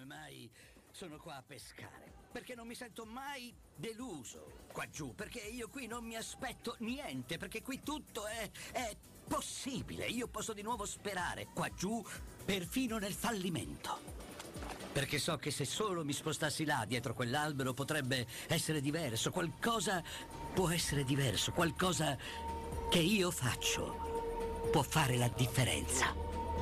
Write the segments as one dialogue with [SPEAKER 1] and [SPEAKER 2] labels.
[SPEAKER 1] mai sono qua a pescare, perché non mi sento mai deluso qua giù, perché io qui non mi aspetto niente, perché qui tutto è possibile. Io posso di nuovo sperare qua giù, perfino nel fallimento, perché so che se solo mi spostassi là dietro quell'albero potrebbe essere diverso, qualcosa può essere diverso, qualcosa che io faccio può fare la differenza.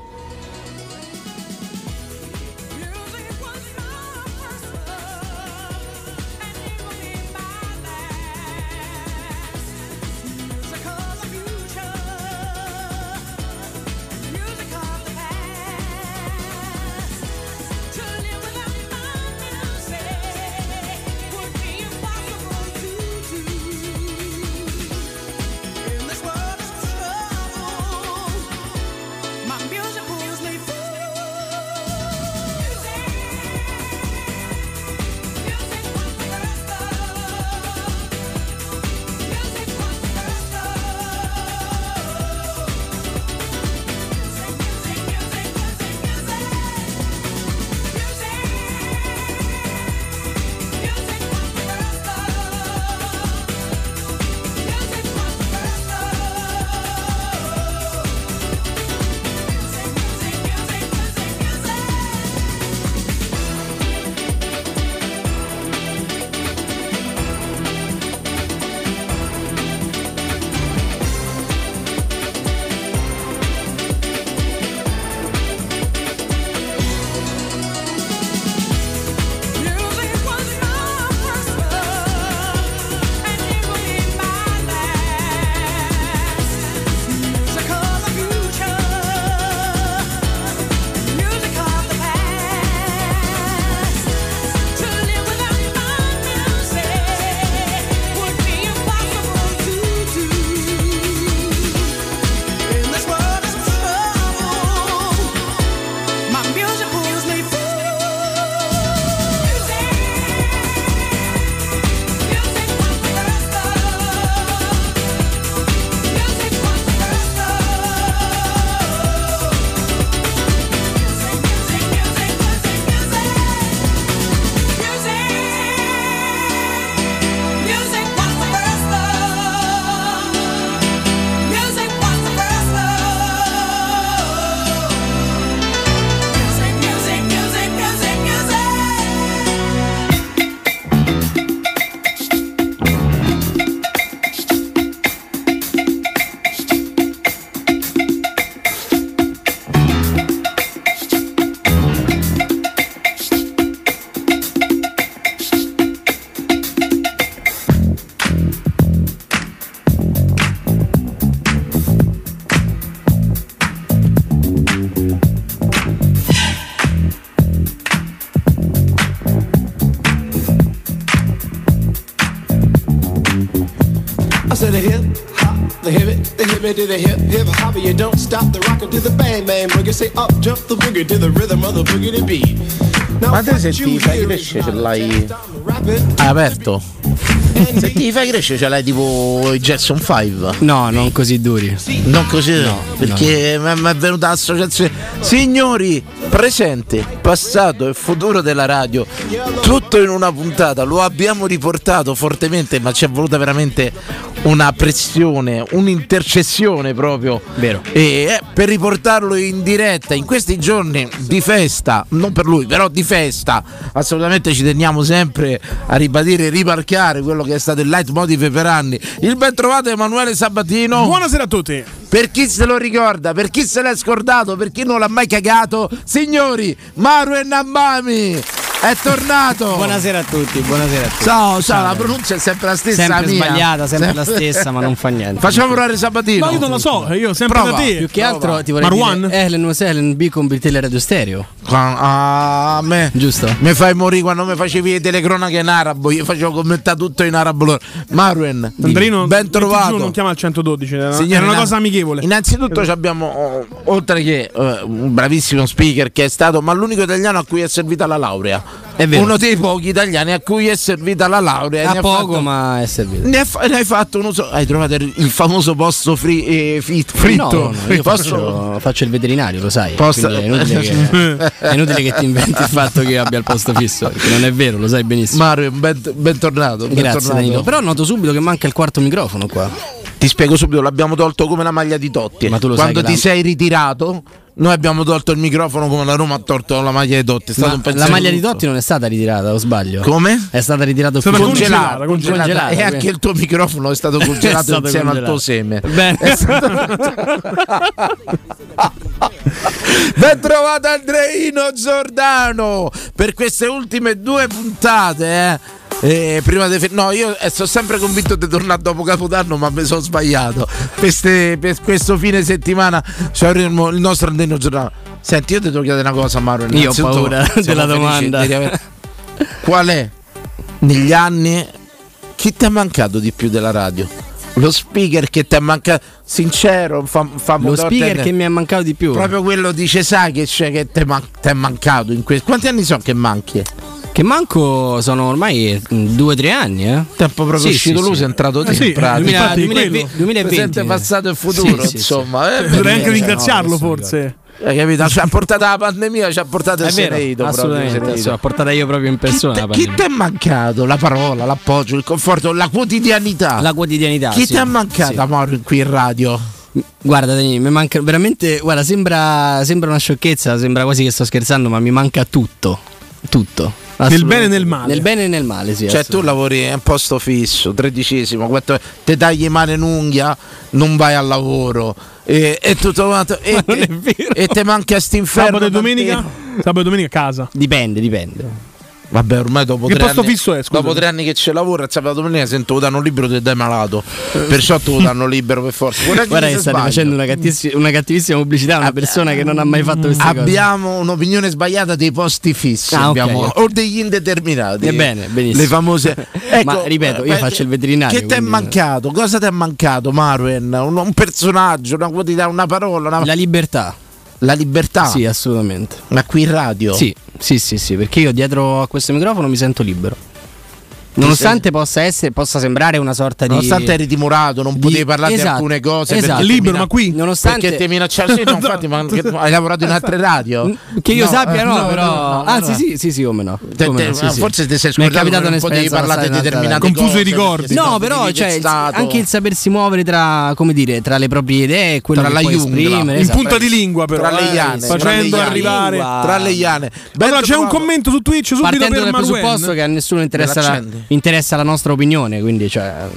[SPEAKER 2] To the hip hip hopper, you don't stop the rocker to the bang bang boogie. Say up jump the boogie to the rhythm of the boogie to beat.
[SPEAKER 3] Ma te se ti fai crescere ce l'hai aperto? Se ti fai crescere ce l'hai tipo i Jackson 5?
[SPEAKER 4] No, non così duri.
[SPEAKER 3] Non così, no, perché mi è venuta l'associazione. Signori, presente, passato e futuro della radio, tutto in una puntata. Lo abbiamo riportato fortemente, ma ci è voluta veramente una pressione, un'intercessione proprio.
[SPEAKER 4] Vero.
[SPEAKER 3] E per riportarlo in diretta in questi giorni di festa, non per lui, però di festa, assolutamente ci teniamo sempre a ribadire e rimarcare quello che è stato il leitmotiv per anni. Il ben trovato Emanuele Sabatino.
[SPEAKER 5] Buonasera a tutti.
[SPEAKER 3] Per chi se lo ricorda, per chi se l'è scordato, per chi non l'ha mai cagato, signori, Marouane Hammamy è tornato.
[SPEAKER 4] Buonasera a tutti, buonasera a tutti.
[SPEAKER 3] Ciao, la pronuncia è sempre la stessa.
[SPEAKER 4] Sempre
[SPEAKER 3] mia.
[SPEAKER 4] sbagliata, sempre la stessa, ma non fa niente.
[SPEAKER 3] Facciamo provare Sabatino.
[SPEAKER 5] No, io non lo so, io sempre
[SPEAKER 3] Prova.
[SPEAKER 5] da te.
[SPEAKER 4] Più che altro ti vorrei
[SPEAKER 5] Marwan?
[SPEAKER 4] dire Ehlen Wasehlen bikum bil teleradio stereo.
[SPEAKER 3] A me
[SPEAKER 4] Giusto?
[SPEAKER 3] mi fai morire quando mi facevi le telecronache in arabo. Io facevo commentare tutto in arabo. Marwan,
[SPEAKER 5] Andrino,
[SPEAKER 3] ben trovato.
[SPEAKER 5] non chiama il 112,
[SPEAKER 3] Signori,
[SPEAKER 5] è una cosa amichevole.
[SPEAKER 3] Innanzitutto abbiamo oltre che un bravissimo speaker che è stato, ma l'unico italiano a cui è servita la laurea.
[SPEAKER 4] È vero.
[SPEAKER 3] uno dei pochi italiani a cui è servita la laurea.
[SPEAKER 4] A poco, ma è servito.
[SPEAKER 3] Ne hai fatto un uso. Hai trovato il famoso posto fritto.
[SPEAKER 4] No, io faccio il veterinario, lo sai.
[SPEAKER 3] Posto-
[SPEAKER 4] Quindi è inutile che ti inventi il fatto che io abbia il posto fisso, perché non è vero, lo sai benissimo.
[SPEAKER 3] Mario, bentornato.
[SPEAKER 4] Grazie Danilo. Però noto subito che manca il quarto microfono qua.
[SPEAKER 3] Ti spiego subito, l'abbiamo tolto come la maglia di Totti.
[SPEAKER 4] Ma tu lo
[SPEAKER 3] Quando
[SPEAKER 4] sai che
[SPEAKER 3] ti sei ritirato, noi abbiamo tolto il microfono come la Roma ha tolto la maglia di Totti. È stato un pensiero
[SPEAKER 4] la maglia di
[SPEAKER 3] giusto.
[SPEAKER 4] Totti non è stata ritirata, o sbaglio?
[SPEAKER 3] Come?
[SPEAKER 4] È stata ritirata
[SPEAKER 5] stata
[SPEAKER 4] ufficialmente.
[SPEAKER 5] congelata.
[SPEAKER 3] E anche il tuo microfono è stato congelato
[SPEAKER 4] stato
[SPEAKER 3] insieme al
[SPEAKER 4] congelato.
[SPEAKER 3] tuo seme.
[SPEAKER 4] Bene.
[SPEAKER 3] Ben trovato Andreino Giordano per queste ultime 2 puntate. Prima no, io sono sempre convinto di tornare dopo Capodanno, ma mi sono sbagliato. Per questo fine settimana avremo il nostro Andreino Giordano. Senti, io ti devo chiedere una cosa, Mauro.
[SPEAKER 4] Io ho paura della domanda.
[SPEAKER 3] Qual è negli anni chi ti è mancato di più della radio? Lo speaker che ti è mancato, sincero,
[SPEAKER 4] lo speaker che mi è mancato di più.
[SPEAKER 3] Proprio quello di Cesare che ti è mancato in questo. Quanti anni sono che manchi?
[SPEAKER 4] Che manco sono ormai 2-3 anni,
[SPEAKER 3] Tempo proprio uscito lui, sei entrato te in pratica.
[SPEAKER 4] 2020.
[SPEAKER 3] Presente, passato e futuro, insomma.
[SPEAKER 5] Dovrei anche ringraziarlo, forse.
[SPEAKER 3] Hai capito? Ci ha portato la pandemia, ci ha portato il Seneito.
[SPEAKER 4] Assolutamente, l'ho portata io proprio in persona.
[SPEAKER 3] Chi ti è mancato? La parola, l'appoggio, il conforto, la quotidianità.
[SPEAKER 4] La quotidianità.
[SPEAKER 3] Chi ti è mancato, Mauro, qui in radio?
[SPEAKER 4] Guarda Dani, mi manca veramente. Guarda, sembra una sciocchezza, sembra quasi che sto scherzando, ma mi manca tutto.
[SPEAKER 5] Nel bene e nel male.
[SPEAKER 4] Nel bene e nel male, sì.
[SPEAKER 3] Cioè tu lavori a un posto fisso, 13°, te tagli mano in unghia, non vai al lavoro e tutto quanto e te manca st'inferno.
[SPEAKER 5] Sabato e domenica? Sabato e domenica a casa.
[SPEAKER 4] Dipende.
[SPEAKER 3] Vabbè, ormai dopo
[SPEAKER 5] che
[SPEAKER 3] 3
[SPEAKER 5] posto
[SPEAKER 3] anni,
[SPEAKER 5] fisso è,
[SPEAKER 3] dopo 3 anni che ce lavoro, il sabato domenica sento lo danno libero te dai malato. Perciò te lo danno libero per forza.
[SPEAKER 4] Guarda che state facendo una cattivissima pubblicità a una persona che non ha mai fatto queste cose.
[SPEAKER 3] Abbiamo un'opinione sbagliata dei posti fissi,
[SPEAKER 4] okay.
[SPEAKER 3] o degli indeterminati.
[SPEAKER 4] Bene, benissimo.
[SPEAKER 3] Le famose. Ecco,
[SPEAKER 4] ma ripeto, io faccio il veterinario.
[SPEAKER 3] Che ti è mancato? Cosa ti è mancato, Marwen? Un personaggio, una quotidiana, una parola?
[SPEAKER 4] La libertà.
[SPEAKER 3] La libertà?
[SPEAKER 4] Sì, assolutamente.
[SPEAKER 3] Ma qui in radio?
[SPEAKER 4] Sì, perché io dietro a questo microfono mi sento libero. Nonostante possa sembrare una sorta
[SPEAKER 3] nonostante eri timorato, non potevi parlare di alcune cose.
[SPEAKER 4] Esatto.
[SPEAKER 5] Libero, ma qui
[SPEAKER 4] nonostante
[SPEAKER 3] perché ti minacciavi. No, infatti, ma hai lavorato in altre radio?
[SPEAKER 4] Che io sappia, no, però. Anzi, sì, come no.
[SPEAKER 3] Forse ti sei
[SPEAKER 4] mi è
[SPEAKER 3] scordato
[SPEAKER 4] capitato
[SPEAKER 3] che non potevi parlare di determinate cose.
[SPEAKER 5] Confuso i ricordi.
[SPEAKER 4] No, però anche il sapersi muovere tra le proprie idee e quello
[SPEAKER 3] tra
[SPEAKER 4] che puoi esprimere.
[SPEAKER 5] In punta di lingua, però.
[SPEAKER 3] Tra le iane.
[SPEAKER 5] Facendo arrivare.
[SPEAKER 3] Tra le iane.
[SPEAKER 5] Allora c'è un commento su Twitch subito
[SPEAKER 4] partendo
[SPEAKER 5] per
[SPEAKER 4] dal presupposto che a nessuno interessa la nostra opinione, quindi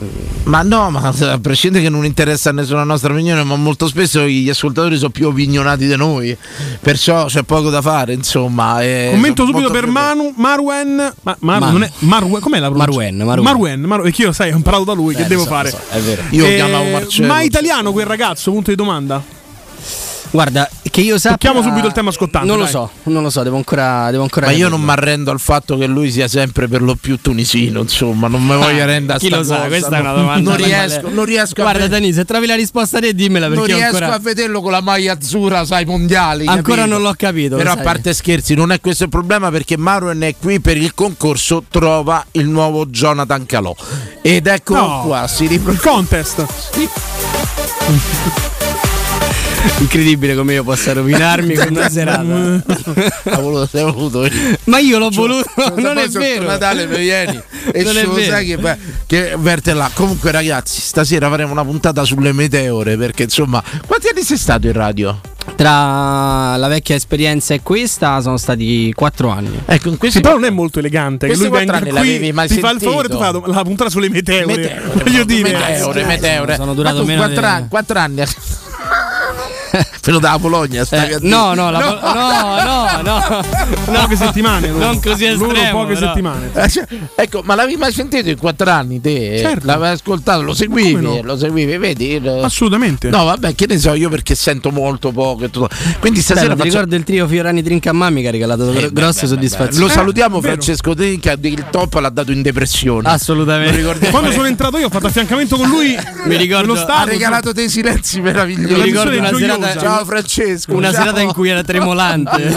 [SPEAKER 3] ma no, ma a prescindere che non interessa a nessuna nostra opinione, ma molto spesso gli ascoltatori sono più opinionati di noi, perciò c'è poco da fare, insomma.
[SPEAKER 5] Commento subito per Marwen. Non è Marwen, com'è la pronuncia? Marwen, perché io sai, ho imparato da lui, che devo fare?
[SPEAKER 4] È vero.
[SPEAKER 3] Io chiamavo Marcello.
[SPEAKER 5] Ma italiano quel ragazzo, punto di domanda?
[SPEAKER 4] Guarda, che io sappia.
[SPEAKER 5] Tocchiamo subito il tema scottante.
[SPEAKER 4] Non lo so, devo ancora.
[SPEAKER 3] Ma io non mi arrendo al fatto che lui sia sempre per lo più tunisino, insomma, non mi voglio arrendere a
[SPEAKER 4] chi lo sa, questa è una domanda.
[SPEAKER 3] Non riesco
[SPEAKER 4] Guarda, Dani, se trovi la risposta te dimmela, perché
[SPEAKER 3] non riesco a vederlo con la maglia azzurra, sai, mondiali.
[SPEAKER 4] Ancora
[SPEAKER 3] capito?
[SPEAKER 4] non l'ho capito.
[SPEAKER 3] Però a parte scherzi, non è questo il problema, perché Marwen è qui per il concorso Trova il nuovo Jonathan Calò. Ed eccolo qua,
[SPEAKER 5] il contest.
[SPEAKER 4] Incredibile come io possa rovinarmi con una serata.
[SPEAKER 3] Sei voluto io.
[SPEAKER 4] Ma io l'ho voluto, non è vero.
[SPEAKER 3] Natale mi vieni e
[SPEAKER 4] non è vero.
[SPEAKER 3] sai che verte là. Comunque ragazzi, stasera faremo una puntata sulle meteore, perché insomma, quanti anni sei stato in radio?
[SPEAKER 4] Tra la vecchia esperienza e questa sono stati 4 anni.
[SPEAKER 3] Ecco, in questi
[SPEAKER 5] però non è molto elegante che lui venga qui, ti fa il favore, tu fai la puntata sulle meteore. Voglio dire,
[SPEAKER 3] meteore.
[SPEAKER 4] Sono durato meno
[SPEAKER 3] 4 anni. Venuto dalla Bologna,
[SPEAKER 4] no,
[SPEAKER 5] poche settimane,
[SPEAKER 4] non così estremo,
[SPEAKER 5] poche settimane.
[SPEAKER 3] Ecco, ma l'avevi mai sentito in 4 anni te?
[SPEAKER 5] Certo.
[SPEAKER 3] L'avevi ascoltato, lo seguivi, vedi?
[SPEAKER 5] Assolutamente.
[SPEAKER 3] No, vabbè, che ne so io, perché sento molto poco e tutto. Quindi stasera
[SPEAKER 4] ti ricordo il trio Fiorani Trincamami che ha regalato grosse soddisfazioni.
[SPEAKER 3] Lo salutiamo, Francesco Trinca, il top l'ha dato in depressione.
[SPEAKER 4] Assolutamente.
[SPEAKER 5] Quando sono entrato io ho fatto affiancamento con lui.
[SPEAKER 4] Mi ricordo,
[SPEAKER 3] ha regalato dei silenzi meravigliosi.
[SPEAKER 4] Mi ricordo una serata
[SPEAKER 3] Ciao Francesco.
[SPEAKER 4] Una serata in cui era tremolante.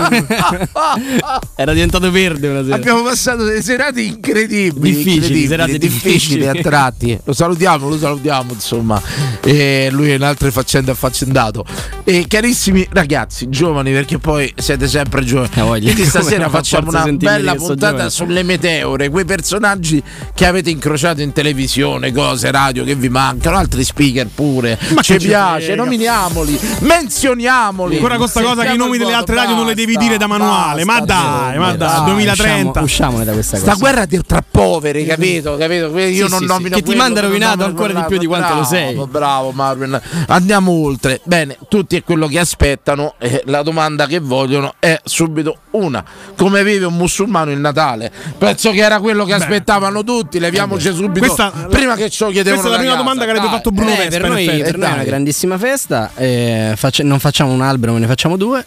[SPEAKER 4] Era diventato verde una sera.
[SPEAKER 3] Abbiamo passato delle serate
[SPEAKER 4] difficili, serate
[SPEAKER 3] difficili a tratti. Lo salutiamo insomma. E lui è in altre faccende affaccendato. E carissimi ragazzi, giovani, perché poi siete sempre giovani. Quindi stasera facciamo una bella puntata sulle meteore, quei personaggi che avete incrociato in televisione, cose, radio che vi mancano, altri speaker pure. Ma ci piace, nominiamoli, menzioniamoli.
[SPEAKER 5] Ancora questa cosa che i nomi delle altre radio non le devi dire da manuale. Ma dai, 2030.
[SPEAKER 4] Usciamone da questa cosa.
[SPEAKER 3] Sta guerra tra poveri, capito? Io non nomino
[SPEAKER 4] che ti manda rovinato ancora di più di quanto lo sei.
[SPEAKER 3] Bravo Marvin. Andiamo oltre. Bene, tutti è quello che aspettano. La domanda che vogliono è subito una: come vive un musulmano il Natale? Penso che era quello che aspettavano tutti. Leviamoci subito prima che ce lo chiedevano.
[SPEAKER 5] Questa è la prima domanda che avrebbe fatto Bruno Vespa.
[SPEAKER 4] Per noi è una grandissima festa. Non facciamo un albero, ma ne facciamo due.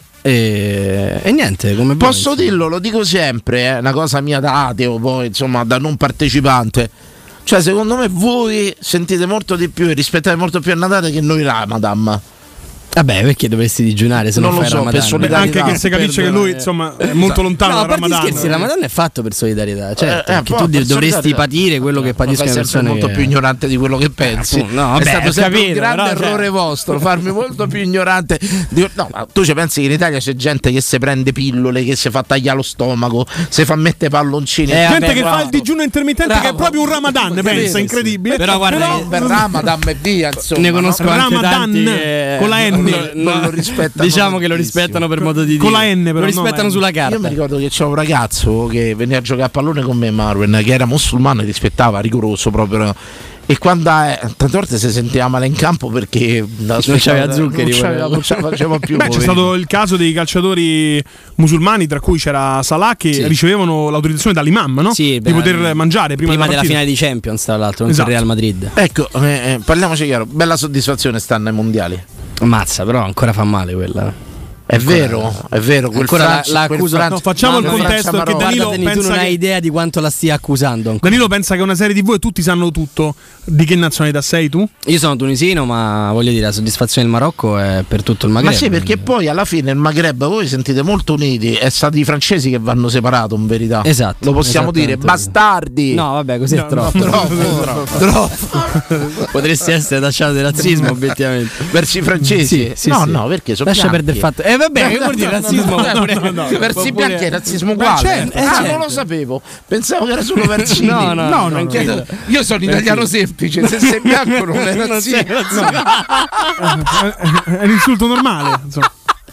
[SPEAKER 4] E niente, come
[SPEAKER 3] posso dirlo, lo dico sempre, una cosa mia da ateo, poi insomma da non partecipante. Cioè, secondo me voi sentite molto di più e rispettate molto più a Natale che noi Ramadan.
[SPEAKER 4] Vabbè, perché dovresti digiunare se non fai
[SPEAKER 3] so,
[SPEAKER 4] Ramadan?
[SPEAKER 5] Anche che si capisce che lui insomma è molto lontano da Ramadan.
[SPEAKER 4] Scherzi, il Ramadan è fatto per solidarietà, certo, che tu dovresti patire quello che patiscono le persone.
[SPEAKER 3] Molto più ignorante di quello che pensi.
[SPEAKER 4] No,
[SPEAKER 3] è stato sempre un grande errore vostro farmi molto più ignorante. No, ma tu ci pensi che in Italia c'è gente che si prende pillole, che si fa tagliare lo stomaco, si fa mettere palloncini,
[SPEAKER 5] gente che fa il digiuno intermittente, che è proprio un Ramadan, pensa, incredibile.
[SPEAKER 4] Però guarda,
[SPEAKER 3] per Ramadan e via, insomma.
[SPEAKER 4] Ne conosco anche tanti
[SPEAKER 5] con la N.
[SPEAKER 3] Non lo rispettano,
[SPEAKER 4] diciamo che lo rispettano per modo di dire,
[SPEAKER 5] con la N, però
[SPEAKER 4] lo rispettano sulla carta.
[SPEAKER 3] Io mi ricordo che c'era un ragazzo che veniva a giocare a pallone con me, Marvin, che era musulmano e rispettava, rigoroso proprio. E quando tante volte si sentiva male in campo perché
[SPEAKER 4] non c'aveva zuccheri,
[SPEAKER 3] non ce la faceva più.
[SPEAKER 5] C'è stato il caso dei calciatori musulmani, tra cui c'era Salah, che ricevevano l'autorizzazione dall'imam, no?
[SPEAKER 4] Di
[SPEAKER 5] poter mangiare prima
[SPEAKER 4] della finale di Champions, tra l'altro,
[SPEAKER 5] esatto.
[SPEAKER 4] Il Real Madrid.
[SPEAKER 3] Ecco, parliamoci chiaro, bella soddisfazione stanno ai mondiali.
[SPEAKER 4] Mazza, però ancora fa male quella.
[SPEAKER 3] È vero, quel
[SPEAKER 4] l'accusa.
[SPEAKER 5] No, facciamo il contesto che Danilo pensa
[SPEAKER 4] tu non hai idea di quanto la stia accusando ancora.
[SPEAKER 5] Danilo pensa che è una serie TV e tutti sanno tutto. Di che nazionalità sei tu?
[SPEAKER 4] Io sono tunisino, ma voglio dire, la soddisfazione del Marocco è per tutto il Maghreb.
[SPEAKER 3] Ma sì, perché poi alla fine il Maghreb voi sentite molto uniti, è stati i francesi che vanno separato in verità.
[SPEAKER 4] Esatto.
[SPEAKER 3] Lo possiamo dire, bastardi.
[SPEAKER 4] No, vabbè, così è troppo.
[SPEAKER 3] Troppo.
[SPEAKER 4] Potresti essere tacciato di razzismo, obiettivamente.
[SPEAKER 3] Verso i francesi?
[SPEAKER 4] Sì,
[SPEAKER 3] no, perché sono
[SPEAKER 4] lascia perdere il fatto. Vabbè, che vuol dire razzismo?
[SPEAKER 3] Verso i bianchi è razzismo uguale. Non lo sapevo. Pensavo che era solo verso i
[SPEAKER 5] no.
[SPEAKER 3] Io sono italiano semplice, se sei bianco non è razzismo.
[SPEAKER 5] È un insulto normale, insomma.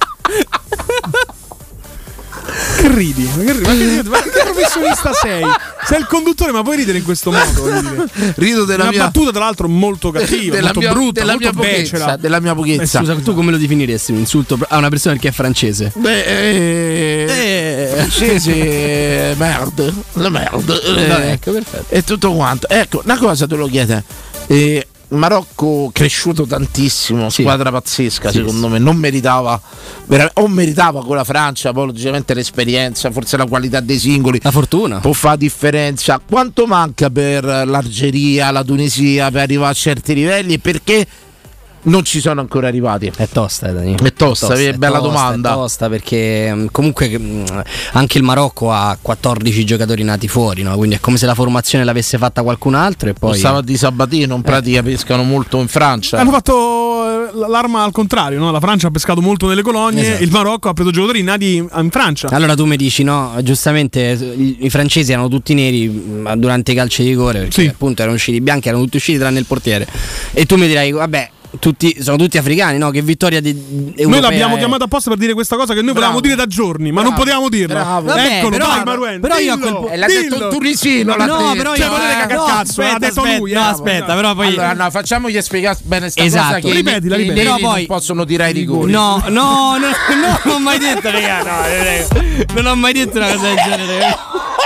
[SPEAKER 5] Che ridi? Ma che professionista sei? Sei il conduttore, ma puoi ridere in questo modo?
[SPEAKER 3] Rido della mia
[SPEAKER 5] battuta, tra l'altro, molto cattiva, molto brutta,
[SPEAKER 3] della
[SPEAKER 5] molto becera.
[SPEAKER 3] Della mia pochezza.
[SPEAKER 4] Scusa, tu come lo definiresti un insulto a una persona che è francese?
[SPEAKER 3] Francese, merde. La merde.
[SPEAKER 4] Ecco, perfetto.
[SPEAKER 3] E tutto quanto. Ecco, una cosa te lo chiedo. Marocco cresciuto tantissimo, squadra pazzesca, secondo me non meritava, o meritava con la Francia, poi logicamente l'esperienza, forse la qualità dei singoli,
[SPEAKER 4] la fortuna
[SPEAKER 3] può fare differenza. Quanto manca per l'Algeria, la Tunisia per arrivare a certi livelli e perché non ci sono ancora arrivati?
[SPEAKER 4] È tosta, Danilo.
[SPEAKER 3] È tosta, bella domanda.
[SPEAKER 4] È tosta perché comunque anche il Marocco ha 14 giocatori nati fuori, no? Quindi è come se la formazione l'avesse fatta qualcun altro e poi
[SPEAKER 3] stava di Sabatino, in pratica pescano molto in Francia.
[SPEAKER 5] Hanno fatto l'arma al contrario, no? La Francia ha pescato molto nelle colonie, esatto. Il Marocco ha preso giocatori nati in Francia.
[SPEAKER 4] Allora tu mi dici, no, giustamente i francesi erano tutti neri durante i calci di rigore, perché appunto erano usciti bianchi, erano tutti usciti tranne il portiere. E tu mi dirai, vabbè, sono tutti africani, no? Che vittoria europea.
[SPEAKER 5] Noi l'abbiamo chiamato apposta per dire questa cosa che noi volevamo dire da giorni, ma non potevamo dirla.
[SPEAKER 4] Vabbè,
[SPEAKER 5] eccolo,
[SPEAKER 4] però,
[SPEAKER 5] dai, Maruen.
[SPEAKER 4] Però io
[SPEAKER 3] l'ha detto un tunisino.
[SPEAKER 4] No, però io
[SPEAKER 5] l'ha detto lui.
[SPEAKER 4] No, aspetta, però poi
[SPEAKER 3] allora, facciamogli spiegare bene sta cosa che
[SPEAKER 5] ripetila.
[SPEAKER 3] Però poi non possono tirare i rigori.
[SPEAKER 4] No, non ho mai detto, raga, non ho mai detto una cosa del genere.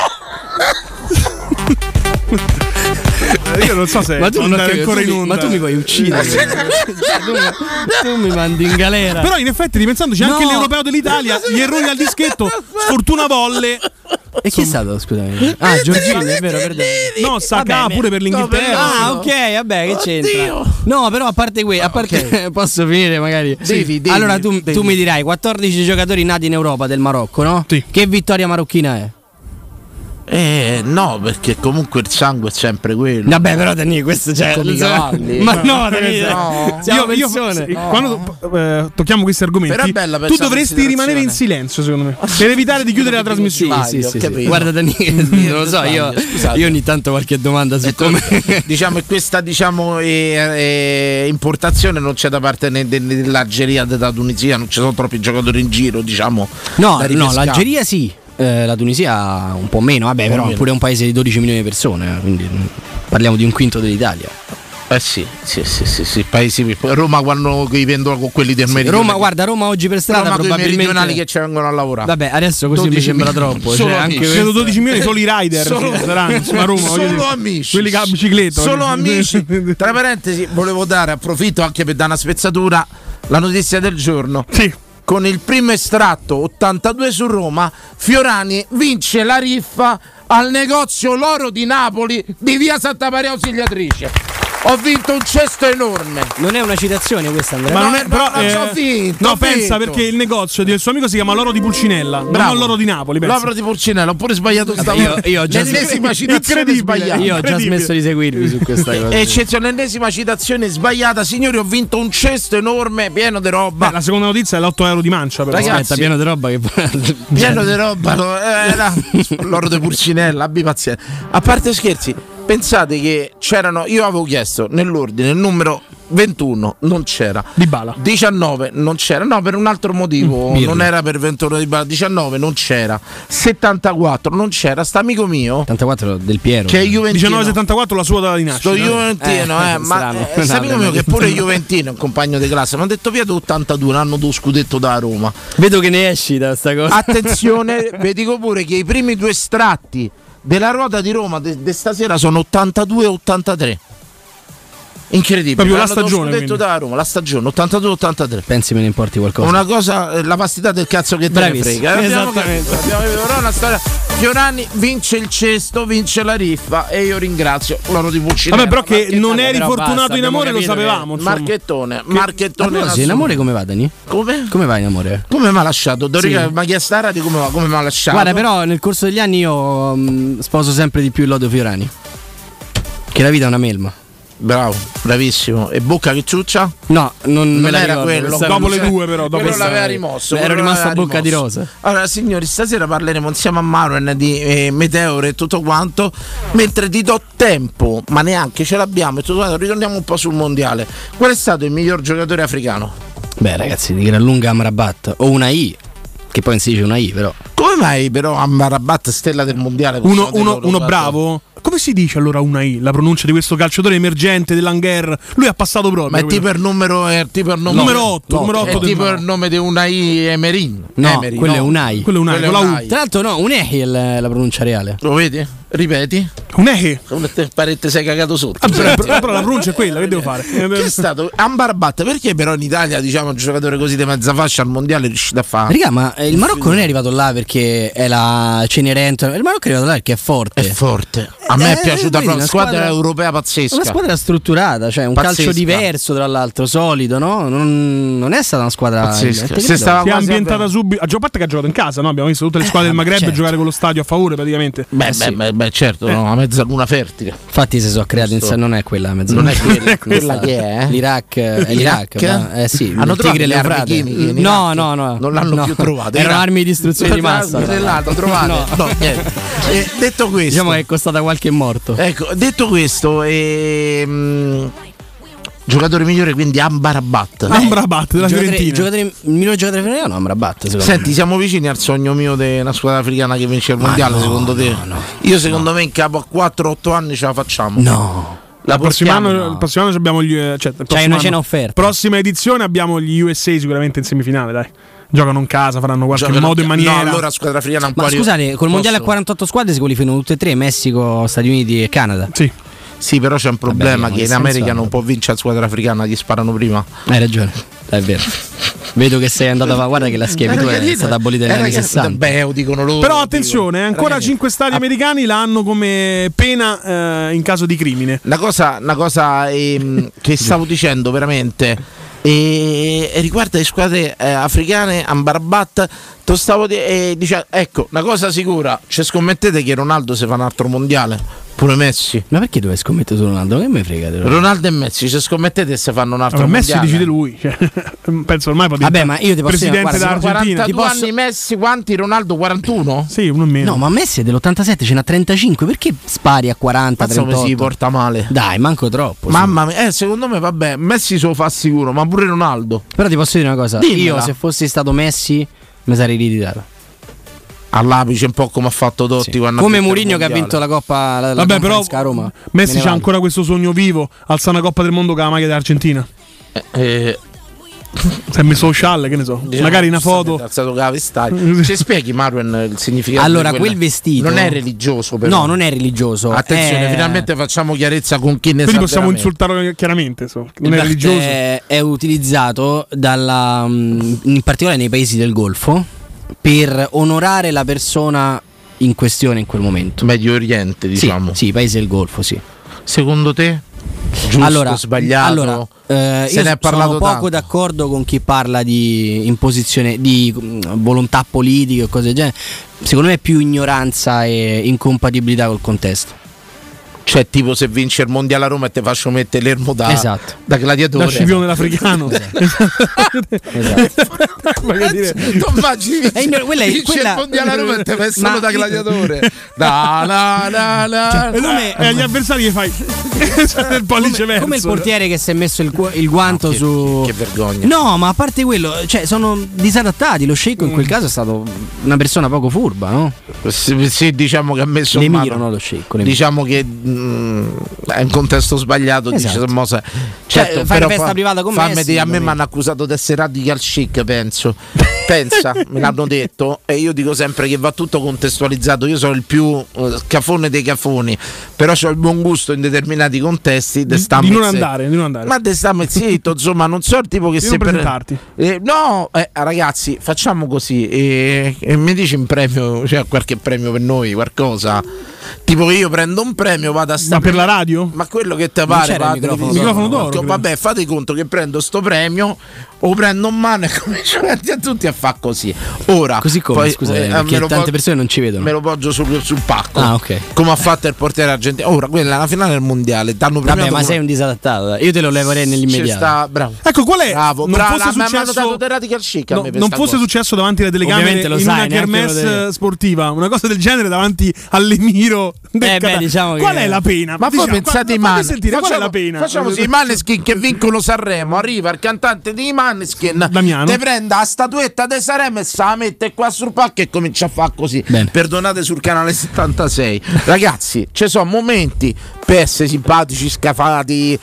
[SPEAKER 5] Io non so se ancora in onda.
[SPEAKER 4] Ma tu mi vuoi uccidere. tu mi mandi in galera.
[SPEAKER 5] Però in effetti ripensandoci anche l'europeo dell'Italia, gli errori al dischetto, sfortuna volle,
[SPEAKER 4] E chi è stato, scusami? Giorgini, è vero, perdono.
[SPEAKER 5] No, Saka pure per l'Inghilterra.
[SPEAKER 4] Ok, vabbè, che c'entra? No, però a parte posso finire magari.
[SPEAKER 3] Devi,
[SPEAKER 4] allora tu mi dirai 14 giocatori nati in Europa del Marocco, no?
[SPEAKER 5] Sì.
[SPEAKER 4] Che vittoria marocchina è?
[SPEAKER 3] No, perché comunque il sangue è sempre quello.
[SPEAKER 4] Vabbè, però Dani, questo c'è
[SPEAKER 3] come i cavalli.
[SPEAKER 4] Ma no, Dani, siamo
[SPEAKER 5] io
[SPEAKER 4] persone.
[SPEAKER 5] quando tocchiamo questi argomenti, tu dovresti rimanere in silenzio, secondo me, per evitare di chiudere la trasmissione.
[SPEAKER 4] Sì. Guarda Dani, non lo so, io ogni tanto qualche domanda su come
[SPEAKER 3] diciamo questa importazione non c'è da parte né dell'Algeria né della Tunisia, non ci sono troppi giocatori in giro, diciamo.
[SPEAKER 4] No, l'Algeria sì. La Tunisia un po' meno, vabbè, però pure è un paese di 12 milioni di persone, quindi parliamo di un quinto dell'Italia.
[SPEAKER 3] Sì, paesi. Roma quando vendono con quelli del meridione.
[SPEAKER 4] Roma oggi per strada probabilmente
[SPEAKER 3] i meridionali che ci vengono a lavorare.
[SPEAKER 4] Vabbè, adesso così mi sembra troppo.
[SPEAKER 5] Credo 12 milioni solo i rider saranno a Roma.
[SPEAKER 3] Solo amici.
[SPEAKER 5] Quelli che hanno bicicletta.
[SPEAKER 3] Solo amici. Tra parentesi, volevo approfitto anche per dare una spezzatura, la notizia del giorno.
[SPEAKER 5] Sì.
[SPEAKER 3] Con il primo estratto 82 su Roma, Fiorani vince la riffa al negozio L'Oro di Napoli di via Santa Maria Ausiliatrice. Ho vinto un cesto enorme.
[SPEAKER 4] Non è una citazione questa, Andrea?
[SPEAKER 5] Ma non è, però,
[SPEAKER 3] ho vinto.
[SPEAKER 5] No, pensa perché il negozio del suo amico si chiama L'Oro di Pulcinella.
[SPEAKER 3] Bravo.
[SPEAKER 5] Non L'Oro di Napoli. Pensa.
[SPEAKER 3] L'Oro di Pulcinella, ho pure sbagliato stavolta.
[SPEAKER 4] Io ho già
[SPEAKER 3] l'ennesima citazione sbagliata.
[SPEAKER 4] Io ho già smesso di seguirvi su questa cosa.
[SPEAKER 3] Eccezione, l'ennesima citazione sbagliata. Signori, ho vinto un cesto enorme pieno di roba.
[SPEAKER 5] La seconda notizia è l'8 € di mancia. Però.
[SPEAKER 3] Ragazzi,
[SPEAKER 4] aspetta, pieno di roba che
[SPEAKER 3] pieno di roba. L'Oro di Pulcinella, abbi pazienza. A parte scherzi, pensate che c'erano, io avevo chiesto nell'ordine il numero 21, non c'era.
[SPEAKER 5] Dybala.
[SPEAKER 3] 19 non c'era, no, per un altro motivo, non era per 21 Dybala. 19 non c'era, 74 non c'era, sta amico mio
[SPEAKER 4] 74 del Piero,
[SPEAKER 3] che è juventino.
[SPEAKER 5] 19-74 la sua data di nascita.
[SPEAKER 3] Sto juventino, ma sta amico mio che pure è juventino, un compagno di classe, mi ha detto via 82, l'anno do scudetto da Roma.
[SPEAKER 4] Vedo che ne esci da sta cosa.
[SPEAKER 3] Attenzione, vi dico pure che i primi due estratti della ruota di Roma di stasera sono 82-83. Incredibile.
[SPEAKER 5] Proprio la stagione.
[SPEAKER 3] Detto da Roma, la stagione 82-83.
[SPEAKER 4] Pensi me ne importi qualcosa?
[SPEAKER 3] Una cosa, la vastità del cazzo che te ne frega.
[SPEAKER 4] Esattamente.
[SPEAKER 3] Abbiamo una storia. Fiorani vince il cesto, vince la riffa e io ringrazio L'Oro di Pulcinella.
[SPEAKER 5] Vabbè, però che non eri fortunato in amore lo sapevamo.
[SPEAKER 3] Marchettone.
[SPEAKER 4] Sì, in amore come va, Dani?
[SPEAKER 3] Come?
[SPEAKER 4] Come va in amore?
[SPEAKER 3] Come mi ha lasciato? Dorica mi ha chiesto a radio come va, come mi ha lasciato.
[SPEAKER 4] Guarda, però nel corso degli anni io sposo sempre di più il lodo Fiorani. Che la vita è una melma.
[SPEAKER 3] Bravo, bravissimo. E Bocca che ciuccia?
[SPEAKER 4] No, non me la
[SPEAKER 3] era quello.
[SPEAKER 5] Dopo le due, però. Dopo
[SPEAKER 3] quello l'aveva rimosso.
[SPEAKER 4] Ero rimasto a Bocca di Rosa.
[SPEAKER 3] Allora, signori, stasera parleremo insieme a Marwen di Meteore e tutto quanto. Mentre ti do tempo, ma neanche ce l'abbiamo. E tutto quanto, ritorniamo un po' sul mondiale. Qual è stato il miglior giocatore africano?
[SPEAKER 4] Beh, ragazzi, di gran lunga Amrabat. O una I. Che poi si dice una I, però.
[SPEAKER 3] Come mai, però, Amrabat, stella del mondiale?
[SPEAKER 5] Uno bravo? Come si dice allora una I? La pronuncia di questo calciatore emergente dell'Angher? Lui ha passato proprio.
[SPEAKER 3] Ma è tipo il numero. È tipo il
[SPEAKER 5] numero 8.
[SPEAKER 3] È tipo il nome di una I Emerin.
[SPEAKER 4] No,
[SPEAKER 3] Emery,
[SPEAKER 4] quello è Unai.
[SPEAKER 5] Quello è Unai, con la U.
[SPEAKER 4] Tra l'altro, no, Unai è la pronuncia reale.
[SPEAKER 3] Lo vedi? Ripeti?
[SPEAKER 5] Unai.
[SPEAKER 3] Parete sei cagato sotto.
[SPEAKER 5] Però la pronuncia è quella, che devo fare?
[SPEAKER 3] Che è stato Amrabat? Perché però in Italia, diciamo, un giocatore così di mezza fascia al mondiale è riuscito a fare?
[SPEAKER 4] Raga, ma il Marocco non è arrivato là perché è la Cenerentola. Il Marocco è arrivato là perché è forte.
[SPEAKER 3] È forte. A me è piaciuta proprio una squadra europea pazzesca.
[SPEAKER 4] Una squadra strutturata, cioè un calcio diverso, tra l'altro, solido, no? Non è stata una squadra
[SPEAKER 5] pazzesca. Si è ambientata subito. A parte che ha giocato in casa, no? Abbiamo visto tutte le squadre del Maghreb giocare con lo stadio a favore praticamente.
[SPEAKER 3] Beh, certo, no, a mezza luna fertile.
[SPEAKER 4] Infatti si sono creati non è quella mezza
[SPEAKER 3] luna. Non è quella che è.
[SPEAKER 4] L'Iraq è l'Iraq. Sì,
[SPEAKER 3] hanno trovato
[SPEAKER 4] le Eufrate.
[SPEAKER 3] No. Non l'hanno più trovato.
[SPEAKER 4] Erano armi di distruzione di massa.
[SPEAKER 3] Trovate. No, niente. Detto questo,
[SPEAKER 4] diciamo che è costata qualche morto.
[SPEAKER 3] Ecco, detto questo, giocatore migliore quindi Amrabat
[SPEAKER 5] della Fiorentina.
[SPEAKER 4] Il miglior giocatore africano Amrabat.
[SPEAKER 3] Senti, siamo vicini al sogno mio di una squadra africana che vince il mondiale, secondo te?
[SPEAKER 4] No.
[SPEAKER 3] Io secondo me in capo a 4-8 anni ce la facciamo.
[SPEAKER 4] No.
[SPEAKER 5] Il prossimo anno abbiamo
[SPEAKER 4] c'hai una cena offerta.
[SPEAKER 5] Prossima edizione abbiamo gli USA sicuramente in semifinale, dai. Giocano in casa, faranno qualche modo in maniera.
[SPEAKER 3] No, allora squadra africana un po'.
[SPEAKER 4] Ma scusate, col mondiale a 48 squadre si qualificano tutte e tre: Messico, Stati Uniti e Canada.
[SPEAKER 3] Sì, però c'è un problema che in America non può vincere la squadra africana, gli sparano prima.
[SPEAKER 4] Hai ragione. È vero. Vedo che sei andato a guarda che la schiavitù è stata abolita negli anni 60.
[SPEAKER 3] Beh, dicono loro.
[SPEAKER 5] Però attenzione, ancora 5 stati americani la hanno come pena in caso di crimine.
[SPEAKER 3] Una cosa che stavo dicendo veramente riguarda le squadre africane, Amrabat, ecco, una cosa sicura, ci scommettete che Ronaldo si fa un altro mondiale? Pure Messi.
[SPEAKER 4] Ma perché dove scommetto su Ronaldo? Che me frega di
[SPEAKER 3] Ronaldo e Messi, ci scommettete se fanno un altro
[SPEAKER 5] mondiale?
[SPEAKER 3] Messi
[SPEAKER 5] decide lui, cioè, penso ormai può
[SPEAKER 4] vabbè, ma io ti posso
[SPEAKER 5] presidente
[SPEAKER 4] dire, guarda,
[SPEAKER 5] dell'Argentina.
[SPEAKER 3] 42 anni Messi, quanti? Ronaldo 41?
[SPEAKER 5] Sì, uno meno.
[SPEAKER 4] No, ma Messi è dell'87, ce n'ha 35, perché spari a 40, 38?
[SPEAKER 3] Si porta male.
[SPEAKER 4] Dai, manco troppo.
[SPEAKER 3] Mamma mia, secondo me vabbè, Messi se lo fa sicuro, ma pure Ronaldo.
[SPEAKER 4] Però ti posso dire una cosa,
[SPEAKER 3] Dimmela.
[SPEAKER 4] io se fossi stato Messi mi sarei ritirato.
[SPEAKER 3] All'apice un po' come ha fatto Totti, sì.
[SPEAKER 4] Come Mourinho che ha vinto la Coppa la
[SPEAKER 5] vabbè, però
[SPEAKER 4] a Roma.
[SPEAKER 5] Messi c'ha ancora questo sogno vivo, alza una Coppa del Mondo con la maglia dell'Argentina. Si è messo lo scialle, che ne so, magari una foto.
[SPEAKER 3] Ci spieghi, Marwen, il significato?
[SPEAKER 4] Allora, quel vestito
[SPEAKER 3] non è religioso, però.
[SPEAKER 4] No, non è religioso.
[SPEAKER 3] Attenzione, finalmente facciamo chiarezza con chi ne sa.
[SPEAKER 5] Quindi possiamo insultarlo chiaramente. Non è religioso.
[SPEAKER 4] È utilizzato in particolare nei paesi del Golfo per onorare la persona in questione in quel momento.
[SPEAKER 3] Medio Oriente, diciamo.
[SPEAKER 4] Sì, paesi del Golfo, sì.
[SPEAKER 3] Secondo te? Giusto, sbagliato?
[SPEAKER 4] Se ne è parlato sono poco d'accordo con chi parla di imposizione di volontà politica o cose del genere. Secondo me è più ignoranza e incompatibilità col contesto.
[SPEAKER 3] Cioè, tipo, se vince il mondiale a Roma e te faccio mettere l'ermo da gladiatore,
[SPEAKER 5] da scipione dell'africano.
[SPEAKER 3] Quella il mondiale a Roma e te fai solo da gladiatore.
[SPEAKER 5] E agli avversari gli fai il pollice verso.
[SPEAKER 4] Come il portiere che si è messo il guanto su.
[SPEAKER 3] Che vergogna.
[SPEAKER 4] No, ma a parte quello, cioè, sono disadattati. Lo sceicco in quel caso è stato una persona poco furba, no?
[SPEAKER 3] Sì, diciamo che ha messo
[SPEAKER 4] L'Emiro, no, lo sceicco.
[SPEAKER 3] Diciamo che è un contesto sbagliato,
[SPEAKER 4] esatto.
[SPEAKER 3] Dice Mosa.
[SPEAKER 4] Certo, fai una festa privata con Messi.
[SPEAKER 3] A me mi hanno accusato di essere radical chic, pensa, me l'hanno detto, e io dico sempre che va tutto contestualizzato. Io sono il più cafone dei cafoni, però ho il buon gusto in determinati contesti di
[SPEAKER 5] non andare.
[SPEAKER 3] Ma di starmi zitto, insomma, non so il tipo che
[SPEAKER 5] si presentarti.
[SPEAKER 3] Ragazzi, facciamo così e mi dici un premio, cioè qualche premio per noi, qualcosa. Tipo che io prendo un premio, vado a
[SPEAKER 5] Ma per la radio?
[SPEAKER 3] Ma quello che te pare,
[SPEAKER 5] il microfono d'oro.
[SPEAKER 3] Vabbè, fate conto che prendo sto premio, o prendo un mano e comincio a tutti a fare così. Ora,
[SPEAKER 4] così come? Poi, scusa, perché tante persone non ci vedono.
[SPEAKER 3] Me lo poggio sul pacco.
[SPEAKER 4] Ah, ok.
[SPEAKER 3] Come ha fatto il portiere argentino. Ora, quella è la finale del mondiale.
[SPEAKER 4] Vabbè, ma sei un disadattato. Io te lo leverei nell'immediato.
[SPEAKER 3] Bravo.
[SPEAKER 5] Ecco, qual è?
[SPEAKER 3] Bravo,
[SPEAKER 5] non fosse successo
[SPEAKER 3] Radical Chic,
[SPEAKER 5] non fosse successo davanti alle telecamere in una kermesse sportiva, una cosa del genere davanti all'Emiro.
[SPEAKER 4] Diciamo
[SPEAKER 5] qual è la pena?
[SPEAKER 3] Ma voi pensate i Maneskin?
[SPEAKER 5] Qual è la pena?
[SPEAKER 3] Facciamo così: i Maneskin che vincono Sanremo, arriva il cantante di Maneskin, te prende la statuetta di Sanremo e se la mette qua sul palco e comincia a fare così.
[SPEAKER 4] Bene.
[SPEAKER 3] Perdonate, sul canale 76. Ragazzi, ci sono momenti per essere simpatici, scafati,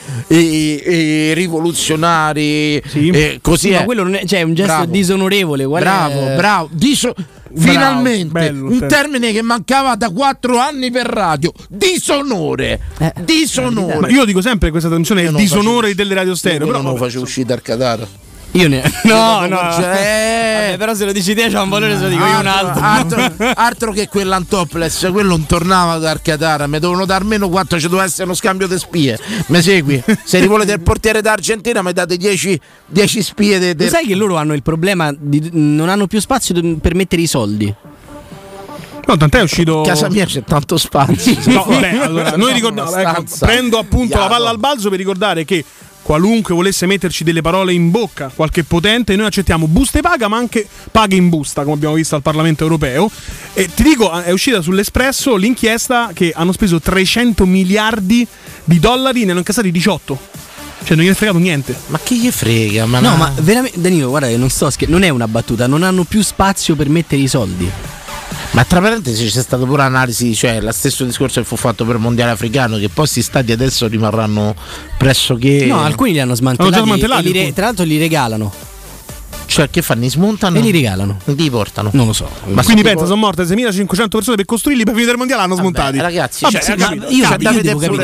[SPEAKER 3] rivoluzionari, così
[SPEAKER 4] ma quello non è, cioè, è un gesto disonorevole.
[SPEAKER 3] Bravo. Finalmente un termine che mancava da 4 anni per radio. Disonore. Disonore.
[SPEAKER 5] Ma io dico sempre che questa trasmissione è il disonore delle radio stereo.
[SPEAKER 3] Però non lo facevo uscire dal Qatar.
[SPEAKER 4] Io no. Vabbè, però se lo dici te c'ha un valore, se lo dico io un altro.
[SPEAKER 3] Altro che quell'antopless, quello non tornava dal Qatar, mi dovevano dar almeno 4, ci doveva essere uno scambio di spie. Mi segui? Se rivolete il portiere d'Argentina mi date 10 spie.
[SPEAKER 4] Sai che loro hanno il problema di non hanno più spazio per mettere i soldi.
[SPEAKER 5] No, tant'è uscito.
[SPEAKER 3] Casa mia c'è tanto spazio.
[SPEAKER 5] No, vabbè, allora noi ricordiamo, prendo appunto la palla al balzo per ricordare che qualunque volesse metterci delle parole in bocca, qualche potente, noi accettiamo buste paga, ma anche paghe in busta, come abbiamo visto al Parlamento europeo. E ti dico, è uscita sull'Espresso l'inchiesta che hanno speso 300 miliardi di dollari, ne hanno incassati 18. Cioè non gli è fregato niente.
[SPEAKER 3] Ma che gli frega?
[SPEAKER 4] Ma veramente, Danilo, guarda che non è una battuta, non hanno più spazio per mettere i soldi.
[SPEAKER 3] Ma tra parentesi c'è stata pure analisi, cioè lo stesso discorso che fu fatto per il mondiale africano, che poi questi stadi adesso rimarranno pressoché.
[SPEAKER 4] No, alcuni li hanno smantellati, tra l'altro li regalano.
[SPEAKER 3] Cioè che fanno? Li smontano?
[SPEAKER 4] E li regalano.
[SPEAKER 3] Li portano?
[SPEAKER 4] Non lo so.
[SPEAKER 5] Ma quindi pensa, sono morte 6.500 persone per costruirli, per finire il mondiale hanno smontati.
[SPEAKER 3] Ragazzi,
[SPEAKER 5] vabbè,
[SPEAKER 3] io devo capire.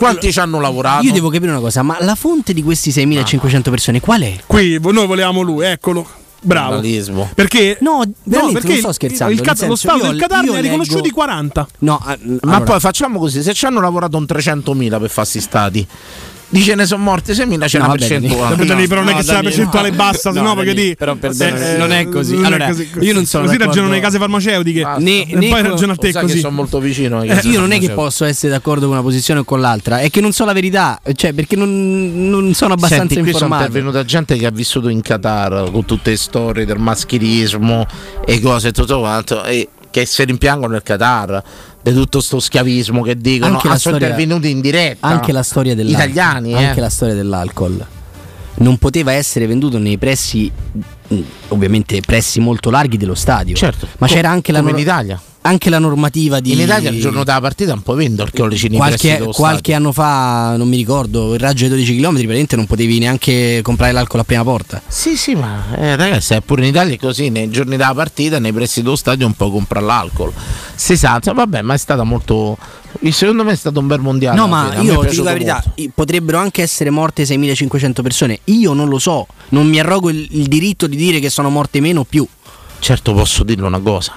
[SPEAKER 3] quanti ci hanno lavorato?
[SPEAKER 4] Io devo capire una cosa, ma la fonte di questi 6.500 persone qual è?
[SPEAKER 5] Qui noi volevamo lui, eccolo. Bravo. Perché
[SPEAKER 4] no, veramente
[SPEAKER 5] perché
[SPEAKER 4] non sto scherzando.
[SPEAKER 5] Lo Stato del Qatar ne ha riconosciuti 40.
[SPEAKER 4] No,
[SPEAKER 3] ma
[SPEAKER 4] allora,
[SPEAKER 3] poi facciamo così: se ci hanno lavorato un 300.000 per farsi stati, dice ne sono morti 6.000, c'è una percentuale.
[SPEAKER 5] Però non è che sia la percentuale bassa, sennò perché di.
[SPEAKER 4] Però non è così. Allora, io non sono
[SPEAKER 5] così ragionano le case farmaceutiche.
[SPEAKER 4] E
[SPEAKER 5] poi ragiona a te così.
[SPEAKER 3] Sono molto vicino.
[SPEAKER 4] Io non è che posso essere d'accordo con una posizione o con l'altra, è che non so la verità, cioè perché non sono abbastanza informato.
[SPEAKER 3] Qui sono intervenuta gente che ha vissuto in Qatar con tutte le storie del maschilismo e cose e tutto quanto, e che si rimpiangono il Qatar di tutto sto schiavismo che dicono. Sono intervenuti in diretta
[SPEAKER 4] anche la storia dell'alcol,
[SPEAKER 3] italiani,
[SPEAKER 4] anche la storia dell'alcol non poteva essere venduto nei pressi, ovviamente pressi molto larghi dello stadio,
[SPEAKER 3] certo,
[SPEAKER 4] ma c'era anche
[SPEAKER 3] in Italia.
[SPEAKER 4] Anche la normativa di.
[SPEAKER 3] In Italia il giorno della partita non puoi vendere
[SPEAKER 4] qualche anno fa, non mi ricordo, il raggio di 12 km praticamente non potevi neanche comprare l'alcol a prima porta.
[SPEAKER 3] Sì, ma ragazzi, pure in Italia è così, nei giorni della partita, nei pressi dello stadio non puoi comprare l'alcol. Si sa, vabbè, ma è stata molto. Secondo me è stato un bel mondiale.
[SPEAKER 4] No, ma io ti dico la verità, potrebbero anche essere morte 6.500 persone. Io non lo so, non mi arrogo il diritto di dire che sono morte meno o più.
[SPEAKER 3] Certo, posso dirle una cosa.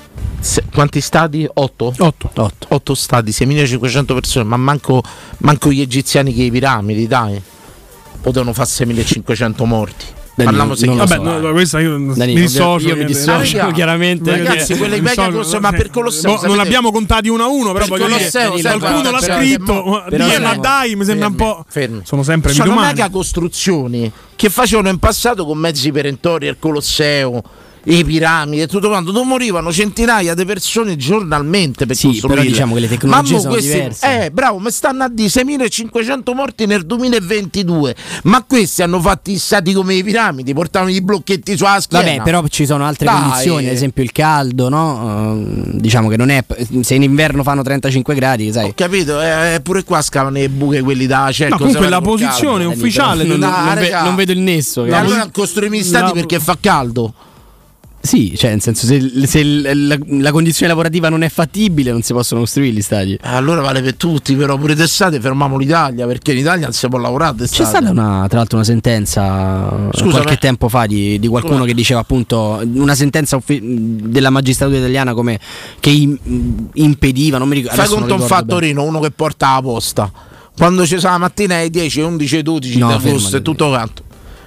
[SPEAKER 3] Quanti stadi? 8 stadi, 6.500 persone, ma manco gli egiziani che i piramidi, dai, potevano fare 6.500 morti. Parliamo
[SPEAKER 5] questa io mi dissocio
[SPEAKER 4] chiaramente,
[SPEAKER 3] ragazzi, quelle ma per Colosseo
[SPEAKER 5] non l'abbiamo contati uno a uno, però qualcuno l'ha scritto, ma dai, mi sembra un po'. Sono sempre
[SPEAKER 3] sono mega costruzioni che facevano in passato con mezzi perentori al Colosseo, i piramidi e tutto quanto, dove morivano centinaia di persone giornalmente per costruirle.
[SPEAKER 4] Però diciamo che le tecnologie sono diverse.
[SPEAKER 3] Bravo, mi stanno a dire 6.500 morti nel 2022, ma questi hanno fatto i stati come i piramidi, portavano i blocchetti sulla schiena.
[SPEAKER 4] Vabbè, però ci sono altre condizioni, ad esempio il caldo, no? Diciamo che non è, se in inverno fanno 35 gradi, sai.
[SPEAKER 3] Ho capito, pure qua scavano le buche quelli da cerco.
[SPEAKER 5] No, comunque la posizione ufficiale
[SPEAKER 4] non vedo il nesso.
[SPEAKER 3] E allora costruiamo gli stati perché fa caldo.
[SPEAKER 4] Sì, cioè nel senso, se la condizione lavorativa non è fattibile non si possono costruire gli stadi.
[SPEAKER 3] Allora vale per tutti, però pure d'estate fermiamo l'Italia, perché in Italia non si può lavorare d'estate.
[SPEAKER 4] C'è stata tra l'altro una sentenza qualche tempo fa di qualcuno che diceva appunto una sentenza della magistratura italiana come che impediva, non mi ricordo.
[SPEAKER 3] Fai conto un fattorino, uno che porta la posta, quando ci sarà la mattina alle 10, 11, 12 di agosto e tutto quanto.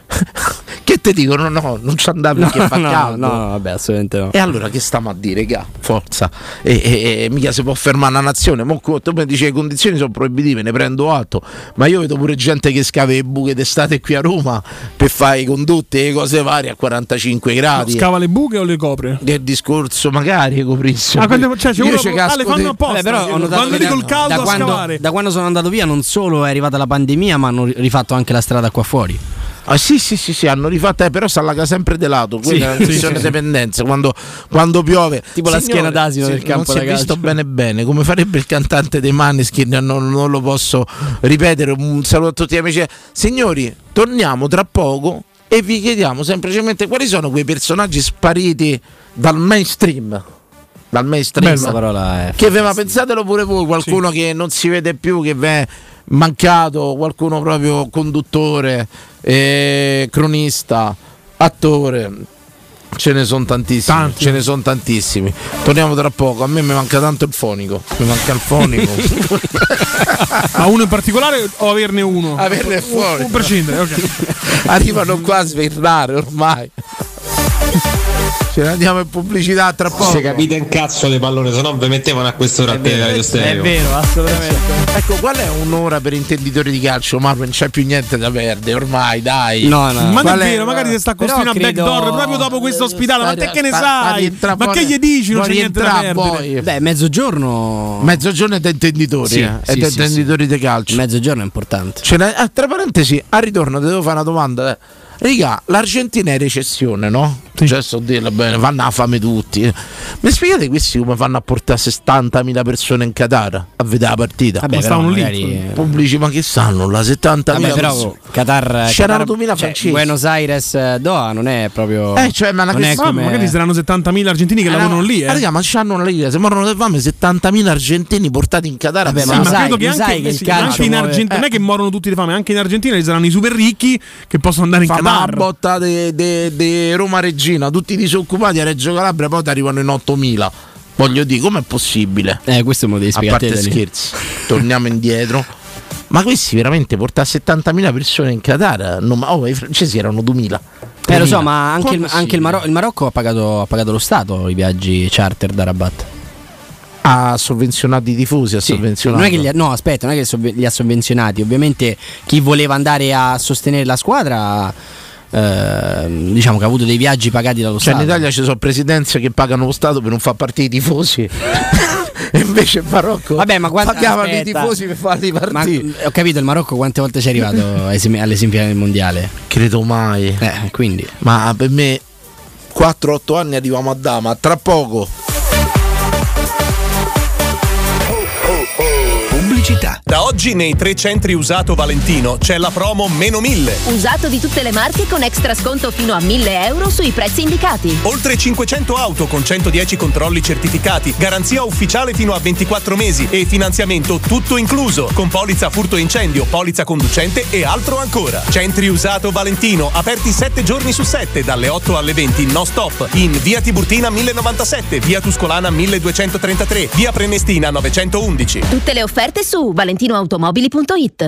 [SPEAKER 3] Che te dicono no, non ci andava perché fa caldo.
[SPEAKER 4] No, vabbè, assolutamente no.
[SPEAKER 3] E allora che stiamo a dire, raga? Forza. E mica si può fermare una nazione. Tu mi dici le condizioni sono proibitive, ne prendo atto. Ma io vedo pure gente che scava le buche d'estate qui a Roma per fare i condotti e cose varie a 45 gradi.
[SPEAKER 5] Scava le buche o le copre?
[SPEAKER 3] Del discorso magari coprisse.
[SPEAKER 5] Le fanno apposta.
[SPEAKER 4] Però ho notato
[SPEAKER 5] quando dico il caldo a scavare.
[SPEAKER 4] Da quando sono andato via non solo è arrivata la pandemia, ma hanno rifatto anche la strada qua fuori.
[SPEAKER 3] Ah, sì, hanno rifatto, però si allaga sempre di lato. Quella è una questione di dipendenza. Quando piove,
[SPEAKER 4] tipo la schiena d'asino del campo da calcio.
[SPEAKER 3] Non si è visto bene, come farebbe il cantante dei Maneskin. Non lo posso ripetere. Un saluto a tutti gli amici. Signori, torniamo tra poco e vi chiediamo semplicemente quali sono quei personaggi spariti dal mainstream.
[SPEAKER 4] Questa parola è
[SPEAKER 3] che ma pensatelo pure voi, qualcuno che non si vede più, che vi è mancato, qualcuno proprio conduttore, cronista, attore. Ce ne sono tantissimi. Torniamo tra poco. A me mi manca tanto il fonico.
[SPEAKER 5] Ma uno in particolare o averne uno?
[SPEAKER 3] Averne fuori.
[SPEAKER 5] Prescindere, ok.
[SPEAKER 3] Arrivano qua a svernare ormai. Ce ne andiamo in pubblicità tra poco.
[SPEAKER 6] Se capite un cazzo di pallone, se no vi mettevano a quest'ora a te Radio Stereo.
[SPEAKER 4] È vero, assolutamente.
[SPEAKER 3] Ecco, qual è un'ora per intenditori di calcio? Ma non c'è più niente da perdere ormai, dai.
[SPEAKER 4] No.
[SPEAKER 5] Ma non è vero, magari si sta costruendo una backdoor proprio dopo questa ospitata. Ma te che ne sai? Ma che gli dici? Non c'è niente da perdere.
[SPEAKER 4] Beh, mezzogiorno
[SPEAKER 3] è da intenditori. È da intenditori di calcio.
[SPEAKER 4] Mezzogiorno è importante.
[SPEAKER 3] Tra parentesi, al ritorno ti devo fare una domanda. Raga, l'Argentina è in recessione, no? Cioè, so dirla bene, vanno a fame tutti. Mi spiegate questi come fanno a portare 70.000 persone in Qatar a vedere la partita?
[SPEAKER 5] Vabbè, stavano lì
[SPEAKER 3] pubblici, ma che sanno là? 70.000
[SPEAKER 4] però Qatar,
[SPEAKER 3] c'erano 2.000 francesi.
[SPEAKER 4] Buenos Aires, Doha non è proprio.
[SPEAKER 3] Cioè, ma
[SPEAKER 4] non è come...
[SPEAKER 5] magari saranno 70.000 argentini che lavorano lì.
[SPEAKER 3] Raga, ma c'hanno una liga, se morrono di fame 70.000 argentini portati in Qatar.
[SPEAKER 4] Vabbè,
[SPEAKER 5] ma credo che anche in Argentina non è che morono tutti di fame, anche in Argentina ci saranno i super ricchi che possono andare in Qatar.
[SPEAKER 3] Ma la botta di Roma Regina, tutti disoccupati a Reggio Calabria, poi ti arrivano in 8.000. Voglio dire, com'è possibile?
[SPEAKER 4] Questo me lo devi spiegare.
[SPEAKER 3] A parte scherzi, torniamo indietro. Ma questi veramente portare 70.000 persone in Qatar? I francesi erano 2.000.
[SPEAKER 4] Lo so, ma anche il Marocco ha pagato lo Stato i viaggi charter da Rabat.
[SPEAKER 3] Ha sovvenzionato i tifosi, sovvenzionato.
[SPEAKER 4] Non è che non è che li ha sovvenzionati. Ovviamente chi voleva andare a sostenere la squadra, diciamo che ha avuto dei viaggi pagati dallo Stato.
[SPEAKER 3] In Italia ci sono presidenze che pagano lo Stato per non far partire i tifosi. E invece il Marocco pagavano i tifosi per farli partire.
[SPEAKER 4] Ho capito, il Marocco quante volte ci è arrivato alle semifinali del mondiale?
[SPEAKER 3] Credo mai.
[SPEAKER 4] Quindi.
[SPEAKER 3] Ma per me 4-8 anni arriviamo a Dama, tra poco.
[SPEAKER 7] Pubblicità. Da oggi nei 3 centri usato Valentino c'è la promo -1000.
[SPEAKER 8] Usato di tutte le marche con extra sconto fino a 1.000 euro sui prezzi indicati.
[SPEAKER 7] Oltre 500 auto con 110 controlli certificati, garanzia ufficiale fino a 24 mesi e finanziamento tutto incluso, con polizza furto incendio, polizza conducente e altro ancora. Centri usato Valentino, aperti 7 giorni su 7, dalle 8 alle 20 no stop, in via Tiburtina 1097, via Tuscolana 1233, via Prenestina 911.
[SPEAKER 8] Tutte le offerte su valentinoautomobili.it.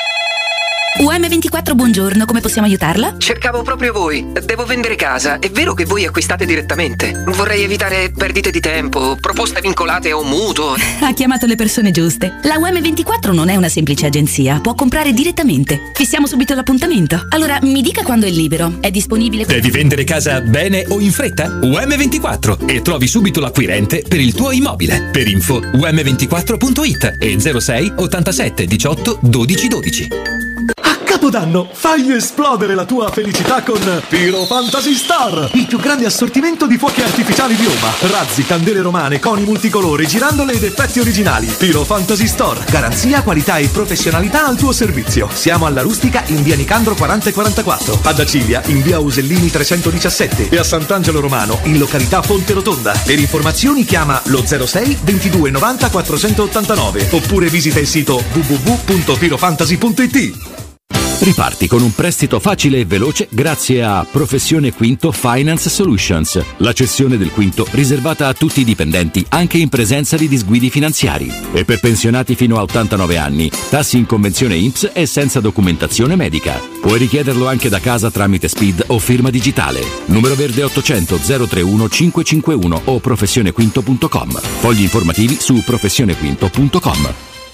[SPEAKER 9] UM24, buongiorno, come possiamo aiutarla?
[SPEAKER 10] Cercavo proprio voi. Devo vendere casa. È vero che voi acquistate direttamente? Vorrei evitare perdite di tempo, proposte vincolate a un mutuo.
[SPEAKER 9] Ha chiamato le persone giuste. La UM24 non è una semplice agenzia, può comprare direttamente. Fissiamo subito l'appuntamento. Allora, mi dica quando è libero. È disponibile?
[SPEAKER 11] Devi vendere casa bene o in fretta? UM24 e trovi subito l'acquirente per il tuo immobile. Per info um24.it e 06 87 18 12 12.
[SPEAKER 12] Capodanno, fai esplodere la tua felicità con Pyro Fantasy Star, il più grande assortimento di fuochi artificiali di Roma. Razzi, candele romane, coni multicolori, girandole ed effetti originali. Pyro Fantasy Store, garanzia, qualità e professionalità al tuo servizio. Siamo alla Rustica in via Nicandro 40 e 44, ad Acilia in via Usellini 317 e a Sant'Angelo Romano in località Ponte Rotonda. Per informazioni chiama lo 06 22 90 489 oppure visita il sito www.pyrofantasy.it.
[SPEAKER 13] Riparti con un prestito facile e veloce grazie a Professione Quinto Finance Solutions, la cessione del quinto riservata a tutti i dipendenti anche in presenza di disguidi finanziari e per pensionati fino a 89 anni, tassi in convenzione INPS e senza documentazione medica. Puoi richiederlo anche da casa tramite SPID o firma digitale. Numero verde 800 031 551 o professionequinto.com. Fogli informativi su professionequinto.com.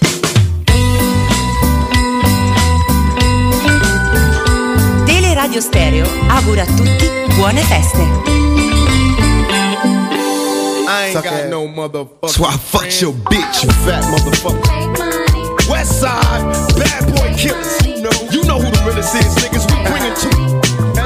[SPEAKER 14] Radio Stereo augura a tutti buone feste.
[SPEAKER 15] I ain't got no motherfucker. So I fucked your bitch, you fat motherfucker. West side, bad boy killers. You know who the realest is, niggas. We bring it to you.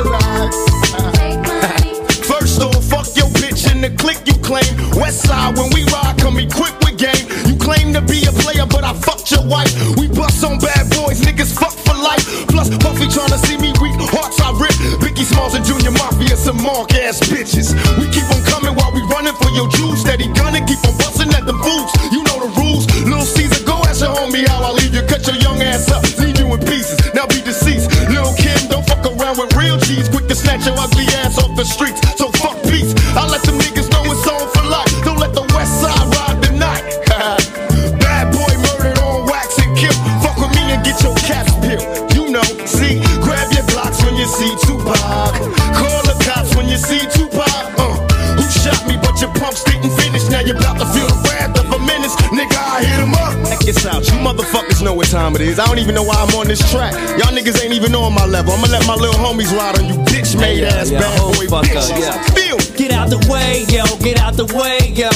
[SPEAKER 15] First off, fuck your bitch in the clique you claim. West side, when we ride, come equipped with game. You claim to be a player, but I fucked your wife. We bust on bad boys, niggas fuck for life. Plus Puffy tryna see me weak, hearts I rip. Biggie Smalls and Junior Mafia, some mark ass bitches. We keep on coming while we running for your juice. Steady gunning, keep on busting at the boots. You know the rules. Lil Caesar, go ask your homie how I leave you. Cut your young ass up, leave you in pieces. Now be deceased. Lil Kim, don't fuck around with real cheese. Quick to snatch your ugly ass off the streets. So fuck peace. I let them niggas know it's on for life. Don't let the West Side ride the night. Bad boy murdered on wax and kill. Fuck with me and get your caps peeled. You know, see, grab your blocks when you see Tupac. Call the cops when you see Tupac. Who shot me but your pumps didn't finish. Now you're about to feel the wrath of a menace. Nigga, I hit him up. Check this out, you motherfuckers know what time it is. I don't even know why I'm on this track. Y'all niggas ain't even on my level. I'ma let my little homies ride on you bitch made ass bad boy bitches.
[SPEAKER 16] Get out the way, yo, get out the way, yo.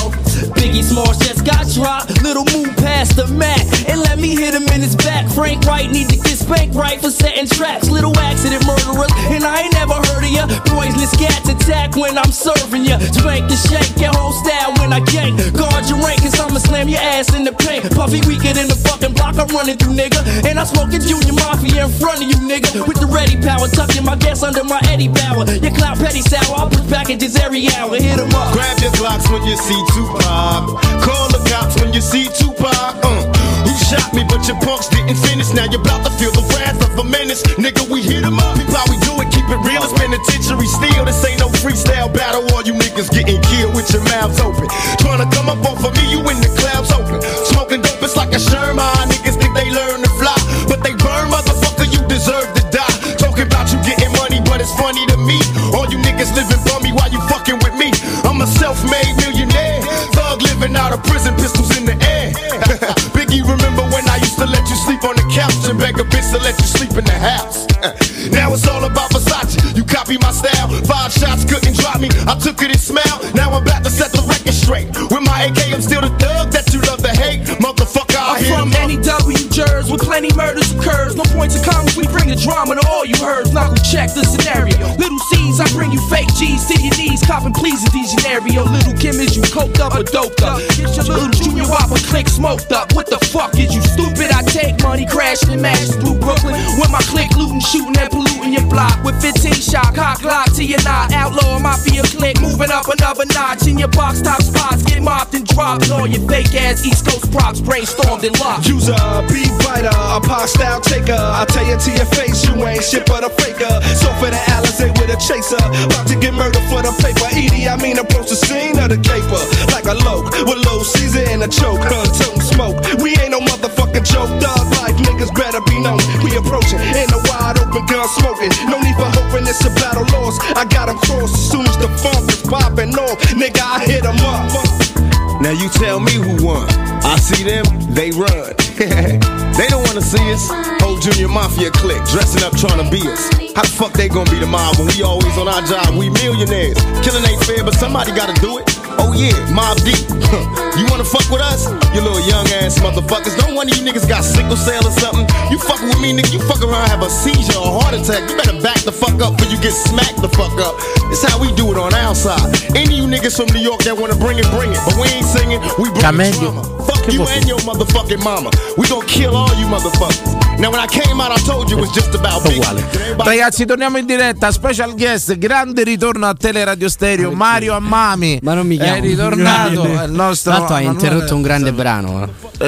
[SPEAKER 16] Biggie Smalls just got dropped. Little move past the Mac and let me hit him in his back. Frank Wright need to get spanked right for setting traps. Little accident murderers, and I ain't never heard of ya. Poisonous cats attack when I'm serving ya. Spank and shake your whole style when I gank. Guard your rank, cause I'ma slam your ass in the paint. Puffy weaker than the fucking block I'm running through, nigga. And I'm smoking Junior Mafia in front of you, nigga. With the ready power, tucking my gas under my Eddie Bauer. Your clout petty sour, I'll push packages every hour. Hit 'em up.
[SPEAKER 15] Grab your Glocks when you see Tupac. Call the cops when you see Tupac. You shot me, but your punks didn't finish. Now you're about to feel the wrath of a menace. Nigga, we hit 'em up. People, how we do it, keep it real. It's penitentiary steel. This ain't no freestyle battle. All you niggas getting killed with your mouths open. Tryna come up off of me, you in the clouds open. Smoking dope, it's like a Sherman. Niggas think they learn to fly, but they burn, motherfucker, you deserve to die. Talking about you getting money, but it's funny to me. All you niggas living bummy while you fucking with me. I'm a self-made millionaire. Thug living out of prison, pistols in the air. Biggie, remember when I used to let you sleep on the couch and beg a bitch to let you sleep in the house? Now it's all about Versace. You copy my style. 5 shots couldn't drop me. I took it and smiled. Now I'm about to set the record straight. With my AK, I'm still the thug that you love to hate. Motherfucker,
[SPEAKER 16] I'm from NEW Jersey, with plenty murders occurs. No points of comments, we bring the drama to all you heard. Knuckle check the scenario. Little C's, I bring you fake G's to your knees. Copping please in these scenario. Little Kim, is you coked up or doped up? Get your little Junior Whopper click smoked up. What the fuck is you stupid? I take money, crashing and mashes through Brooklyn. With my click looting, shooting and polluting your block. With 15 shot, cock lock to your knot. Outlaw mafia click, moving up another notch. In your box top spots, get mopped and dropped. All your fake ass East Coast props brainstormed and locked.
[SPEAKER 17] User, beat writer, a pop style taker. I tell you to your face, you ain't shit but a faker. So for the Alizé with a chaser, about to get murdered for the paper. Edie, I mean approach the scene of the caper like a loke with low season and a choke. Toting smoke, we ain't no motherfucking joke. Dog life niggas better be known. We approaching in a wide open gun smoking. No need for hoping it's a battle lost. I got 'em crossed as soon as the funk is popping off. Nigga, I hit 'em up.
[SPEAKER 15] Now you tell me who won. I see them, they run. They don't wanna see us. Whole Junior Mafia clique dressing up trying to be us. How the fuck they gonna be the mob when we always on our job? We millionaires. Killing ain't fair, but somebody gotta do it. Oh yeah, Mob D. You wanna fuck with us? You little young ass motherfuckers. Don't one of you niggas got sickle cell or something. You fucking with me, nigga. You fuck around, have a seizure or a heart attack. You better back the fuck up before you get smacked the fuck up. It's how we do it on our side. Any of you niggas from New York that wanna bring it, bring it. But we ain't singing, we bring drama. Fuck you and your motherfucking mama. We gonna kill all you motherfuckers. Now when I came out I told you it was just about Biggie.
[SPEAKER 3] Ragazzi, torniamo in diretta. Special guest, grande ritorno a Teleradio Stereo. Mario Ammami.
[SPEAKER 4] Ma non mi chiamo.
[SPEAKER 3] È ritornato il nostro.
[SPEAKER 4] Tra l'altro ha interrotto un grande brano.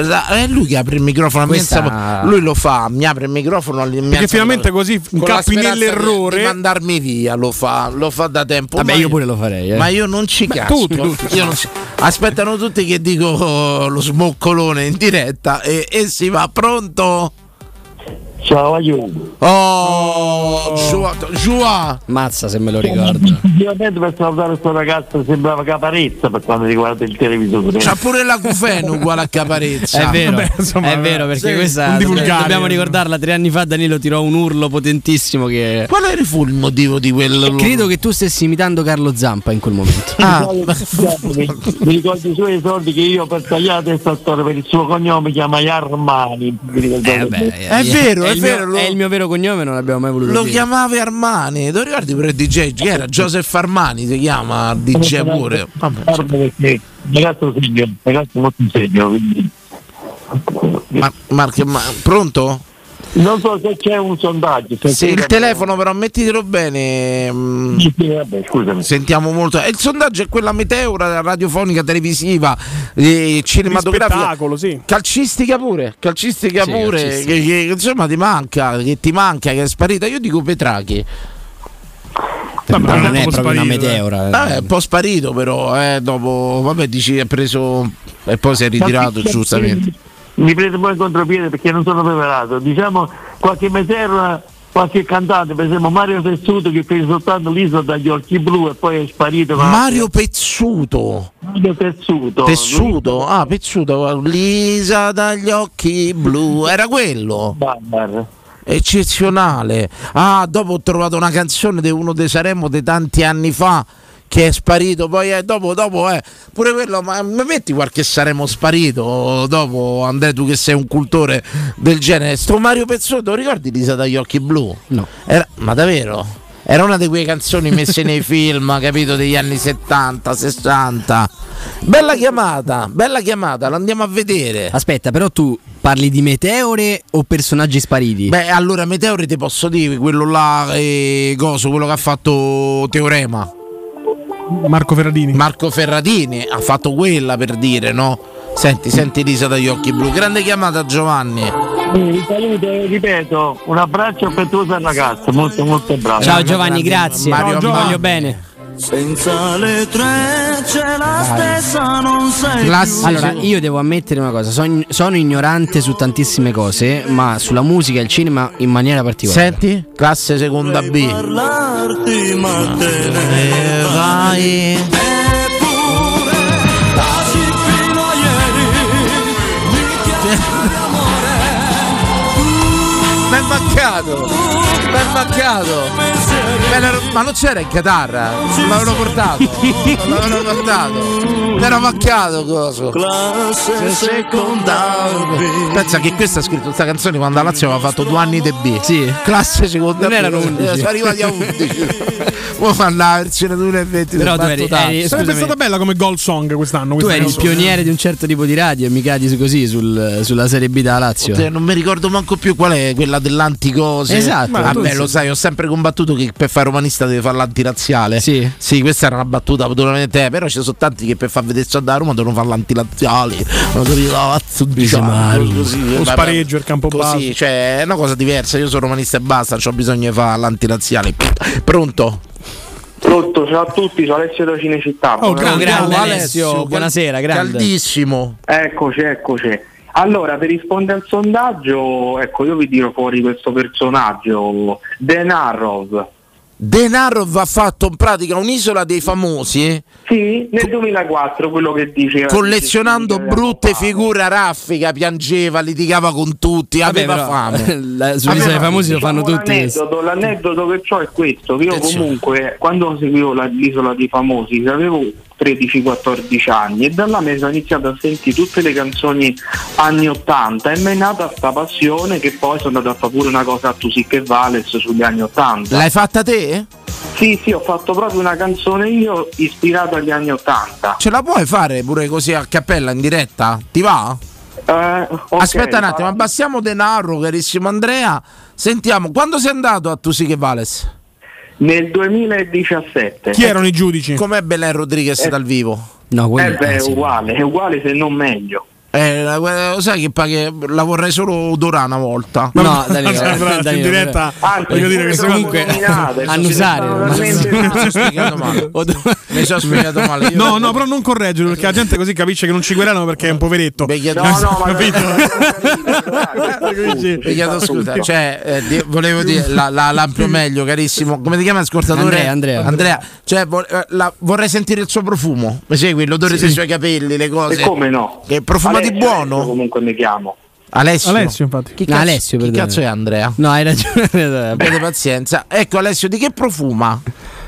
[SPEAKER 3] È lui che apre il microfono. Lui lo fa, mi apre il microfono.
[SPEAKER 5] Perché finalmente così incappi nell'errore
[SPEAKER 3] di mandarmi via. Lo fa da tempo.
[SPEAKER 4] Vabbè, io pure lo farei.
[SPEAKER 3] Ma io non ci cazzo.
[SPEAKER 5] Tutti.
[SPEAKER 3] Aspettano tutti che dico lo smoccolone in diretta e si va. Pronto?
[SPEAKER 18] Ciao, aiuto.
[SPEAKER 3] Giua.
[SPEAKER 4] Mazza se me lo ricordo.
[SPEAKER 18] Effettivamente per salutare questo ragazzo sembrava Caparezza per quando riguarda il televisore.
[SPEAKER 3] C'ha pure la Cufeno uguale a Caparezza.
[SPEAKER 4] È vero,
[SPEAKER 5] Vabbè, insomma,
[SPEAKER 4] è vero perché
[SPEAKER 5] sì,
[SPEAKER 4] questa dobbiamo ricordarla. 3 anni fa Danilo tirò un urlo potentissimo che...
[SPEAKER 3] Qual fu il motivo di quel...
[SPEAKER 4] Credo che tu stessi imitando Carlo Zampa in quel momento.
[SPEAKER 18] Mi ricordo i suoi soldi che io per tagliare la testa al toro per il suo cognome chiama Armani.
[SPEAKER 3] È vero.
[SPEAKER 4] È il mio vero cognome, non l'abbiamo mai voluto
[SPEAKER 3] lo
[SPEAKER 4] dire.
[SPEAKER 3] chiamavi Armani, ti ricordi pure il DJ che era Joseph Armani, si chiama DJ pure.
[SPEAKER 18] Ragazzo molto segno, quindi.
[SPEAKER 3] Pronto?
[SPEAKER 18] Non so se c'è un sondaggio.
[SPEAKER 3] Sì, il telefono però mettitelo bene.
[SPEAKER 18] Vabbè, scusami.
[SPEAKER 3] Sentiamo molto. Il sondaggio è quella meteora radiofonica, televisiva, cinematografica.
[SPEAKER 5] Spettacolo, sì.
[SPEAKER 3] Calcistica pure. Calcistica pure. Che insomma ti manca, che è sparita. Io dico Petrachi.
[SPEAKER 4] Ma non è proprio una meteora.
[SPEAKER 3] È un po' sparito però, dopo, vabbè, dici ha preso e poi si è ritirato giustamente.
[SPEAKER 18] Mi prendo poi in contropiede perché non sono preparato. Diciamo qualche meteora, qualche cantante, per esempio Mario Pezzuto che fece soltanto l'Isola dagli occhi blu e poi è sparito.
[SPEAKER 3] Mario Pezzuto. Pezzuto, l'Isa dagli occhi blu, era quello. Eccezionale. Dopo ho trovato una canzone di uno dei Saremo di tanti anni fa che è sparito, poi dopo pure quello, ma metti qualche saremo sparito dopo, Andrea, tu che sei un cultore del genere, sto Mario Pezzuto, ricordi Lisa dagli occhi blu?
[SPEAKER 4] No.
[SPEAKER 3] Ma davvero? Era una di quelle canzoni messe nei film, capito, degli anni 70, 60. Bella chiamata, lo andiamo a vedere.
[SPEAKER 4] Aspetta, però tu parli di meteore o personaggi spariti?
[SPEAKER 3] Beh, allora meteore ti posso dire, quello là, quello che ha fatto Teorema.
[SPEAKER 5] Marco
[SPEAKER 3] Ferradini ha fatto quella, per dire, no? Senti Lisa dagli occhi blu. Grande chiamata, Giovanni.
[SPEAKER 18] Vi saluto, ripeto, un abbraccio affettuoso al ragazzo, molto molto bravo.
[SPEAKER 4] Ciao Giovanni, grazie.
[SPEAKER 3] Mario,
[SPEAKER 4] voglio bene.
[SPEAKER 15] Senza le tre c'è la stessa, non sei.
[SPEAKER 4] Allora, io devo ammettere una cosa, sono ignorante su tantissime cose, ma sulla musica e il cinema in maniera particolare.
[SPEAKER 3] Senti, classe seconda B.
[SPEAKER 15] Parlarti, ma te ne
[SPEAKER 3] vai. Mi è mancato. Ma non c'era in chitarra? Non l'avevano portato. Mi era mancato coso. Pensa che questo ha scritto questa canzone quando la Lazio aveva fatto 2 anni di B.
[SPEAKER 4] Sì.
[SPEAKER 3] Classe seconda B.
[SPEAKER 4] Non erano 11.
[SPEAKER 3] Sono arrivati a 11. Vuoi fare la versione 2020?
[SPEAKER 4] Però tu
[SPEAKER 5] sarebbe stata bella come goal song quest'anno.
[SPEAKER 4] Tu eri il pioniere di un certo tipo di radio e mi cadi così sulla Serie B della Lazio.
[SPEAKER 3] Non mi ricordo manco più qual è quella dell'anticose.
[SPEAKER 4] Esatto.
[SPEAKER 3] Vabbè, lo sai, ho sempre combattuto che per fare romanista deve fare l'antirazziale.
[SPEAKER 4] Sì,
[SPEAKER 3] questa era una battuta naturalmente, però ci sono tanti che per far vedere da Roma devono fare l'antirazziale.
[SPEAKER 5] Lo spareggio, il campo base.
[SPEAKER 3] Cioè, è una cosa diversa. Io sono romanista e basta, c'ho bisogno di fare l'antirazziale. Pronto?
[SPEAKER 19] Ciao a tutti, sono Alessio da Cinecittà.
[SPEAKER 4] Grande Alessio, buonasera, grande.
[SPEAKER 3] Caldissimo.
[SPEAKER 19] Eccoci. Allora, per rispondere al sondaggio, ecco, io vi tiro fuori questo personaggio, Denarov
[SPEAKER 3] ha fatto in pratica un'isola dei famosi?
[SPEAKER 19] Sì, nel 2004, quello che diceva.
[SPEAKER 3] Collezionando brutte figure a raffica, piangeva, litigava con tutti, aveva fame.
[SPEAKER 4] Sull'isola dei famosi lo fanno tutti.
[SPEAKER 19] L'aneddoto che ho è questo, che io comunque, quando seguivo l'isola dei famosi, avevo 13-14 anni e da là mi sono iniziato a sentire tutte le canzoni anni 80 e mi è nata sta passione, che poi sono andato a fare pure una cosa a Tu sì che vales sugli anni 80.
[SPEAKER 3] L'hai fatta te?
[SPEAKER 19] Sì, ho fatto proprio una canzone io ispirata agli anni 80.
[SPEAKER 3] Ce la puoi fare pure così a cappella in diretta? Ti va?
[SPEAKER 19] Okay,
[SPEAKER 3] aspetta un attimo, abbassiamo Denaro, carissimo Andrea. Sentiamo, quando sei andato a Tu sì che vales?
[SPEAKER 19] Nel 2017.
[SPEAKER 5] Chi erano i giudici?
[SPEAKER 3] Com'è Belen Rodriguez dal vivo?
[SPEAKER 4] No,
[SPEAKER 19] è uguale se non meglio.
[SPEAKER 3] Lo sai che la vorrei solo Dorà una volta.
[SPEAKER 4] No,
[SPEAKER 5] Danilo, in diretta. Voglio dire che
[SPEAKER 4] comunque annusare.
[SPEAKER 3] Mi sono spiegato male.
[SPEAKER 5] No, però non correggere, perché la gente così capisce che non ci querelano perché è un poveretto.
[SPEAKER 3] Capito? Scusa, cioè volevo dire l'ampio meglio, carissimo. Come ti chiama ascoltatore?
[SPEAKER 4] Andrea.
[SPEAKER 3] Cioè vorrei sentire il suo profumo. Mi segui l'odore dei suoi capelli, le cose.
[SPEAKER 19] E come no?
[SPEAKER 3] Che profuma di buono.
[SPEAKER 19] Comunque mi chiamo
[SPEAKER 3] Alessio,
[SPEAKER 5] infatti.
[SPEAKER 3] Chi cazzo è Andrea?
[SPEAKER 4] No, hai ragione.
[SPEAKER 3] Avete pazienza. Ecco Alessio, di che profuma?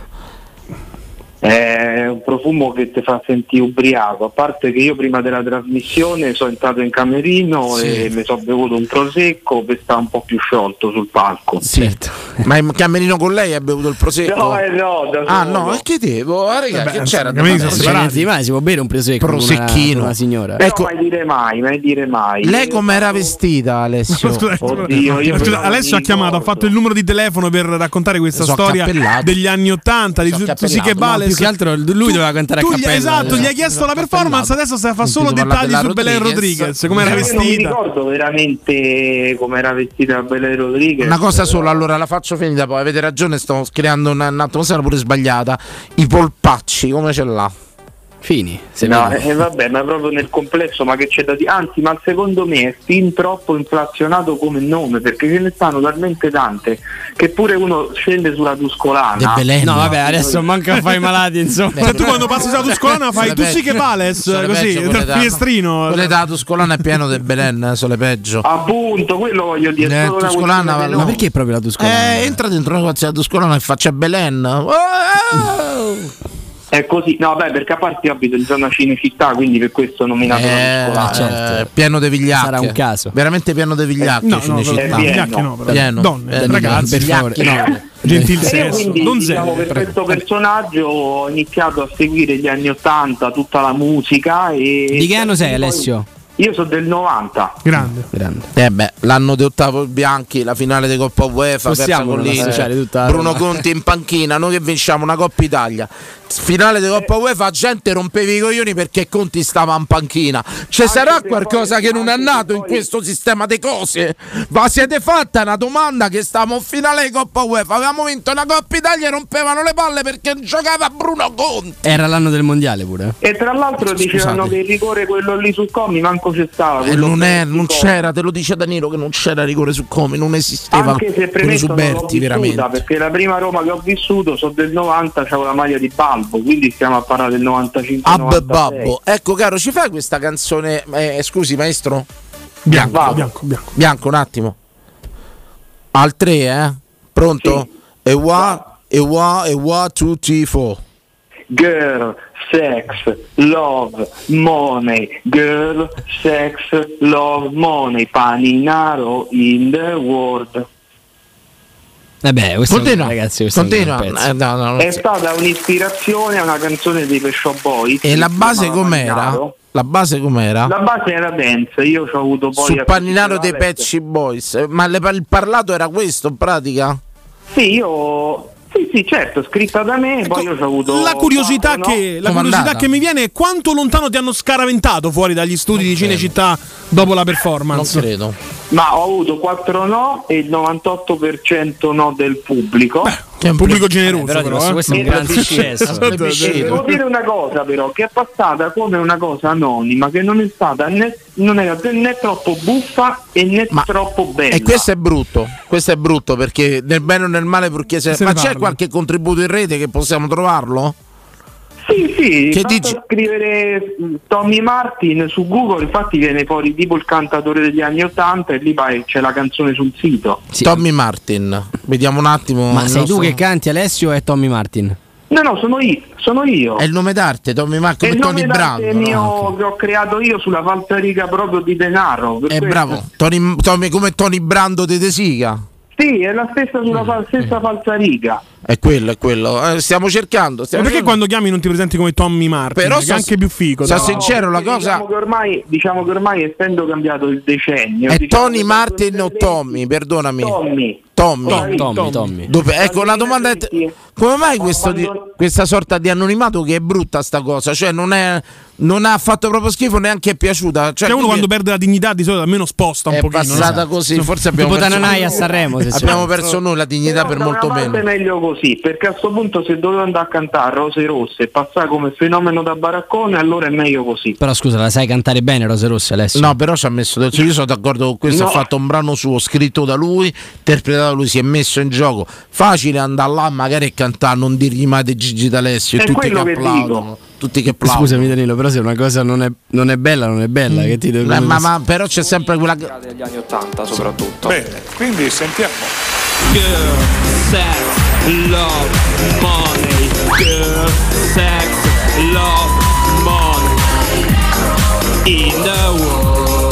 [SPEAKER 19] È un profumo che ti fa sentire ubriaco, a parte che io prima della trasmissione sono entrato in camerino e mi sono bevuto un prosecco per stare un po' più sciolto sul palco.
[SPEAKER 3] Certo. Ma in camerino con lei hai bevuto il prosecco?
[SPEAKER 19] No,
[SPEAKER 3] e che devo? Raga, che c'era?
[SPEAKER 4] Si può bere un
[SPEAKER 3] prosecchino,
[SPEAKER 4] una signora.
[SPEAKER 19] Ecco, mai dire mai.
[SPEAKER 3] Lei com'era vestita, Alessio?
[SPEAKER 19] Oddio,
[SPEAKER 5] Alessio ha chiamato, ha fatto il numero di telefono per raccontare questa storia degli anni 80 di Tu sì che vale.
[SPEAKER 4] Più che altro lui doveva cantare a cappella.
[SPEAKER 5] Esatto, gli hai chiesto la performance, adesso fa solo dettagli su Belen Rodriguez, come era vestita.
[SPEAKER 19] Non mi ricordo veramente come era vestita Belen Rodriguez.
[SPEAKER 3] Una cosa solo, allora la faccio finita, poi avete ragione, sto creando un'atmosfera pure sbagliata. I polpacci, come ce l'ha?
[SPEAKER 4] Fini.
[SPEAKER 19] Vabbè, ma proprio nel complesso, ma che c'è da dire? Anzi, ma secondo me è fin troppo inflazionato come nome, perché ce ne stanno talmente tante che pure uno scende sulla Tuscolana.
[SPEAKER 4] No, vabbè, adesso manca a fare i malati, insomma.
[SPEAKER 5] Cioè, tu quando passi sulla Tuscolana fai Tu sì che vales, così, dal finestrino.
[SPEAKER 3] Quelle da Tuscolana è pieno di Belen, sono le peggio.
[SPEAKER 19] Appunto, quello voglio dire.
[SPEAKER 3] Tuscolana,
[SPEAKER 4] ma perché proprio la Tuscolana?
[SPEAKER 3] Entra dentro una cosa della Tuscolana e faccia Belen.
[SPEAKER 19] È così, no, beh, perché a parte io abito in zona Cinecittà, quindi per questo ho nominato la
[SPEAKER 3] certo. Pieno di vigliacche.
[SPEAKER 4] Sarà un caso.
[SPEAKER 3] Veramente pieno di vigliacche.
[SPEAKER 5] No,
[SPEAKER 3] Cinecittà.
[SPEAKER 5] vigliacche no, però.
[SPEAKER 3] Pieno.
[SPEAKER 5] Donne, ragazzi,
[SPEAKER 3] per favore.
[SPEAKER 5] no. Gentil
[SPEAKER 19] io
[SPEAKER 5] sesso.
[SPEAKER 19] quindi,
[SPEAKER 5] Non
[SPEAKER 19] diciamo, per questo personaggio ho iniziato a seguire gli anni 80, tutta la musica. E
[SPEAKER 4] di che anno sei, Alessio?
[SPEAKER 19] Io sono del 90.
[SPEAKER 5] Grande.
[SPEAKER 3] L'anno di Ottavo Bianchi, la finale di Coppa UEFA,
[SPEAKER 4] Possiamo
[SPEAKER 3] persa con l'Inter,
[SPEAKER 4] tutta
[SPEAKER 3] Bruno Conti in panchina, noi che vinciamo una Coppa Italia. Finale di Coppa UEFA, gente rompevi i coglioni perché Conti stava in panchina. Ci sarà qualcosa che non è nato in questo sistema di cose? Ma siete fatta una domanda che stavamo in finale di Coppa UEFA, avevamo vinto una Coppa Italia e rompevano le palle perché giocava Bruno Conti.
[SPEAKER 4] Era l'anno del mondiale pure.
[SPEAKER 19] E tra l'altro dicevano che il rigore quello lì su Comi manco c'è stato.
[SPEAKER 3] Non c'era, te lo dice Danilo che non c'era rigore su Comi, non esisteva.
[SPEAKER 19] Anche se
[SPEAKER 3] quello su
[SPEAKER 19] premetto
[SPEAKER 3] Berti, veramente.
[SPEAKER 19] Perché la prima Roma che ho vissuto sono del 90, c'avevo la maglia di Balbo, quindi stiamo a parlare del 95.
[SPEAKER 3] Babbo. Ecco caro, ci fai questa canzone? Scusi maestro? Bianco un attimo. Al 3, pronto? Sì. E one, two, three, four.
[SPEAKER 19] Girl, sex, love, money. Girl, sex, love, money. Paninaro in the world.
[SPEAKER 4] Questo
[SPEAKER 3] continua,
[SPEAKER 4] ragazzi,
[SPEAKER 3] continua.
[SPEAKER 19] È stata un'ispirazione a una canzone dei Pet Shop Boys.
[SPEAKER 3] E la base com'era? La base com'era?
[SPEAKER 19] La base era dance, io ho avuto poi
[SPEAKER 3] sul Paninaro dei Pet Shop Boys. Ma il parlato era questo in pratica?
[SPEAKER 19] Sì, certo, scritta da me, poi io ho avuto
[SPEAKER 5] la curiosità che mi viene è quanto lontano ti hanno scaraventato fuori dagli studi di Cinecittà dopo la performance.
[SPEAKER 3] Non credo.
[SPEAKER 19] Ma ho avuto 4 no e il 98% no del pubblico.
[SPEAKER 5] Che è un pubblico generoso, però
[SPEAKER 4] questo è un gran successo.
[SPEAKER 19] Devo dire una cosa però, che è passata come una cosa anonima, che non è stata non era né troppo buffa e né troppo bella.
[SPEAKER 3] E questo è brutto perché nel bene o nel male purché ma c'è qualche contributo in rete che possiamo trovarlo?
[SPEAKER 19] Sì,
[SPEAKER 3] che
[SPEAKER 19] dici? Scrivere Tommy Martin su Google, infatti viene fuori tipo il cantatore degli anni 80 e lì c'è la canzone sul sito.
[SPEAKER 3] Sì. Tommy Martin, vediamo un attimo.
[SPEAKER 4] Ma sei tu che canti, Alessio, o è Tommy Martin?
[SPEAKER 19] No, sono io.
[SPEAKER 3] È il nome d'arte, Tommy Martin, come Tony Brando.
[SPEAKER 19] È il mio che ho creato io sulla falsariga proprio di denaro.
[SPEAKER 3] Bravo, Tommy come Tony Brando di De Sica.
[SPEAKER 19] Sì, è la stessa sulla stessa falsariga.
[SPEAKER 3] È quello. Stiamo cercando.
[SPEAKER 5] Perché quando chiami non ti presenti come Tommy Martin?
[SPEAKER 3] Però
[SPEAKER 5] è anche più figo.
[SPEAKER 3] Sincero, la cosa.
[SPEAKER 19] Diciamo che ormai essendo cambiato il decennio.
[SPEAKER 3] È Tony Martin o Tommy? Perdonami.
[SPEAKER 19] Tommy.
[SPEAKER 3] Ecco, la domanda è: come mai questa sorta di anonimato che è brutta sta cosa? Cioè non ha fatto proprio schifo, neanche è piaciuta. Cioè
[SPEAKER 5] uno quando perde la dignità di solito almeno sposta un pochino.
[SPEAKER 3] È passata così, forse abbiamo
[SPEAKER 4] perso Tananai a Sanremo.
[SPEAKER 3] Abbiamo perso noi la dignità per molto meno.
[SPEAKER 19] È meglio così, perché a questo punto se dovevo andare a cantare Rose Rosse e passare come fenomeno da baraccone, allora è meglio così.
[SPEAKER 4] Però scusa, la sai cantare bene Rose Rosse, Alessio?
[SPEAKER 3] No, però ci ha messo. Io sono d'accordo con questo. Ha fatto un brano suo scritto da lui, interpretato da lui, si è messo in gioco. Facile andare là magari e cantare, non dirgli mai di Gigi D'Alessio e tutti che applaudono. Tutti che applaudono.
[SPEAKER 4] Scusami Danilo, però se una cosa non è bella, che ti devo
[SPEAKER 3] ma però c'è sempre quella
[SPEAKER 10] degli anni 80 soprattutto.
[SPEAKER 20] Bene, quindi sentiamo.
[SPEAKER 16] Girl, sex, love, money. Girl, sex, love, money. In the world.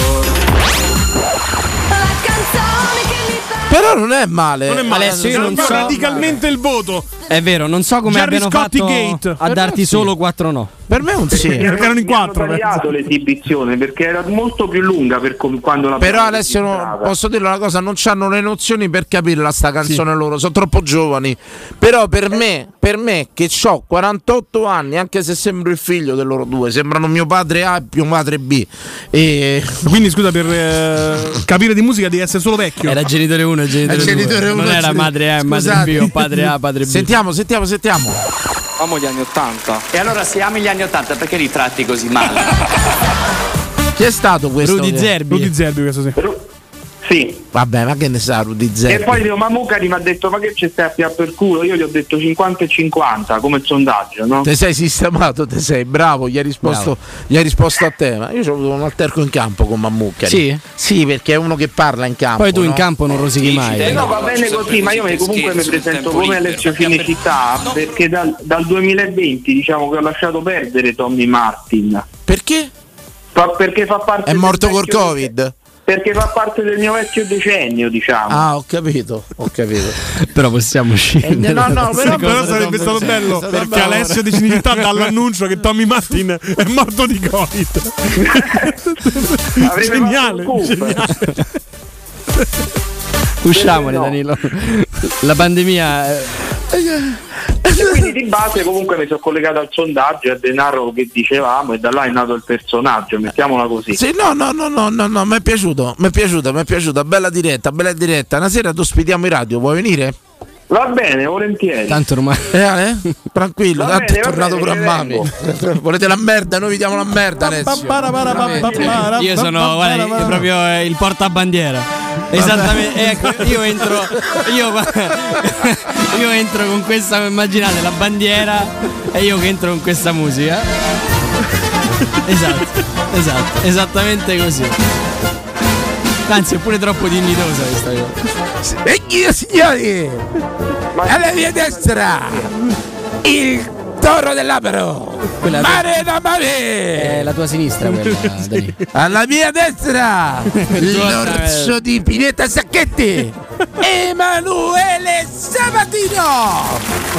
[SPEAKER 21] La canzone che mi fa.
[SPEAKER 3] Però non è male.
[SPEAKER 5] Alessio, io non so radicalmente il voto.
[SPEAKER 4] È vero, non so come abbiano fatto a darti solo 4 no.
[SPEAKER 3] Per me un sì.
[SPEAKER 5] Perché erano in 4.
[SPEAKER 19] Ho tagliato l'esibizione perché era molto più lunga per quando la.
[SPEAKER 3] Però Alessio, posso dire una cosa, non hanno le nozioni per capirla sta canzone loro, sono troppo giovani. Però per me che ho 48 anni, anche se sembro il figlio del loro due, sembrano mio padre A e mio padre B.
[SPEAKER 5] Quindi scusa, per capire di musica devi essere solo vecchio.
[SPEAKER 4] Era genitore 1 e genitore 2. Non era madre A e madre B o padre A, padre B.
[SPEAKER 3] Sentiamo.
[SPEAKER 10] Amo gli anni 80.
[SPEAKER 1] E allora se ami gli anni 80 perché li tratti così male?
[SPEAKER 3] Chi è stato questo?
[SPEAKER 5] Rudy Zerbi questo sì.
[SPEAKER 19] Sì.
[SPEAKER 3] Vabbè, ma che ne sa Rudy Zeppi?
[SPEAKER 19] E poi Leo Mammucari mi ha detto ma che ci stai a pià per culo? Io gli ho detto 50 e 50 come il sondaggio, no?
[SPEAKER 3] Te sei sistemato, te sei bravo, gli hai risposto a te. Ma io ho avuto un alterco in campo con Mammucari.
[SPEAKER 4] Sì?
[SPEAKER 3] Sì, perché è uno che parla in campo.
[SPEAKER 4] Poi tu in
[SPEAKER 3] no?
[SPEAKER 4] campo non rosichi mai.
[SPEAKER 19] No, va bene così, ma io comunque mi presento come Alessio Cinecittà perché dal 2020 diciamo che ho lasciato perdere Tommy Martin.
[SPEAKER 3] Perché?
[SPEAKER 19] Perché fa parte.
[SPEAKER 3] È morto col Covid?
[SPEAKER 19] Perché fa parte del mio vecchio decennio, diciamo.
[SPEAKER 3] Ah, ho capito.
[SPEAKER 4] Però possiamo uscire.
[SPEAKER 3] No,
[SPEAKER 5] però sarebbe stato bello perché Alessio di Cinecittà dà l'annuncio che Tommy Martin è morto di Covid. Geniale.
[SPEAKER 4] Usciamone, Danilo. La pandemia.
[SPEAKER 19] E quindi di base comunque mi sono collegato al sondaggio e al denaro che dicevamo e da là è nato il personaggio, mettiamola così.
[SPEAKER 3] Sì, no, mi è piaciuta, bella diretta. Una sera ti ospitiamo in radio, vuoi venire?
[SPEAKER 19] Va bene, volentieri.
[SPEAKER 4] Tanto ormai.
[SPEAKER 3] Tranquillo,
[SPEAKER 19] Va
[SPEAKER 3] tanto
[SPEAKER 19] bene,
[SPEAKER 3] è tornato pure a Mami. Volete la merda? Noi vi diamo la merda adesso.
[SPEAKER 4] Io sono proprio il portabandiera. Esattamente, ecco, io entro con questa, immaginate la bandiera e io che entro con questa musica. Esatto, esattamente così. Anzi, è pure troppo dignitosa questa cosa.
[SPEAKER 3] E io, signori, alla mia destra il toro dell'Apero, Mare da Mare.
[SPEAKER 4] È la tua sinistra quella, Dani.
[SPEAKER 3] Alla mia destra l'orso di Pineta Sacchetti, Emanuele Sabatino.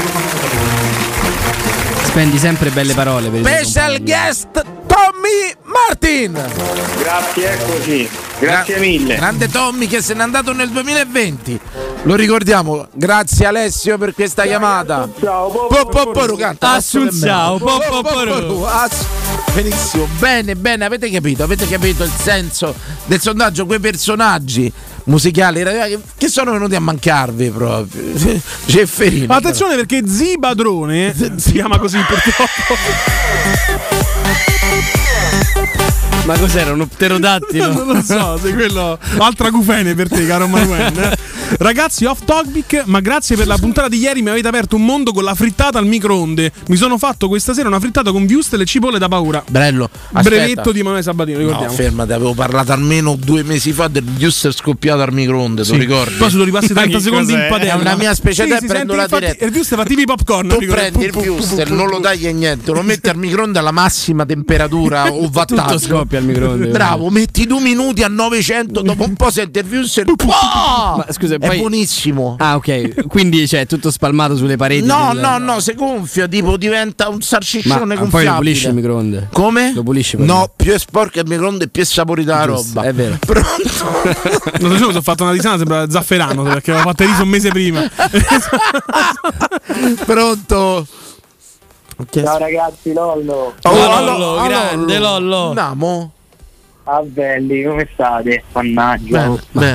[SPEAKER 4] Spendi sempre belle parole per
[SPEAKER 3] special guest Tommy Martin.
[SPEAKER 19] Grazie, eccoci. Grazie mille.
[SPEAKER 3] Grande Tommy che se n'è andato nel 2020. Lo ricordiamo. Grazie Alessio per questa chiamata.
[SPEAKER 19] Ciao.
[SPEAKER 3] Benissimo. Bene, avete capito il senso del sondaggio, quei personaggi musicali che sono venuti a mancarvi proprio. Cefferino.
[SPEAKER 5] Attenzione perché Zibadrone si chiama così purtroppo.
[SPEAKER 4] Ma cos'era? Un pterodattilo?
[SPEAKER 5] Non lo so, sei quello. Altra cufene per te, caro Manuel. Ragazzi, off topic, ma grazie per la puntata di ieri. Mi avete aperto un mondo con la frittata al microonde. Mi sono fatto questa sera una frittata con wurstel e cipolle da paura.
[SPEAKER 3] Bello.
[SPEAKER 5] Brevetto di Manuel Sabatino, ricordiamo.
[SPEAKER 3] No, fermati, avevo parlato almeno 2 mesi fa del wurstel scoppiato al microonde,
[SPEAKER 5] sì.
[SPEAKER 3] Tu ricordi?
[SPEAKER 5] Poi se lo ripassi 30 secondi in padella.
[SPEAKER 3] È una mia specialità, sì, prendo la diretta.
[SPEAKER 5] Il wurstel fa tipo i popcorn.
[SPEAKER 3] Tu prendi il wurstel, non lo tagli a niente, lo metti al microonde alla massima temperatura o wattaggio.
[SPEAKER 4] Tutto scoppia al microonde.
[SPEAKER 3] Bravo, metti 2 minuti a 900, dopo un po' senti il wurstel.
[SPEAKER 4] Ma scusa,
[SPEAKER 3] è
[SPEAKER 4] poi...
[SPEAKER 3] buonissimo.
[SPEAKER 4] Ah, ok, quindi c'è tutto spalmato sulle pareti.
[SPEAKER 3] No, se gonfia, tipo diventa un salsiccione gonfiabile.
[SPEAKER 4] Poi lo pulisci il microonde.
[SPEAKER 3] Come?
[SPEAKER 4] Lo pulisci?
[SPEAKER 3] No, più è sporco il microonde, più è saporita la roba.
[SPEAKER 4] È vero.
[SPEAKER 3] Pronto?
[SPEAKER 5] Non so, ho fatto una risata, sembra zafferano perché avevo fatto il riso un mese prima.
[SPEAKER 3] Pronto?
[SPEAKER 20] Ciao ragazzi, Lollo.
[SPEAKER 4] Lollo, grande Lollo.
[SPEAKER 3] Andiamo.
[SPEAKER 20] Ah, belli, come state? Mannaggia.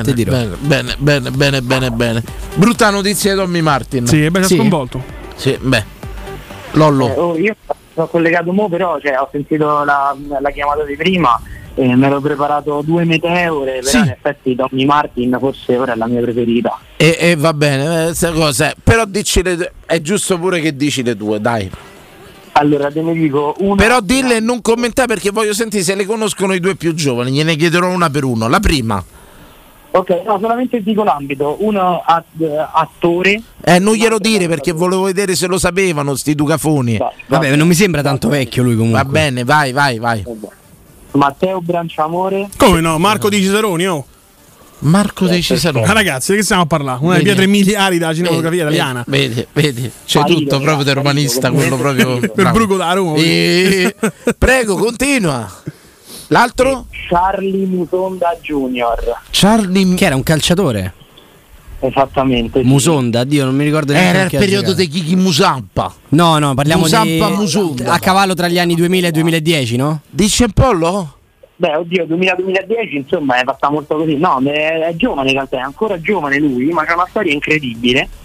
[SPEAKER 3] Bene. Brutta notizia di Tommy Martin.
[SPEAKER 5] Sì, è sconvolto.
[SPEAKER 3] Sì, beh. Lollo.
[SPEAKER 20] Io sono collegato mo, però ho sentito la chiamata di prima e mi ero preparato 2 meteore, però in effetti Tommy Martin forse ora è la mia preferita.
[SPEAKER 3] E va bene, questa cosa. Però è giusto pure che dici le tue, dai.
[SPEAKER 20] Allora te ne dico una.
[SPEAKER 3] Però dille e non commentare perché voglio sentire se le conoscono i 2 più giovani. Gliene chiederò una per uno. La prima.
[SPEAKER 20] Ok, no, solamente dico l'ambito. Uno attore.
[SPEAKER 3] Non glielo dire perché volevo vedere se lo sapevano sti ducafoni.
[SPEAKER 4] Vabbè, non mi sembra tanto vecchio lui comunque.
[SPEAKER 3] Va bene, vai.
[SPEAKER 20] Matteo Branciamore.
[SPEAKER 5] Come no? Marco Di Cesaroni, oh.
[SPEAKER 3] Marco De Cesaroni.
[SPEAKER 5] Ragazzi, di che stiamo a parlare? Una delle pietre miliari della cinematografia italiana.
[SPEAKER 3] Vedi, c'è tutto proprio del romanista, quello proprio
[SPEAKER 5] per Bruco da Roma.
[SPEAKER 3] Prego, continua. L'altro?
[SPEAKER 20] Charlie Musonda Junior.
[SPEAKER 4] Che era un calciatore.
[SPEAKER 20] Esattamente. Sì.
[SPEAKER 4] Musonda, Dio, non mi ricordo neanche.
[SPEAKER 3] Era il periodo di Kiki Musampa.
[SPEAKER 4] No, parliamo
[SPEAKER 3] Musampa,
[SPEAKER 4] di
[SPEAKER 3] Musonda.
[SPEAKER 4] A cavallo tra gli anni 2000 e 2010, no?
[SPEAKER 3] Dice Pollo?
[SPEAKER 20] Beh, oddio, 2000-2010 insomma è fatta molto così. No, è giovane in realtà, è ancora giovane lui, ma c'ha una storia incredibile.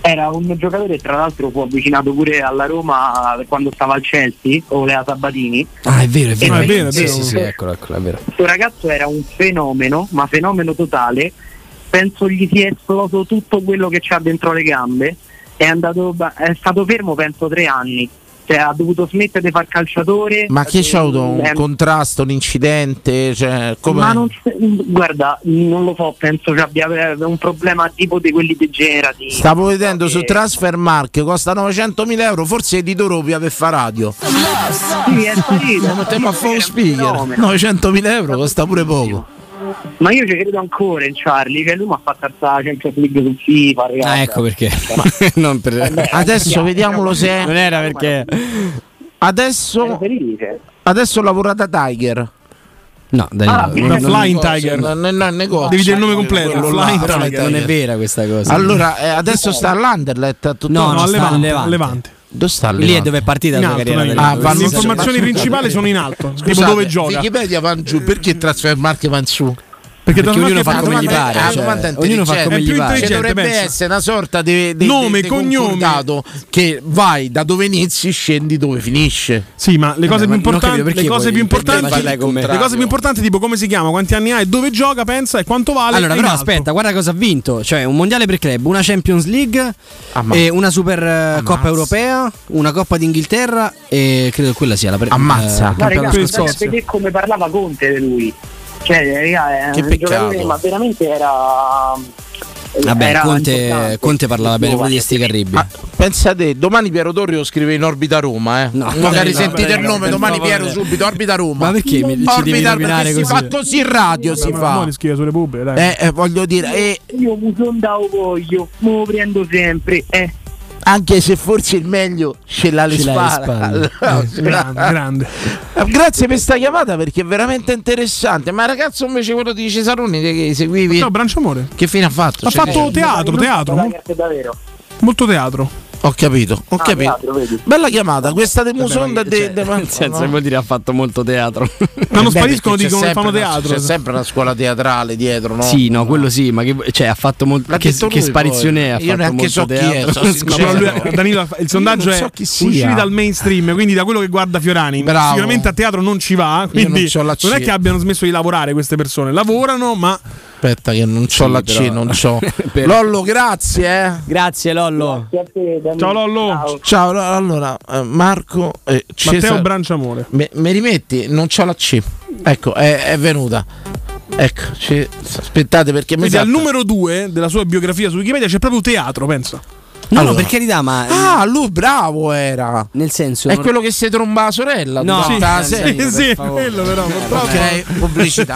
[SPEAKER 20] Era un giocatore, tra l'altro fu avvicinato pure alla Roma quando stava al Chelsea, o Lea Sabatini.
[SPEAKER 4] Ah, è vero.
[SPEAKER 20] Sì,
[SPEAKER 4] eccolo, è vero.
[SPEAKER 20] Questo ragazzo era un fenomeno, ma fenomeno totale. Penso gli sia esploso tutto quello che c'ha dentro le gambe. È stato fermo penso 3 anni. Cioè, ha dovuto smettere di far calciatore.
[SPEAKER 3] Ma che c'ha avuto? Un contrasto, un incidente? Cioè, come?
[SPEAKER 20] Ma guarda, non lo so, penso che abbia un problema tipo di quelli degenerativi.
[SPEAKER 3] Stavo vedendo su Transfermarkt, costa 900.000 euro, forse è editore per fare radio.
[SPEAKER 20] Sì, è salito.
[SPEAKER 3] Ma fa speaker. 900.000 euro costa pure poco.
[SPEAKER 20] Ma io ci credo ancora in Charlie, che lui mi ha fatto alzare la Champions League su FIFA, ragazzi.
[SPEAKER 4] Ah, ecco perché. Non per...
[SPEAKER 3] Adesso vediamolo se
[SPEAKER 4] non era perché
[SPEAKER 3] adesso lavora da Tiger.
[SPEAKER 4] No,
[SPEAKER 5] Flying Tiger.
[SPEAKER 3] Non negozio.
[SPEAKER 5] Devi dire il nome completo. Flying Tiger.
[SPEAKER 4] Non è vera questa cosa.
[SPEAKER 3] Allora, adesso sta all'Anderlecht.
[SPEAKER 4] No, sta al
[SPEAKER 5] Levante.
[SPEAKER 3] Dove sta
[SPEAKER 4] lì è dove è partita la sua carriera.
[SPEAKER 5] Le informazioni principali sono in alto. Scusate, tipo dove gioca.
[SPEAKER 3] Wikipedia va giù, perché Transfermarkt va in su?
[SPEAKER 5] Perché
[SPEAKER 4] ognuno fa come gli pare. Ognuno fa come gli pare.
[SPEAKER 3] Dovrebbe essere una sorta di
[SPEAKER 5] nome, cognome
[SPEAKER 3] che vai da dove inizi, scendi dove finisce.
[SPEAKER 5] Sì, ma le cose più importanti, le cose più importanti, tipo come si chiama, quanti anni ha e dove gioca, pensa e quanto vale.
[SPEAKER 4] Allora, però aspetta, guarda cosa ha vinto. Cioè un mondiale per club, una Champions League, e una Super Coppa Europea, una Coppa d'Inghilterra e credo che quella sia la
[SPEAKER 3] Ammazza.
[SPEAKER 20] Ma ragazzi, vedete come parlava Conte di lui. Cioè, raga,
[SPEAKER 3] che peccato.
[SPEAKER 20] Ma veramente era.
[SPEAKER 4] Vabbè, Conte parlava bene pure di sti Carribi.
[SPEAKER 3] Pensate, domani Piero Torrio scrive in Orbita Roma, magari sentite il nome, domani Piero subito Orbita Roma.
[SPEAKER 4] Ma perché ci devi rovinare così?
[SPEAKER 3] Si fa così in radio, si fa.
[SPEAKER 5] Scrive sulle pubbliche, dai.
[SPEAKER 3] Voglio dire,
[SPEAKER 20] io mi sono dato voglio, me lo prendo sempre,
[SPEAKER 3] anche se forse il meglio ce l'ha alle spalle.
[SPEAKER 5] Grande.
[SPEAKER 3] Grazie per sta chiamata, perché è veramente interessante. Ma ragazzo, invece quello di Cesaroni che seguivi,
[SPEAKER 5] no, Branciamore,
[SPEAKER 3] che fine ha fatto?
[SPEAKER 5] Ha fatto teatro. Molto teatro.
[SPEAKER 3] Ho capito.
[SPEAKER 20] Teatro,
[SPEAKER 3] bella chiamata questa del Musonda.
[SPEAKER 4] Nel senso, vuol dire ha fatto molto teatro.
[SPEAKER 5] Quando spariscono dicono che fanno teatro.
[SPEAKER 3] C'è sempre una scuola teatrale dietro, no?
[SPEAKER 4] Sì, no, quello sì, ma che ha fatto molto. Che sparizione è? Ha
[SPEAKER 3] io
[SPEAKER 4] fatto
[SPEAKER 3] neanche so
[SPEAKER 4] teatro.
[SPEAKER 3] chi è.
[SPEAKER 5] Danilo, il sondaggio è usciti dal mainstream, quindi da quello che guarda Fiorani.
[SPEAKER 3] Bravo.
[SPEAKER 5] Sicuramente a teatro non ci va, quindi non è che abbiano smesso di lavorare queste persone, lavorano, ma
[SPEAKER 3] aspetta che non c'ho la C, non c'ho. Lollo, grazie.
[SPEAKER 4] Grazie Lollo.
[SPEAKER 5] Ciao Lollo.
[SPEAKER 3] Ciao. Allora, Marco
[SPEAKER 5] Matteo Branciamore.
[SPEAKER 3] Mi rimetti? Non c'ho la C. Ecco, è venuta. Ecco, aspettate perché mi
[SPEAKER 5] al numero 2 della sua biografia su Wikipedia c'è proprio teatro, pensa.
[SPEAKER 4] No, per carità, ma
[SPEAKER 3] lui bravo era.
[SPEAKER 4] Nel senso
[SPEAKER 3] è quello che si tromba la sorella.
[SPEAKER 5] No, sì, quello però.
[SPEAKER 3] Ok, pubblicità.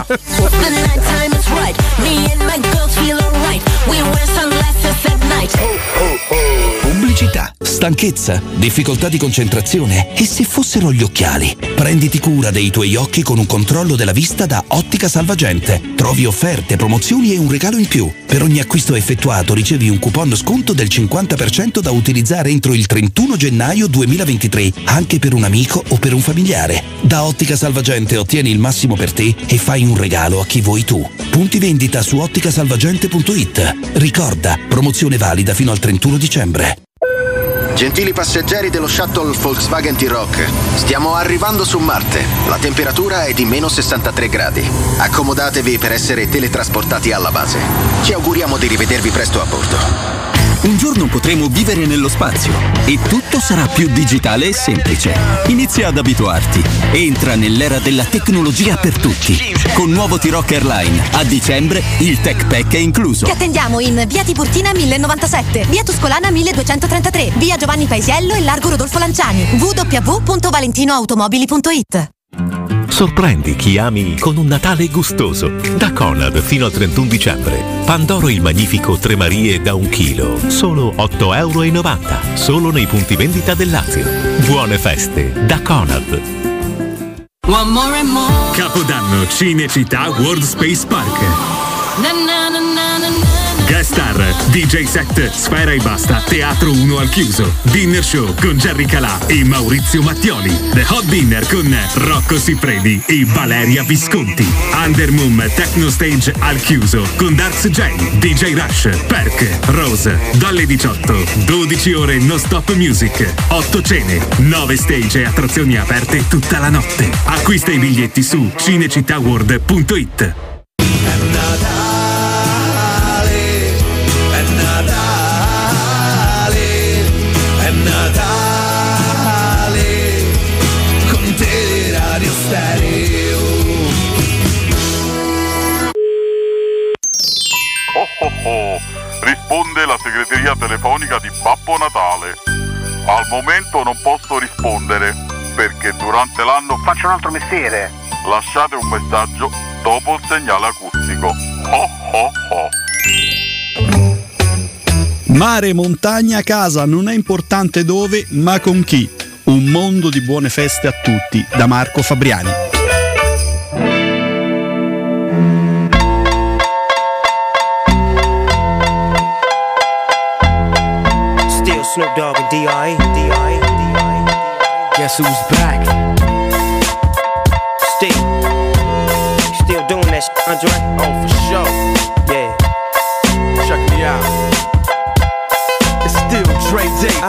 [SPEAKER 11] Pubblicità, stanchezza, difficoltà di concentrazione. E se fossero gli occhiali? Prenditi cura dei tuoi occhi con un controllo della vista da Ottica Salvagente. Trovi offerte, promozioni e un regalo in più. Per ogni acquisto effettuato ricevi un coupon sconto del 50% da utilizzare entro il 31 gennaio 2023, anche per un amico o per un familiare. Da Ottica Salvagente ottieni il massimo per te e fai un regalo a chi vuoi tu. Punti vendita su otticasalvagente.it. Ricorda, promozione valida fino al 31 dicembre.
[SPEAKER 2] Gentili passeggeri dello shuttle Volkswagen T-Roc, stiamo arrivando su Marte. La temperatura è di meno 63 gradi. Accomodatevi per essere teletrasportati alla base. Ci auguriamo di rivedervi presto a bordo.
[SPEAKER 22] Un giorno potremo vivere nello spazio e tutto sarà più digitale e semplice. Inizia ad abituarti. Entra nell'era della tecnologia per tutti. Con nuovo T-Roc Airline, a dicembre il Tech Pack è incluso.
[SPEAKER 8] Ti attendiamo in via Tiburtina 1097, via Tuscolana 1233, via Giovanni Paisiello e largo Rodolfo Lanciani. www.valentinoautomobili.it.
[SPEAKER 23] Sorprendi chi ami con un Natale gustoso. Da Conad fino al 31 dicembre. Pandoro il Magnifico 3 Marie da 1 chilo. Solo €8,90. Solo nei punti vendita del Lazio. Buone feste da Conad.
[SPEAKER 24] Capodanno Cinecittà World Space Park.
[SPEAKER 6] Guest star, DJ set, Sfera e Basta, Teatro 1 al chiuso. Dinner show con Jerry Calà e Maurizio Mattioli. The Hot Dinner con Rocco Siffredi e Valeria Visconti. Undermoon Techno Stage al chiuso con Darks J, DJ Rush, Perk, Rose. Dalle 18, 12 ore no stop music. 8 cene, 9 stage e attrazioni aperte tutta la notte. Acquista i biglietti su cinecittàworld.it.
[SPEAKER 17] È Natale con Teleradio Stereo.
[SPEAKER 7] Risponde la segreteria telefonica di Babbo Natale. Al momento non posso rispondere perché durante l'anno faccio un altro mestiere. Lasciate un messaggio dopo il segnale acustico.
[SPEAKER 9] Mare, montagna, casa, non è importante dove, ma con chi. Un mondo di buone feste a tutti, da Marco Fabriani.
[SPEAKER 24] Still Snoop Dogg and D.I. Guess who's back? Still doing that shit, Andre? Oh, for sure. Yeah. Check me out. It's still Dre Day,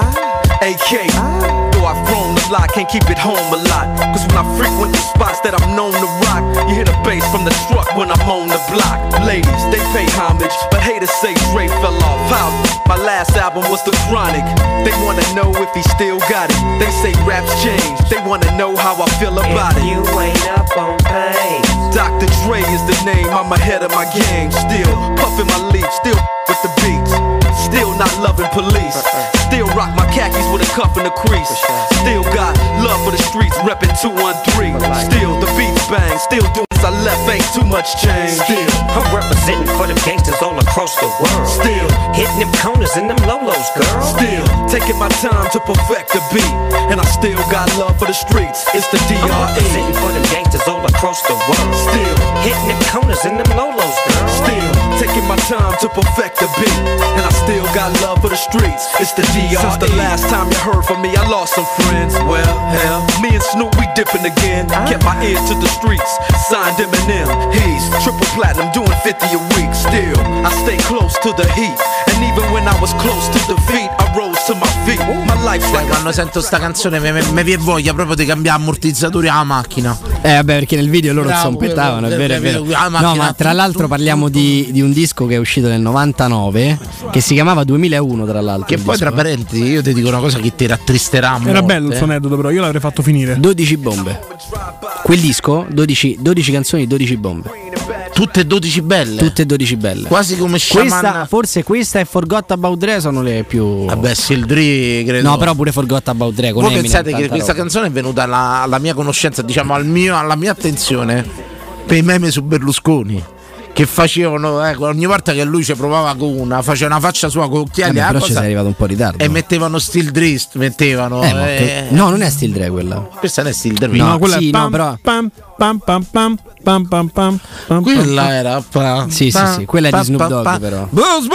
[SPEAKER 24] AK. Though I've grown a lot, can't keep it home a lot. Cause when I frequent the spots that I'm known to rock, you hear the bass from the truck when I'm on the block. Ladies, they pay homage, but haters say Dre fell off. How? My last album was The Chronic. They wanna know if he still got it. They say raps change, they wanna know how I feel about it. You ain't up on pain. Dr. Dre is the name, I'm ahead of my game. Still puffin' my leaf, still with the beats. Still not loving police. Still rock my khakis with a cuff and a crease. Still got love for the streets, reppin' 213. Still the beats bang, still doing I left ain't too much change. Still I'm representing for them gangsters all across the world. Still hitting them corners and them lolos, girl. Still taking my time to perfect the beat, and I still got love for the streets. It's the DRE. I'm representing for them gangsters all across the world. Still hitting them corners and them lolos, girl. Still taking my time to perfect the beat, and I still got love for the streets. It's the DRE. Since the last time you heard from me, I lost some friends. Well, hell, me and Snoop, we dipping again. Kept my ear to the streets. Signed Eminem, he's triple platinum, doing 50 a week. Still, I stay close to the heat, and even when I was close to defeat, I rose to my feet. My life's like
[SPEAKER 3] quando sento sta canzone mi viene voglia proprio di cambiare ammortizzatori alla macchina.
[SPEAKER 4] Vabbè, perché nel video loro zompettavano, è vero, è vero. No, ma tra l'altro parliamo di un disco che è uscito nel 99, che si chiamava 2001, tra l'altro.
[SPEAKER 3] Che poi, tra parentesi, io ti dico una cosa che ti rattristerà.
[SPEAKER 5] Era bello il suo aneddoto, però io l'avrei fatto finire.
[SPEAKER 4] 12 bombe. Quel disco, 12 canzoni, 12 bombe.
[SPEAKER 3] Tutte 12 belle.
[SPEAKER 4] Tutte 12 belle.
[SPEAKER 3] Quasi come Shaman.
[SPEAKER 4] Forse questa e Forgot About Dre sono le più.
[SPEAKER 3] Vabbè, Still Dre, credo.
[SPEAKER 4] No, però pure Forgot About Dre con
[SPEAKER 3] Eminem. Voi pensate che questa canzone è venuta alla mia conoscenza, diciamo alla mia attenzione per i meme su Berlusconi, che facevano ogni volta che lui ci provava con una, faceva una faccia sua con occhiali,
[SPEAKER 4] però ci sei arrivato un po' in ritardo.
[SPEAKER 3] E mettevano Still Dre, mettevano
[SPEAKER 4] no, non è Still Dre quella.
[SPEAKER 3] Questa non è Still Dre.
[SPEAKER 5] No, quella
[SPEAKER 4] sì,
[SPEAKER 5] è pam,
[SPEAKER 4] no, però
[SPEAKER 5] pam pam pam pam pam pam pam pam.
[SPEAKER 3] Quella era
[SPEAKER 4] sì, quella è di Snoop Dogg, però.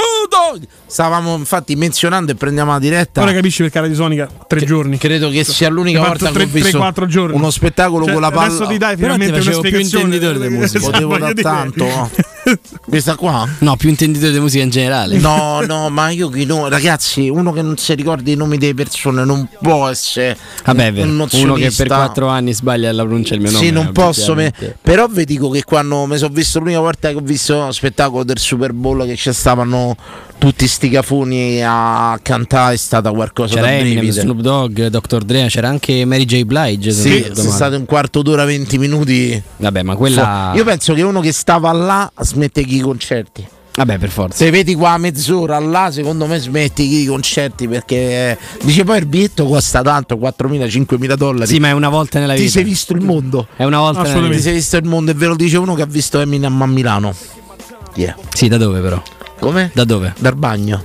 [SPEAKER 3] Stavamo infatti menzionando e prendiamo la diretta.
[SPEAKER 5] Ora capisci perché era di Sonica 3 giorni.
[SPEAKER 3] Credo che sia l'unica volta che ho visto
[SPEAKER 5] 3-4 giorni.
[SPEAKER 3] Uno spettacolo con la palla.
[SPEAKER 5] Adesso ti dai finalmente una spiegazione.
[SPEAKER 4] Più intenditore di musica.
[SPEAKER 3] Potevo da tanto. Questa qua?
[SPEAKER 4] No, più intenditore di musica in generale.
[SPEAKER 3] No, ma io ragazzi, uno che non si ricorda i nomi delle persone non può essere.
[SPEAKER 4] Vabbè, è vero. Uno che per 4 anni sbaglia la pronuncia il mio nome.
[SPEAKER 3] Sì, non posso. Però vi dico che quando mi sono visto l'unica volta che ho visto uno spettacolo del Super Bowl, che ci stavano tutti sti cafoni a cantare, è stata qualcosa
[SPEAKER 4] c'era
[SPEAKER 3] da
[SPEAKER 4] Eminem, Snoop Dogg, Dr. Dre, c'era anche Mary J. Blige.
[SPEAKER 3] Sì, è stato un quarto d'ora, 20 minuti.
[SPEAKER 4] Vabbè, ma quella.
[SPEAKER 3] Io penso che uno che stava là smette i concerti.
[SPEAKER 4] Vabbè, per forza.
[SPEAKER 3] Se vedi qua mezz'ora là, secondo me smetti i concerti, perché dice poi il biglietto costa tanto, $4.000-5.000.
[SPEAKER 4] Sì, ma è una volta nella vita.
[SPEAKER 3] Ti sei visto il mondo?
[SPEAKER 4] È una volta nella vita.
[SPEAKER 3] Ti sei visto il mondo, e ve lo dice uno che ha visto Eminem a Milano.
[SPEAKER 4] Yeah. Sì, da dove però?
[SPEAKER 3] Come?
[SPEAKER 4] Da dove?
[SPEAKER 3] Dal bagno.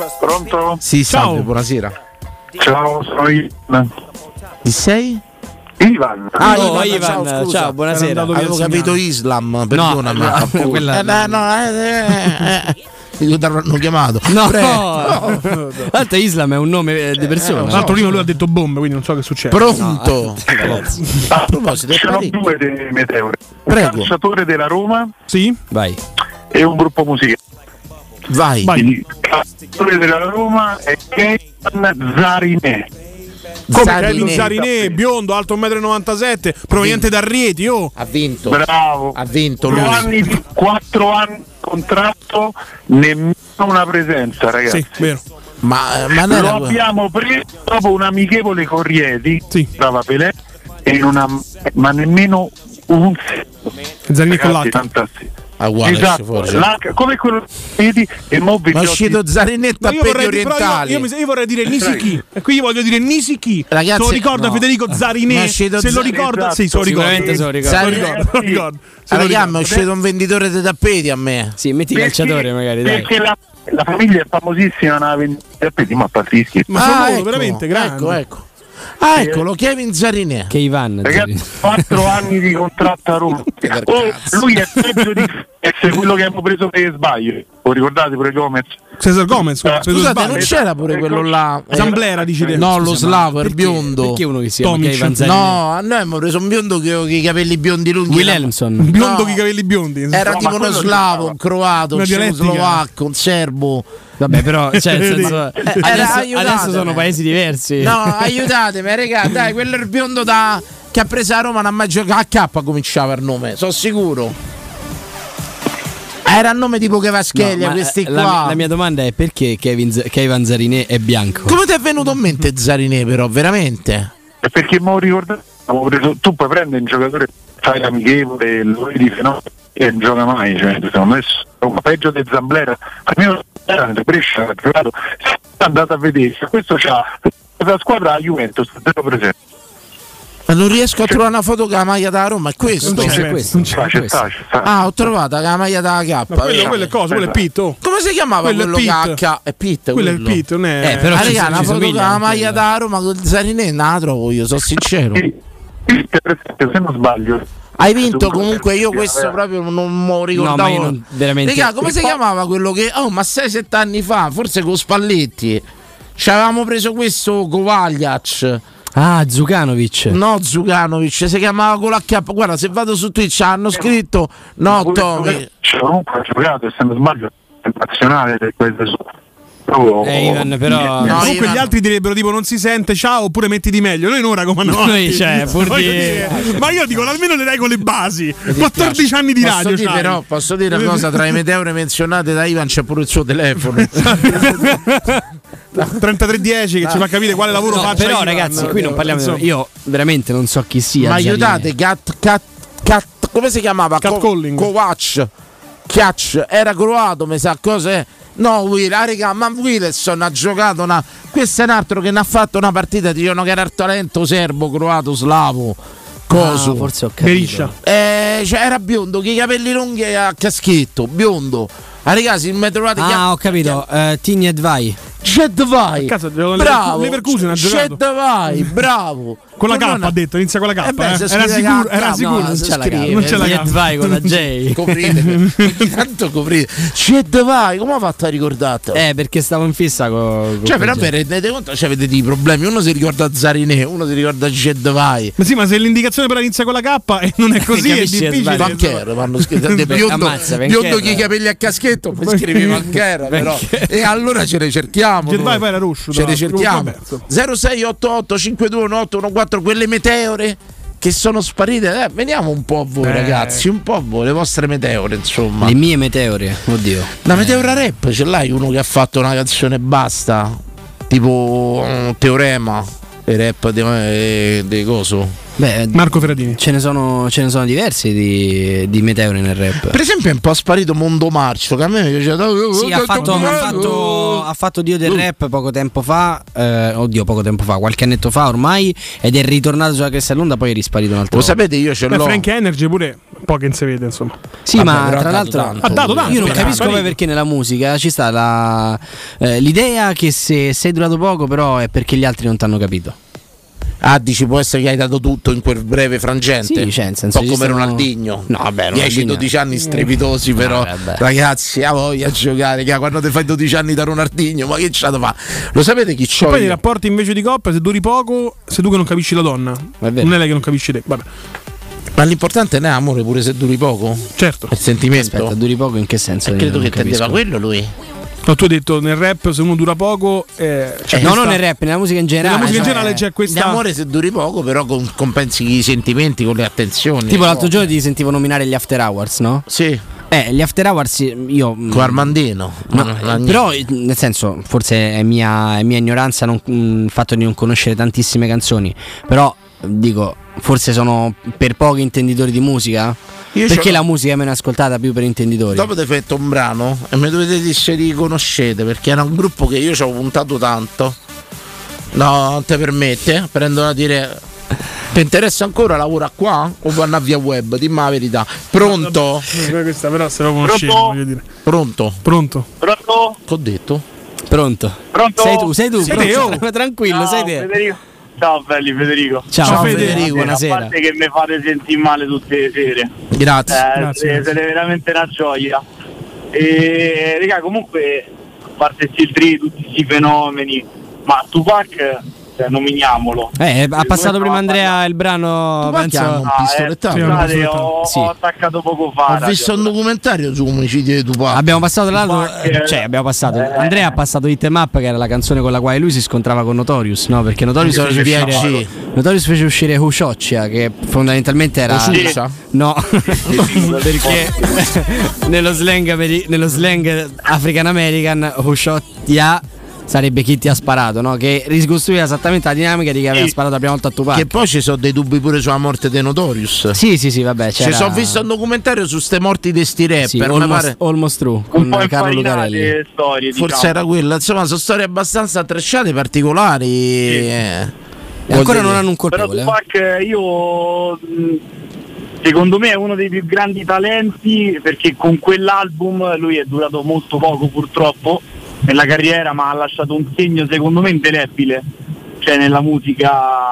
[SPEAKER 7] Pronto?
[SPEAKER 3] Sì, salve, buonasera.
[SPEAKER 7] Ciao, sono io.
[SPEAKER 3] Chi sei?
[SPEAKER 12] Ivan.
[SPEAKER 4] Ivan, ciao, buonasera.
[SPEAKER 3] Avevo capito Islam, perdonami. Io ti hanno chiamato.
[SPEAKER 4] No. Tanto Islam è un nome di persona.
[SPEAKER 5] Tra l'altro prima lui ha detto bombe, quindi non so che succede.
[SPEAKER 3] Pronto?
[SPEAKER 12] A proposito, ci sono due dei meteori. Un calciatore della Roma.
[SPEAKER 5] Sì.
[SPEAKER 4] Vai.
[SPEAKER 12] E un gruppo musicale.
[SPEAKER 3] Vai.
[SPEAKER 12] Il calciatore della Roma è Kevin Zariné.
[SPEAKER 5] Come Kevin Zariné, biondo, alto 1,97 m, proveniente da Rieti.
[SPEAKER 3] Ha vinto.
[SPEAKER 12] Bravo.
[SPEAKER 3] Ha vinto lui.
[SPEAKER 12] 4 anni di contratto, nemmeno una presenza, ragazzi.
[SPEAKER 5] Sì, vero.
[SPEAKER 3] Ma
[SPEAKER 12] lo abbiamo preso dopo un amichevole con Rieti, brava Pelé, e ma nemmeno un
[SPEAKER 5] Zariné con l'H.
[SPEAKER 12] Fantastico.
[SPEAKER 3] Esatto,
[SPEAKER 12] come quello vedi e
[SPEAKER 3] ma è uscito Zarinetta a piedi orientali.
[SPEAKER 5] Io vorrei dire Nisiki e qui voglio dire Nisiki.
[SPEAKER 3] Ragazzi,
[SPEAKER 5] se lo ricorda Federico Zariné, se lo ricorda, sì, se lo ricorda.
[SPEAKER 3] Ragazzi, è uscito un venditore di tappeti a me.
[SPEAKER 4] Sì, metti calciatore magari, dai.
[SPEAKER 12] Perché la famiglia è famosissima nella vendita di tappeti, ma Pazzischi.
[SPEAKER 5] Ma famoso, veramente grande.
[SPEAKER 3] Ecco. Ah, eccolo, Kevin Zariné.
[SPEAKER 4] Che Ivan.
[SPEAKER 12] Ragazzi, 4 anni di contratto a Roma. Lui è peggio di quello che abbiamo preso per sbaglio. Lo ricordate pure Gomez?
[SPEAKER 5] Cesar Gomez.
[SPEAKER 3] Scusate, non c'era pure quello là?
[SPEAKER 5] Zamblera, dici te?
[SPEAKER 3] No, lo slavo, il biondo.
[SPEAKER 4] Perché uno che si chiama Ivan Zariné?
[SPEAKER 3] No, a noi abbiamo preso un biondo con i capelli biondi lunghi.
[SPEAKER 4] Wilhelmson.
[SPEAKER 5] Un biondo con i capelli biondi.
[SPEAKER 3] Era tipo uno slavo, un croato, un slovacco, un serbo.
[SPEAKER 4] Vabbè, però cioè, nel senso, adesso sono paesi diversi.
[SPEAKER 3] No, aiutatemi, raga, dai, quello è il biondo che ha preso a Roma, non ha mai giocato. A K cominciava il nome, sono sicuro. Era il nome tipo Cavaschelia, questi qua.
[SPEAKER 4] La mia domanda è perché Kevin Zariné è bianco?
[SPEAKER 3] Come ti è venuto in mente Zariné, però, veramente?
[SPEAKER 12] È perché mi ho ricordato, tu puoi prendere un giocatore, fai l'amichevole, lo vedi fenomeno e non gioca mai, cioè secondo me è peggio di Zamblera. Almeno Brescia ha giocato, è andato a vedere, questo c'ha la squadra a Juventus, 0 presente.
[SPEAKER 3] Ma non riesco a trovare una foto con la maglia da Roma, è questo?
[SPEAKER 12] Non c'è questo.
[SPEAKER 3] Ah, ho trovato la maglia da K.
[SPEAKER 5] Ma quello è cosa? Quello è Pitto.
[SPEAKER 3] Come si chiamava quello che H? È Pitt.
[SPEAKER 5] Quello è il Pitto, non è.
[SPEAKER 4] Però
[SPEAKER 3] raga, una foto con la maglia da Roma con Zariné non la trovo io, sono sincero.
[SPEAKER 12] Se non sbaglio.
[SPEAKER 3] Hai vinto comunque, io questo proprio non me lo ricordavo.
[SPEAKER 4] No, veramente.
[SPEAKER 3] Raga, come si chiamava quello che ma 6-7 anni fa, forse con Spalletti, ci avevamo preso questo Kovagliac.
[SPEAKER 4] Ah, Zukanovic.
[SPEAKER 3] No, Zukanovic, si chiamava con la K. Guarda, se vado su Twitch hanno scritto no, Tommy.
[SPEAKER 12] Comunque ha giocato, se non sbaglio, è nazionale del paese.
[SPEAKER 4] Ivan, però
[SPEAKER 5] comunque
[SPEAKER 3] Ivan.
[SPEAKER 5] Gli altri direbbero tipo non si sente, ciao, oppure metti di meglio. Noi non raccomando.
[SPEAKER 4] Noi
[SPEAKER 5] ma io dico almeno le regole basi. 14 anni di radio.
[SPEAKER 3] Però posso dire una cosa, tra i meteore menzionate da Ivan c'è pure il suo telefono.
[SPEAKER 5] 3310 che ci fa capire quale lavoro faccia.
[SPEAKER 4] Però
[SPEAKER 5] Ivan.
[SPEAKER 4] ragazzi, qui non parliamo io veramente non so chi sia.
[SPEAKER 3] Ma aiutate, come si chiamava?
[SPEAKER 5] Catcalling.
[SPEAKER 3] Kovac. Chiacch, era croato, mi sa cos'è? No, ma Wilson ha giocato questo è un altro che ne ha fatto una partita, dicono che era il talento serbo, croato, slavo. Coso.
[SPEAKER 4] Forse ho capito.
[SPEAKER 3] Cioè, era biondo, con i capelli lunghi a caschetto, biondo. Ragazzi, il metro
[SPEAKER 4] ho capito. Tini Edvai.
[SPEAKER 3] Jedvai. Bravo.
[SPEAKER 5] Leverkusen ha giocato.
[SPEAKER 3] Jedvai, bravo.
[SPEAKER 5] Con la K ha detto, inizia con la K. Era sicuro.
[SPEAKER 3] Non c'è la K.
[SPEAKER 4] Non c'è la Jedvai con la J.
[SPEAKER 3] Coprite. Tanto coprite. Jedvai, come ha fatto a ricordartelo?
[SPEAKER 4] Perché stavo in fissa con
[SPEAKER 3] cioè, però rendete conto, avete dei problemi. Uno si ricorda Zariné, uno si ricorda Jedvai.
[SPEAKER 5] Ma sì, ma se l'indicazione però inizia con la K e non è così, è difficile.
[SPEAKER 3] Banchero, vanno scritto biondo chi i capelli a caschetto, poi scrivi Banchero, però. E allora ce ne cerchiamo.
[SPEAKER 5] Jedvai poi era Ruscio.
[SPEAKER 3] Ce ne cerchiamo. 0688 521 quelle meteore che sono sparite. Veniamo un po' a voi, ragazzi, un po' a voi, le vostre meteore, insomma.
[SPEAKER 4] Le mie meteore, oddio.
[SPEAKER 3] La meteora rap, ce l'hai uno che ha fatto una canzone e basta? Tipo Teorema e rap di coso?
[SPEAKER 4] Beh,
[SPEAKER 5] Marco Ferradini.
[SPEAKER 4] Ce ne sono diversi di meteore nel rap.
[SPEAKER 3] Per esempio è un po' sparito Mondo Marcio, che a me mi piace.
[SPEAKER 4] Sì, ha fatto Dio del rap poco tempo fa. Poco tempo fa, qualche annetto fa ormai. Ed è ritornato sulla cresta dell'onda, poi è risparito un altro.
[SPEAKER 3] Lo sapete, io ce l'ho.
[SPEAKER 5] Frank Energy pure poco che non si vede, insomma.
[SPEAKER 4] Sì, ma tra l'altro
[SPEAKER 5] ha dato tanto.
[SPEAKER 4] Io non capisco poi perché nella musica ci sta l'idea che se sei durato poco, però è perché gli altri non ti hanno capito.
[SPEAKER 3] dici può essere che hai dato tutto in quel breve frangente?
[SPEAKER 4] Sì, cioè, nel senso,
[SPEAKER 3] un po' come Ronaldinho.
[SPEAKER 4] No, vabbè,
[SPEAKER 3] 10-12 anni strepitosi, però ragazzi, ha voglia a giocare, che quando ti fai 12 anni da Ronaldinho, ma che c'ha da fare? Lo sapete chi c'ho?
[SPEAKER 5] Poi nei rapporti invece di coppia, se duri poco, sei tu che non capisci la donna. Non è lei che non capisce te. Vabbè.
[SPEAKER 3] Ma l'importante non è amore, pure se duri poco.
[SPEAKER 5] Certo.
[SPEAKER 3] Il sentimento.
[SPEAKER 4] Aspetta, duri poco in che senso?
[SPEAKER 3] Credo che intendeva quello lui.
[SPEAKER 5] No, tu hai detto nel rap se uno dura poco
[SPEAKER 4] no, non nel rap, nella musica in generale.
[SPEAKER 5] Nella musica in generale c'è questa.
[SPEAKER 3] L'amore se duri poco, però compensi i sentimenti con le attenzioni.
[SPEAKER 4] Tipo l'altro giorno ti sentivo nominare gli After Hours, no?
[SPEAKER 3] Sì.
[SPEAKER 4] Gli After Hours io
[SPEAKER 3] con Armandino.
[SPEAKER 4] Però nel senso, forse è mia ignoranza il fatto di non conoscere tantissime canzoni. Però dico, forse sono per pochi intenditori di musica. Perché la musica è meno ascoltata più per intenditori.
[SPEAKER 3] Dopo ti fatto un brano e mi dovete dire se li conoscete, perché era un gruppo che io ci ho puntato tanto. No, non te permette? Prendo a dire. Ti interessa ancora? Lavora qua? O vanno a via web? Dimmi la verità. Pronto?
[SPEAKER 5] Questa però se lo conoscevo, voglio dire.
[SPEAKER 3] Pronto?
[SPEAKER 5] Pronto?
[SPEAKER 19] Pronto?
[SPEAKER 3] T'ho detto?
[SPEAKER 4] Pronto?
[SPEAKER 19] Pronto?
[SPEAKER 4] Sei tu,
[SPEAKER 19] Sì,
[SPEAKER 4] tranquillo,
[SPEAKER 19] ciao,
[SPEAKER 4] sei te.
[SPEAKER 19] Federico. Ciao belli, Federico.
[SPEAKER 4] Ciao Federico, buonasera.
[SPEAKER 19] A parte che mi fate sentire male tutte le sere.
[SPEAKER 3] Grazie.
[SPEAKER 19] Siete veramente una gioia. E raga, comunque, a parte questi tutti questi fenomeni, ma Tupac, nominiamolo.
[SPEAKER 4] Ha passato prima Andrea il brano.
[SPEAKER 3] Penso
[SPEAKER 19] ho attaccato poco fa.
[SPEAKER 3] Ho visto un documentario su omicidio di Tupac.
[SPEAKER 4] Abbiamo passato Andrea ha passato Hit 'em Up, che era la canzone con la quale lui si scontrava con Notorious, no? Perché Notorious fece uscire Ushocia, che fondamentalmente era no, perché nello slang African American Ushocia sarebbe chi ti ha sparato, no? Che ricostruiva esattamente la dinamica di chi aveva sparato la prima volta a Tupac.
[SPEAKER 3] Che poi ci sono dei dubbi pure sulla morte di Notorious.
[SPEAKER 4] Sì, vabbè.
[SPEAKER 3] Ci sono visto un documentario su ste morti di sti rapper.
[SPEAKER 4] Almost True con Carlo Lucarelli.
[SPEAKER 19] Storie,
[SPEAKER 3] forse era quella. Insomma, sono storie abbastanza trasciate, particolari.
[SPEAKER 4] E ancora non hanno un colpevole.
[SPEAKER 19] Però Tupac, io secondo me è uno dei più grandi talenti, perché con quell'album lui è durato molto poco purtroppo nella carriera, ma ha lasciato un segno secondo me indelebile, cioè nella musica.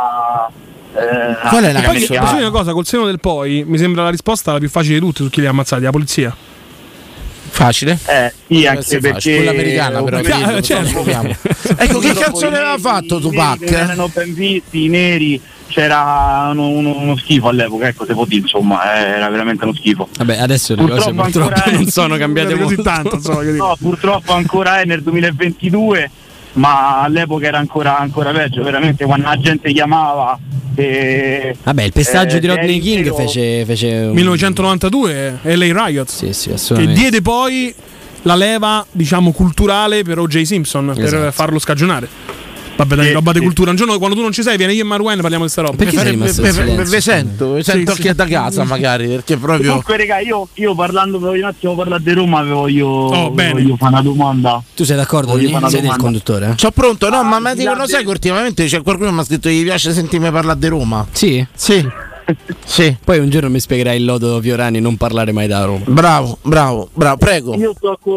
[SPEAKER 5] Qual è la canzone? Posso dire una cosa, col senno del poi mi sembra la risposta la più facile di tutte su chi li ha ammazzati, la polizia.
[SPEAKER 3] Facile?
[SPEAKER 19] Sì, anche perché
[SPEAKER 3] quella americana, però
[SPEAKER 5] certo.
[SPEAKER 3] Ecco, che canzone aveva fatto Tupac?
[SPEAKER 19] Erano ben visti, i neri. C'era uno schifo all'epoca, ecco, se può dire, insomma, era veramente uno schifo.
[SPEAKER 4] Vabbè, adesso le cose purtroppo non sono cambiate
[SPEAKER 5] così tanto.
[SPEAKER 19] No, purtroppo ancora è nel 2022, ma all'epoca era ancora peggio, veramente, quando la gente chiamava.
[SPEAKER 4] Vabbè, il pestaggio di Rodney King fece
[SPEAKER 5] 1992 LA Riot.
[SPEAKER 4] Sì, assolutamente.
[SPEAKER 5] Che diede poi la leva, diciamo, culturale per O.J. Simpson, per farlo scagionare. Vabbè, dai, roba di cultura. Un giorno quando tu non ci sei, vieni io e Marwen, parliamo di sta roba.
[SPEAKER 3] Vi sento anche da casa, magari, perché proprio.
[SPEAKER 19] Comunque, raga, io parlando un attimo parlare di Roma, voglio fare una domanda.
[SPEAKER 4] Tu sei d'accordo? Sei del conduttore?
[SPEAKER 3] C'ho pronto, no, ma dico, non sai che ultimamente c'è qualcuno che mi ha scritto che gli piace sentirmi parlare di Roma.
[SPEAKER 4] Sì.
[SPEAKER 3] Sì.
[SPEAKER 4] Poi un giorno mi spiegherai il lodo Fiorani, non parlare mai da Roma.
[SPEAKER 3] Bravo, prego.
[SPEAKER 19] Io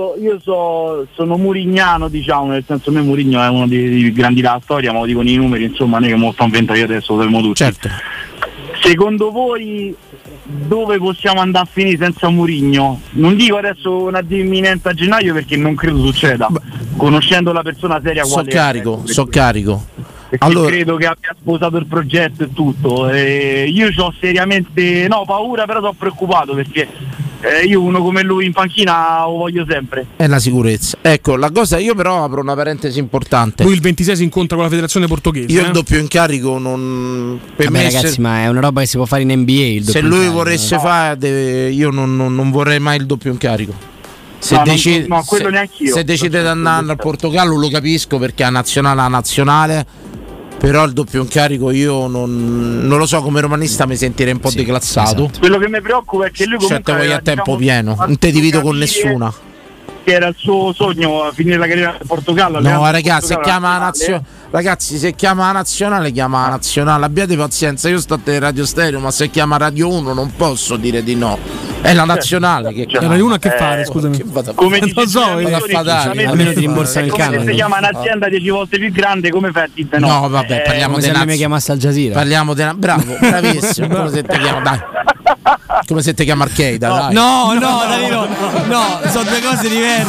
[SPEAKER 19] sono murignano, diciamo, nel senso, me Murigno è uno dei più grandi della storia, ma lo dico nei numeri, insomma, non è che mo sto inventando io adesso, lo sappiamo tutti.
[SPEAKER 3] Certo.
[SPEAKER 19] Secondo voi dove possiamo andare a finire senza Murigno? Non dico adesso una imminente a gennaio, perché non credo succeda. Conoscendo la persona seria quale
[SPEAKER 3] so carico.
[SPEAKER 19] Allora, credo che abbia sposato il progetto e tutto. Io ho seriamente paura, però sono preoccupato, perché io uno come lui in panchina lo voglio sempre.
[SPEAKER 3] È la sicurezza. Ecco, la cosa, io però apro una parentesi importante.
[SPEAKER 5] Lui il 26 si incontra con la federazione portoghese.
[SPEAKER 3] Io il doppio incarico non.
[SPEAKER 4] Per me, ragazzi, ma è una roba che si può fare in NBA.
[SPEAKER 3] Se lui volesse fare, io non vorrei mai il doppio incarico. Se decide di andare al Portogallo lo capisco, perché a nazionale. Però il doppio incarico io non lo so, come romanista mi sentirei un po' declassato.
[SPEAKER 19] Esatto. Quello che mi preoccupa è che lui comunque
[SPEAKER 3] voglio a tempo pieno, non ti divido con nessuna.
[SPEAKER 19] Che era il suo sogno finire la carriera in Portogallo.
[SPEAKER 3] No, ragazzi, se chiama la nazionale, chiama la nazionale. Abbiate pazienza, io sto a Radio Stereo, ma se chiama Radio 1 non posso dire di no. È la nazionale che
[SPEAKER 5] era una a che fare, scusami.
[SPEAKER 19] Come dice
[SPEAKER 5] lo so,
[SPEAKER 4] almeno ti rimborsano il canone.
[SPEAKER 19] Se si chiama un'azienda 10 volte più grande, come fai a dire no?
[SPEAKER 3] No, vabbè, parliamo
[SPEAKER 4] se me chiamasse Al Jazeera.
[SPEAKER 3] Parliamo bravo, bravissimo. Come se ti chiama, dai. Come se ti chiama Arcade, dai.
[SPEAKER 4] No, Danilo. No, sono due cose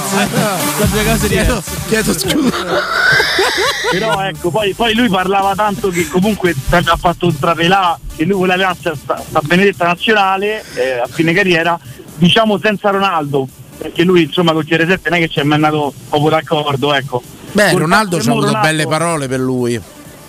[SPEAKER 4] diverse.
[SPEAKER 3] Chiedo scusa.
[SPEAKER 19] Però ecco, poi lui parlava tanto che comunque ha fatto un trapelà, che lui voleva sta benedetta nazionale a fine carriera, diciamo senza Ronaldo, perché lui insomma con CR7 non è che ci è mai andato proprio d'accordo, ecco.
[SPEAKER 3] Beh, Ronaldo ci ha avuto belle parole per lui.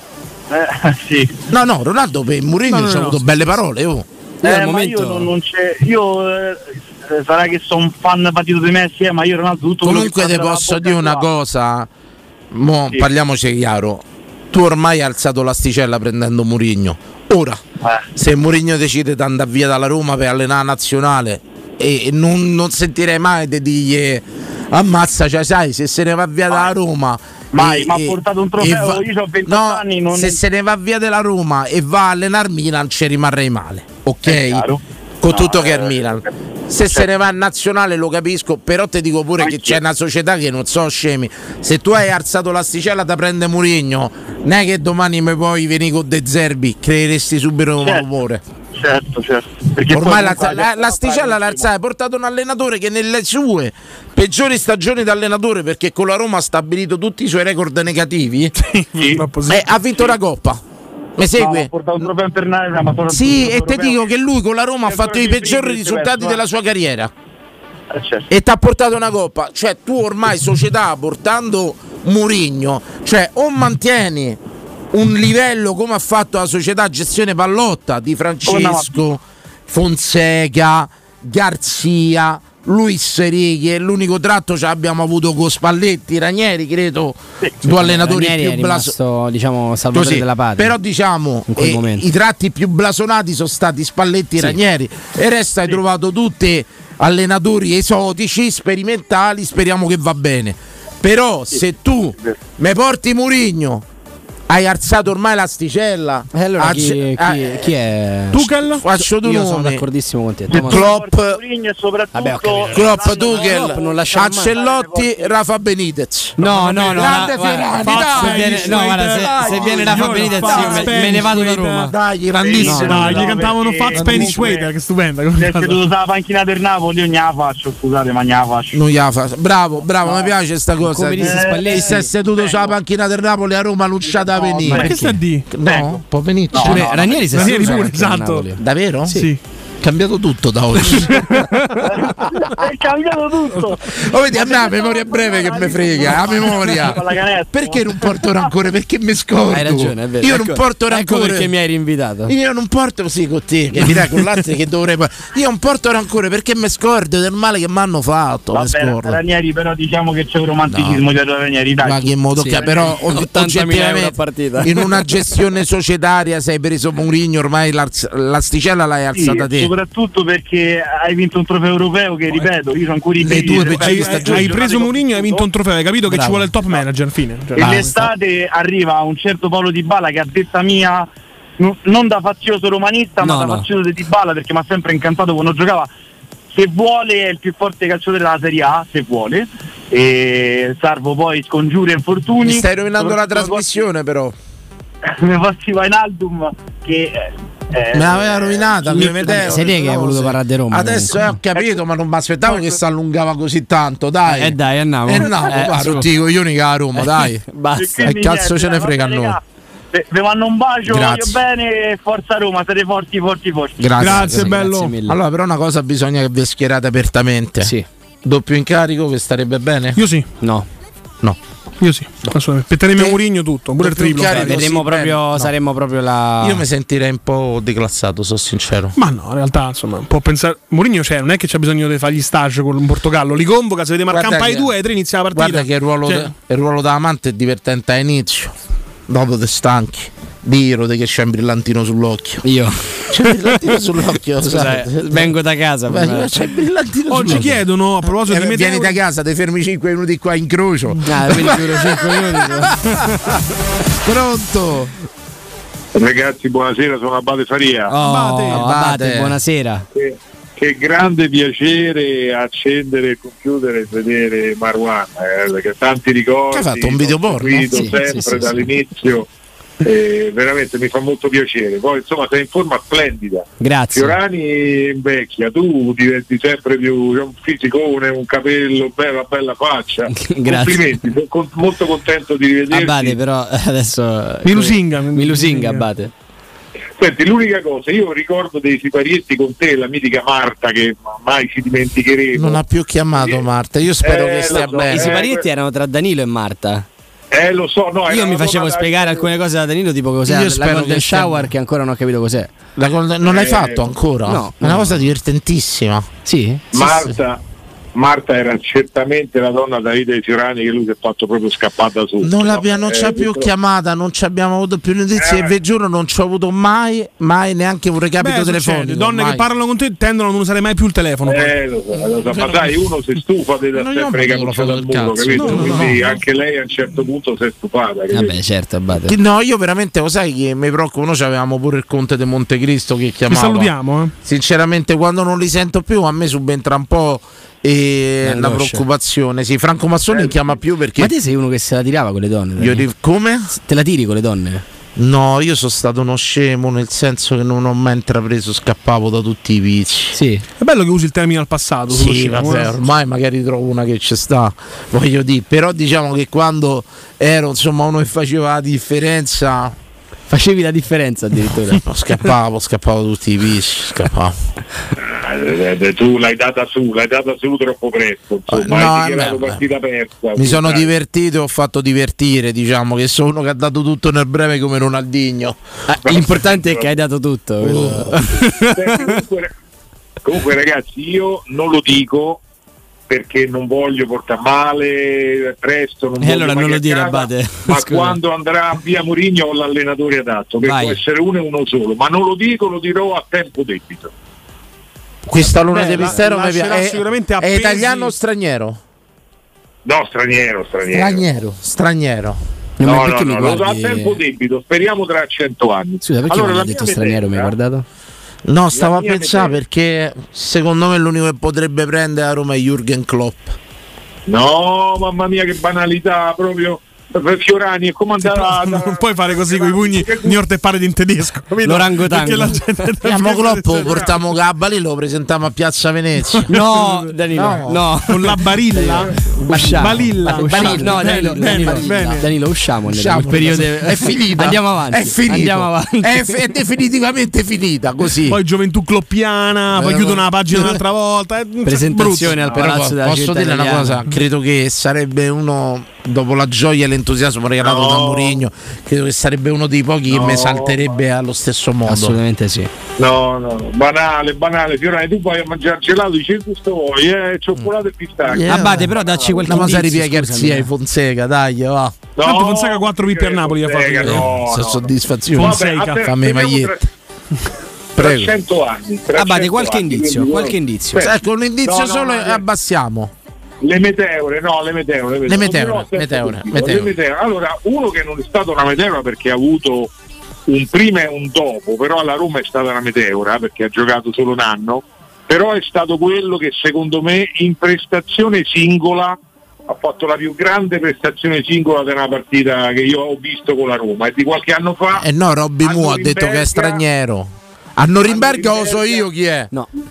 [SPEAKER 19] Sì.
[SPEAKER 3] No, Ronaldo per Mourinho ci ha avuto belle parole,
[SPEAKER 19] ma io non c'è. Sarà che sono un fan patito di Messi, ma io Ronaldo tutto.
[SPEAKER 3] Comunque ti posso dire una cosa. Mo parliamoci chiaro. Tu ormai hai alzato l'asticella prendendo Mourinho. Ora, se Mourinho decide di andare via dalla Roma per allenare la nazionale, e non sentirei mai di dirgli ammazza, cioè sai, se se ne va via dalla Roma.
[SPEAKER 19] Mai, mi ha portato un trofeo, io ho 28 anni.
[SPEAKER 3] Se se ne va via dalla Roma e va a allenare Milan ci rimarrei male, ok? Con tutto che è il Milan. Se se ne va in nazionale lo capisco, però ti dico pure che c'è una società che non so scemi. Se tu hai alzato l'asticella da prende Mourinho, non è che domani mi puoi venire con De Zerbi, creeresti subito un rumore.
[SPEAKER 19] Certo. Perché
[SPEAKER 3] ormai l'asticella l'ha alzata, hai portato un allenatore che nelle sue peggiori stagioni da allenatore, perché con la Roma ha stabilito tutti i suoi record negativi, ha vinto la Coppa. Mi segue?
[SPEAKER 19] Ha portato un trofeo internazionale,
[SPEAKER 3] sì, e ti dico che lui con la Roma ha fatto i peggiori risultati della sua carriera. E ti ha portato una Coppa. Cioè tu ormai società portando Mourinho, cioè o mantieni un livello come ha fatto la società gestione Pallotta di Francesco, Fonseca, Garzia, Luis Righi, e l'unico tratto ce l'abbiamo avuto con Spalletti, Ranieri, credo, due allenatori
[SPEAKER 4] Ranieri
[SPEAKER 3] più
[SPEAKER 4] blasonati, diciamo, salvatore della patria.
[SPEAKER 3] Però diciamo i tratti più blasonati sono stati Spalletti e Ranieri, e il resto hai trovato tutti allenatori esotici, sperimentali, speriamo che va bene. Però se tu mi porti Mourinho, hai alzato ormai l'asticella.
[SPEAKER 4] Allora chi è?
[SPEAKER 5] Tuchel?
[SPEAKER 3] Faccio due
[SPEAKER 4] Io
[SPEAKER 3] nomi.
[SPEAKER 4] sono d'accordissimo con te.
[SPEAKER 3] Klopp, Tuchel, Ancelotti, Rafa Benitez.
[SPEAKER 4] No,
[SPEAKER 3] grande Ferrari,
[SPEAKER 4] se viene Rafa Benitez me ne vado da Roma.
[SPEAKER 3] Dai, grandissimo.
[SPEAKER 5] Gli cantavano Fat Spanish Waiter, che stupenda.
[SPEAKER 19] Se seduto dalla panchina del Napoli, io non la faccio, scusate, ma non la faccio.
[SPEAKER 3] Non la faccio. Bravo, mi piace sta cosa. Se sei seduto sulla panchina del Napoli a Roma Lucciata venire.
[SPEAKER 5] Ma che sta di?
[SPEAKER 3] No, può venire.
[SPEAKER 4] Ranieri
[SPEAKER 5] pure, esatto.
[SPEAKER 3] Davvero?
[SPEAKER 5] Sì.
[SPEAKER 3] Cambiato tutto da oggi.
[SPEAKER 19] È cambiato tutto.
[SPEAKER 3] Oh, vedi, a me la memoria breve che mi frega, la memoria. Perché non porto rancore? Perché mi scordo.
[SPEAKER 4] Hai ragione, è vero.
[SPEAKER 3] Io non porto rancore.
[SPEAKER 4] Ecco perché mi hai rinvitato.
[SPEAKER 3] Io non porto con te, che mi dai con l'altro che dovrei. Io non porto rancore perché mi scordo del male che mi hanno fatto.
[SPEAKER 19] Vabbè, Ranieri, però diciamo che c'è un romanticismo dietro Ranieri, dai.
[SPEAKER 3] Ma che modo che però
[SPEAKER 4] oggettivamente
[SPEAKER 3] in una gestione societaria sei preso Mourinho, ormai l'asticella l'hai alzata te.
[SPEAKER 19] Soprattutto perché hai vinto un trofeo europeo che, ripeto, io sono ancora in
[SPEAKER 5] hai preso Mourinho e hai vinto un trofeo, hai capito che ci vuole il top manager, fine.
[SPEAKER 19] E l'estate arriva un certo Paolo Dybala che, a detta mia, non da fazioso romanista, ma da fazioso di Dybala, perché mi ha sempre incantato quando giocava. Se vuole è il più forte calciatore della Serie A, se vuole, e salvo poi scongiuri e infortuni.
[SPEAKER 3] Mi stai rovinando la trasmissione, però.
[SPEAKER 19] Mi fossi Wijnaldum che
[SPEAKER 3] me l'aveva rovinata,
[SPEAKER 4] sei te che hai voluto parlare di Roma.
[SPEAKER 3] Adesso ho capito, ma non mi aspettavo che si allungava così tanto, dai.
[SPEAKER 4] Dai, andiamo.
[SPEAKER 3] Tutti i coglioni che a Roma, dai.
[SPEAKER 4] Basta.
[SPEAKER 3] Che cazzo ce ne frega a noi.
[SPEAKER 19] Vi vanno un bacio, voglio bene, forza Roma, siete forti.
[SPEAKER 5] Grazie, bello.
[SPEAKER 3] Allora, però una cosa bisogna che vi schierate apertamente.
[SPEAKER 4] Sì.
[SPEAKER 3] Doppio incarico che starebbe bene?
[SPEAKER 5] Io sì.
[SPEAKER 4] No.
[SPEAKER 5] Io sì, assolutamente. Petteremo Mourinho tutto, pure il triplo.
[SPEAKER 4] Vedremo proprio, saremmo proprio la.
[SPEAKER 3] Io mi sentirei un po' declassato, sono sincero.
[SPEAKER 5] Ma no, in realtà, insomma, può pensare. Mourinho c'è, non è che c'è bisogno di fargli stage con il Portogallo. Li convoca, se vede marcare un paio di 2 e 3 inizia la partita.
[SPEAKER 3] Guarda che il ruolo da amante è divertente a inizio. Dopo te stanchi. Dirode che c'è un brillantino sull'occhio.
[SPEAKER 4] Io
[SPEAKER 3] c'è un brillantino sull'occhio.
[SPEAKER 4] Vengo da casa.
[SPEAKER 3] C'è il brillantino
[SPEAKER 5] sull'occhio. Oggi chiedono a proposito di
[SPEAKER 3] vieni da casa, ti fermi 5 minuti qua in crocio.
[SPEAKER 4] Quindi 5 minuti.
[SPEAKER 3] Pronto?
[SPEAKER 12] Ragazzi, buonasera, sono Abate Faria.
[SPEAKER 4] Abate, buonasera.
[SPEAKER 12] Che grande piacere accendere il computer e vedere Marwan, perché tanti ricordi.
[SPEAKER 3] Hai fatto un video porno?
[SPEAKER 12] Sempre dall'inizio. Veramente mi fa molto piacere. Poi insomma sei in forma splendida.
[SPEAKER 4] Grazie.
[SPEAKER 12] Fiorani invecchia, tu diventi sempre più, c'è un fisicone, un capello, bella faccia. Complimenti, sono molto contento di rivederti.
[SPEAKER 4] Abate, però adesso
[SPEAKER 5] mi lusinga
[SPEAKER 4] Abate.
[SPEAKER 12] Senti, l'unica cosa, io ricordo dei siparietti con te, la mitica Marta, che mai ci dimenticheremo.
[SPEAKER 3] Non ha più chiamato Marta, io spero che stia bene.
[SPEAKER 4] I siparietti erano tra Danilo e Marta.
[SPEAKER 12] Lo so, no.
[SPEAKER 4] Io mi facevo spiegare alcune cose da Danilo, tipo cos'è la Golden Shower, che ancora non ho capito cos'è.
[SPEAKER 3] Non l'hai fatto ancora?
[SPEAKER 4] No.
[SPEAKER 3] È una cosa divertentissima.
[SPEAKER 4] Sì?
[SPEAKER 12] Marta era certamente la donna da Ida Fiorani che lui si è fatto proprio scappata su.
[SPEAKER 3] Non ci ha più chiamata, non ci abbiamo avuto più notizie e vi giuro non ci ho avuto mai neanche un recapito telefonico.
[SPEAKER 5] Donne
[SPEAKER 3] mai.
[SPEAKER 5] Che parlano con te tendono a non usare mai più il telefono.
[SPEAKER 12] Lo so, ma dai, uno si stufa da sempre le camicie dal muro, capito? Quindi anche lei a un certo punto si è stufata.
[SPEAKER 4] Vabbè, certo, Abate.
[SPEAKER 3] No, io veramente, lo sai che mi preoccupo, noi avevamo pure il conte di Montecristo che chiamava.
[SPEAKER 5] Ti salutiamo,
[SPEAKER 3] Sinceramente quando non li sento più a me subentra un po' la preoccupazione. Sì, Franco Mazzoni non chiama più perché.
[SPEAKER 4] Ma te sei uno che se la tirava con le donne?
[SPEAKER 3] Come?
[SPEAKER 4] Te la tiri con le donne?
[SPEAKER 3] No, io sono stato uno scemo, nel senso che non ho mai intrapreso, scappavo da tutti i vizi.
[SPEAKER 4] Sì.
[SPEAKER 5] È bello che usi il termine al passato.
[SPEAKER 3] Sì, vabbè, ormai magari trovo una che ci sta, voglio dire. Però diciamo che quando ero insomma uno che faceva la differenza.
[SPEAKER 4] Facevi la differenza addirittura.
[SPEAKER 3] Scappavo tutti i vizi, scappavo.
[SPEAKER 12] Tu l'hai data su troppo presto. Insomma, hai dichiarato partita persa.
[SPEAKER 3] Mi sono divertito e ho fatto divertire, diciamo che sono uno che ha dato tutto nel breve come Ronaldinho.
[SPEAKER 4] L'importante è che hai dato tutto.
[SPEAKER 12] Comunque ragazzi, io non lo dico perché non voglio portare male presto, non
[SPEAKER 4] allora non lo dire, Abate.
[SPEAKER 12] Ma quando andrà via Mourinho ho l'allenatore adatto, che può essere uno e uno solo, ma non lo dico, lo dirò a tempo debito.
[SPEAKER 3] Questa luna di mistero mi piace.
[SPEAKER 5] Sicuramente
[SPEAKER 3] è italiano o straniero?
[SPEAKER 12] No, straniero.
[SPEAKER 3] No,
[SPEAKER 12] lo do a tempo debito, speriamo tra 100 anni.
[SPEAKER 4] Scusa, perché non hai detto straniero, mi hai guardato?
[SPEAKER 3] No, stavo a pensare perché secondo me l'unico che potrebbe prendere a Roma è Jürgen Klopp.
[SPEAKER 12] No, mamma mia che banalità, proprio Fiorani è come andare
[SPEAKER 5] non puoi fare così con i pugni Niort parli in tedesco,
[SPEAKER 4] l'orangotango.
[SPEAKER 3] Chiamo Klopp, portiamo Gabali, lo presentiamo a Piazza Venezia.
[SPEAKER 4] No, Danilo, no.
[SPEAKER 5] Con la Barilla. Balilla.
[SPEAKER 4] No, Danilo, usciamo nel periodo.
[SPEAKER 3] È finita.
[SPEAKER 4] Andiamo avanti.
[SPEAKER 3] È finita. È definitivamente finita così.
[SPEAKER 5] Poi Gioventù Cloppiana, poi chiudono la pagina un'altra volta.
[SPEAKER 4] Presentazione al Palazzo della
[SPEAKER 3] Città. Posso dire una cosa? Credo che sarebbe uno, dopo la gioia e l'entusiasmo regalato da Mourinho, credo che sarebbe uno dei pochi che mi salterebbe allo stesso modo.
[SPEAKER 4] Assolutamente sì.
[SPEAKER 12] No, banale. Fiorani, tu vai a mangiare gelato, dici questo vuoi, cioccolato e pistacchio.
[SPEAKER 4] Abate, però dacci qualche
[SPEAKER 3] indizio. Ma Masaria Garzia e Fonseca, dai, va.
[SPEAKER 5] Tanto Fonseca 4 VIP per Napoli ha fatto
[SPEAKER 3] soddisfazione.
[SPEAKER 5] Fonseca,
[SPEAKER 3] fammi magliette.
[SPEAKER 12] Prego. 100 anni.
[SPEAKER 4] Abate, qualche indizio.
[SPEAKER 3] Ecco, un indizio solo e abbassiamo.
[SPEAKER 12] Le meteore. Allora, uno che non è stato una meteora perché ha avuto un prima e un dopo, però alla Roma è stata una meteora perché ha giocato solo un anno, però è stato quello che secondo me in prestazione singola ha fatto la più grande prestazione singola di una partita che io ho visto con la Roma, e di qualche anno fa.
[SPEAKER 3] Robby Mu ha detto che è straniero. A Norimberga lo so io chi è.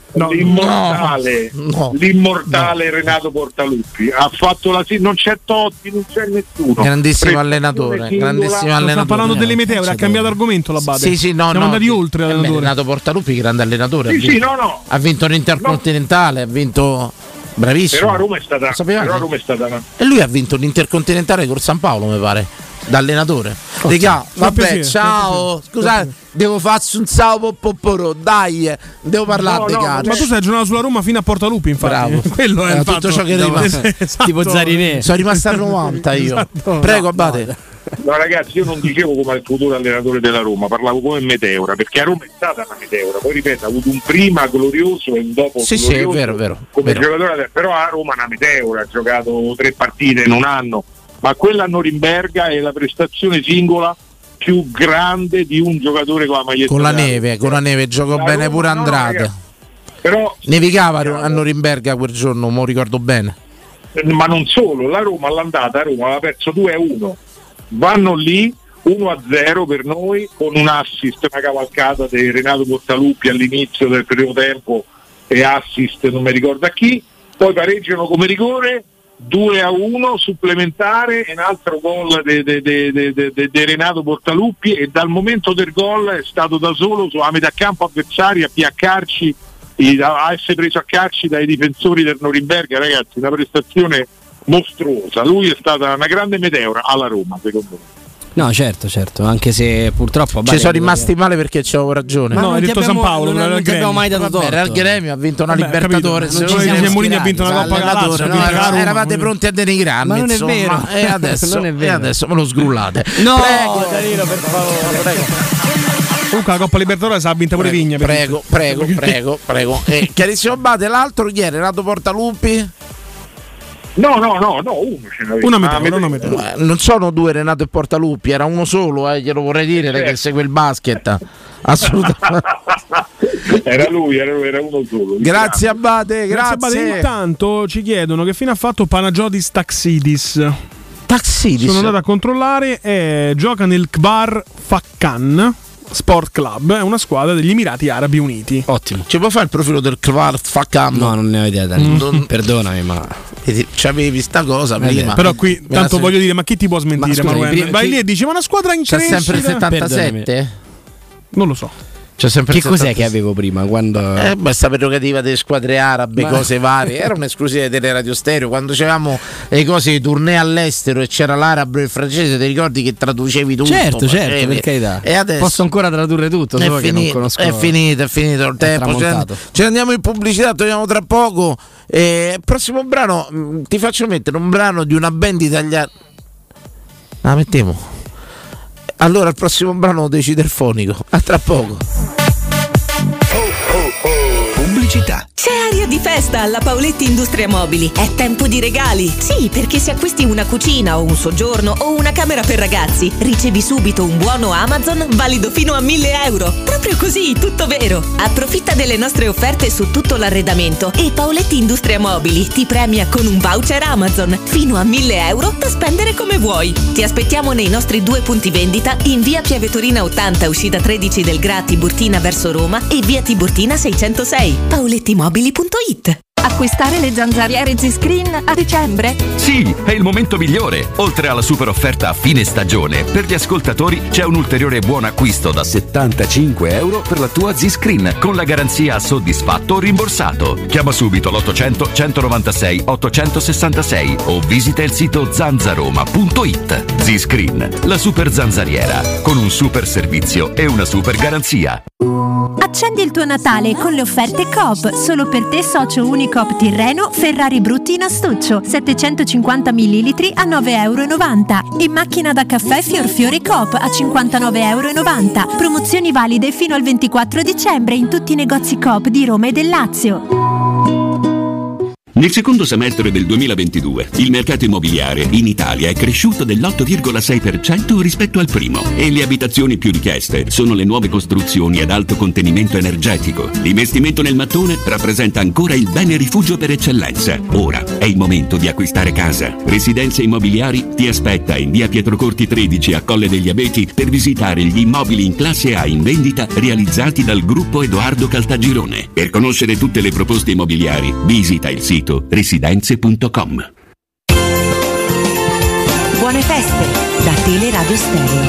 [SPEAKER 12] L'immortale Renato Portaluppi ha fatto non c'è Totti, non c'è nessuno.
[SPEAKER 3] Grandissimo allenatore.
[SPEAKER 5] Sta parlando delle meteore, ha cambiato argomento l'Abate.
[SPEAKER 3] Siamo
[SPEAKER 5] andati oltre l'allenatore.
[SPEAKER 3] Renato Portaluppi, grande allenatore.
[SPEAKER 12] Ha
[SPEAKER 3] vinto l'Intercontinentale, ha vinto. Bravissimo.
[SPEAKER 12] Però a Roma è stata
[SPEAKER 3] E lui ha vinto l'Intercontinentale col San Paolo, mi pare, da allenatore. Regà, vabbè, ciao. Scusate, devo farci un salvo poporo, dai, devo parlare di calcio.
[SPEAKER 5] Ma tu sei aggiornato sulla Roma fino a Portaluppi, infatti.
[SPEAKER 3] Bravo.
[SPEAKER 5] Quello è
[SPEAKER 3] tutto ciò che è rimasto.
[SPEAKER 4] Tipo Zarinè.
[SPEAKER 3] Sono rimasto a 90 io. Prego, Abate.
[SPEAKER 12] No ragazzi, io non dicevo come il futuro allenatore della Roma, parlavo come meteora, perché a Roma è stata una meteora, poi ripeto, ha avuto un prima glorioso e un dopo glorioso.
[SPEAKER 3] Sì, è vero.
[SPEAKER 12] Come giocatore, però a Roma è una meteora, ha giocato 3 partite in un anno, ma quella a Norimberga è la prestazione singola più grande di un giocatore con la maglietta.
[SPEAKER 3] Con la neve, gioco bene pure Andrade.
[SPEAKER 12] Però
[SPEAKER 3] nevicava a Norimberga quel giorno, me lo ricordo bene.
[SPEAKER 12] Ma non solo, la Roma all'andata, Roma aveva perso 2-1, vanno lì 1-0 per noi con un assist, una cavalcata di Renato Portaluppi all'inizio del primo tempo e assist non mi ricordo a chi, poi pareggiano come rigore 2-1 supplementare e un altro gol di Renato Portaluppi, e dal momento del gol è stato da solo sulla metà campo avversaria a piaccarci, a essere preso a calci dai difensori del Norimberga. Ragazzi, una prestazione mostruosa, lui è stata una grande meteora alla Roma secondo me.
[SPEAKER 4] No, certo, anche se purtroppo
[SPEAKER 3] ci sono rimasti male perché c'avevo ragione.
[SPEAKER 5] Ma no, hai detto San Paolo,
[SPEAKER 4] non ti abbiamo mai dato torto.
[SPEAKER 3] Real Gremio ha vinto una Libertadores,
[SPEAKER 5] Mourinho ha vinto una Coppa Lazio,
[SPEAKER 3] eravate pronti a denigrarmi,
[SPEAKER 4] ma non è vero.
[SPEAKER 3] E adesso,
[SPEAKER 4] non è vero.
[SPEAKER 3] E adesso me lo sgrullate.
[SPEAKER 4] No,
[SPEAKER 3] prego Danilo, per favore, prego.
[SPEAKER 5] Comunque la Coppa Libertadores ha vinta pure Vigna.
[SPEAKER 3] Prego. Chiarissimo Abate, l'altro chi è? Renato Portaluppi?
[SPEAKER 12] No, uno ce n'aveva.
[SPEAKER 5] Una metà.
[SPEAKER 3] Non sono due Renato e Portaluppi, era uno solo, glielo vorrei dire, che segue il basket. Assolutamente.
[SPEAKER 12] era uno solo.
[SPEAKER 3] Grazie Abate, grazie.
[SPEAKER 5] Abate. Intanto ci chiedono che fine ha fatto Panagiotis Taxidis. Sono andato a controllare, gioca nel Kbar Fakkan Sport Club, è una squadra degli Emirati Arabi Uniti.
[SPEAKER 3] Ottimo. Ci può fare il profilo del Kvar Fakkan?
[SPEAKER 4] No, non ne ho idea. Perdonami, ma
[SPEAKER 3] c'avevi sta cosa prima.
[SPEAKER 5] Però qui tanto voglio dire, ma chi ti può smentire? Vai lì e dici, ma una squadra in crescita.
[SPEAKER 3] C'è sempre il 77?
[SPEAKER 5] Non lo so.
[SPEAKER 3] C'è sempre
[SPEAKER 4] che cos'è che avevo prima? Quando
[SPEAKER 3] questa prerogativa delle squadre arabe, cose varie, era un'esclusiva delle Radio Stereo. Quando c'avevamo le cose di tournée all'estero e c'era l'arabo e il francese, ti ricordi che traducevi tutto?
[SPEAKER 4] Certo, per carità.
[SPEAKER 3] E adesso
[SPEAKER 4] posso ancora tradurre tutto, solo che non conosco.
[SPEAKER 3] È finito il tempo. Ce ne andiamo in pubblicità, torniamo tra poco. Prossimo brano, ti faccio mettere un brano di una band italiana. La mettiamo. Allora il prossimo brano lo decide il fonico. A tra poco.
[SPEAKER 22] Pubblicità.
[SPEAKER 13] C'è aria di festa alla Paoletti Industria Mobili. È tempo di regali. Sì, perché se acquisti una cucina o un soggiorno o una camera per ragazzi, ricevi subito un buono Amazon valido fino a 1.000 euro. Proprio così, tutto vero. Approfitta delle nostre offerte su tutto l'arredamento e Paoletti Industria Mobili ti premia con un voucher Amazon fino a 1.000 euro da spendere come vuoi. Ti aspettiamo nei nostri 2 punti vendita in via Piavetorina 80, uscita 13 del Gra Tiburtina verso Roma e via Tiburtina 606. paolettimobili.it.
[SPEAKER 21] Acquistare le zanzariere Z-Screen a dicembre?
[SPEAKER 22] Sì, è il momento migliore. Oltre alla super offerta a fine stagione, per gli ascoltatori c'è un ulteriore buon acquisto da 75 euro per la tua Z-Screen con la garanzia soddisfatto o rimborsato. Chiama subito l'800 196 866 o visita il sito zanzaroma.it. Z-Screen, la super zanzariera, con un super servizio e una super garanzia.
[SPEAKER 21] Accendi il tuo Natale con le offerte Coop. Solo per te socio Unicoop Tirreno Ferrari Brutti in astuccio 750 ml a 9,90 €. E macchina da caffè Fiorfiore Coop a 59,90 €. Promozioni valide fino al 24 dicembre in tutti i negozi Coop di Roma e del Lazio.
[SPEAKER 22] Nel secondo semestre del 2022 il mercato immobiliare in Italia è cresciuto dell'8,6% rispetto al primo e le abitazioni più richieste sono le nuove costruzioni ad alto contenimento energetico. L'investimento nel mattone rappresenta ancora il bene rifugio per eccellenza. Ora è il momento di acquistare casa. Residenze Immobiliari ti aspetta in via Pietrocorti 13 a Colle degli Abeti per visitare gli immobili in classe A in vendita realizzati dal gruppo Edoardo Caltagirone. Per conoscere tutte le proposte immobiliari visita il sito residenze.com.
[SPEAKER 21] Buone feste da Teleradio Stereo.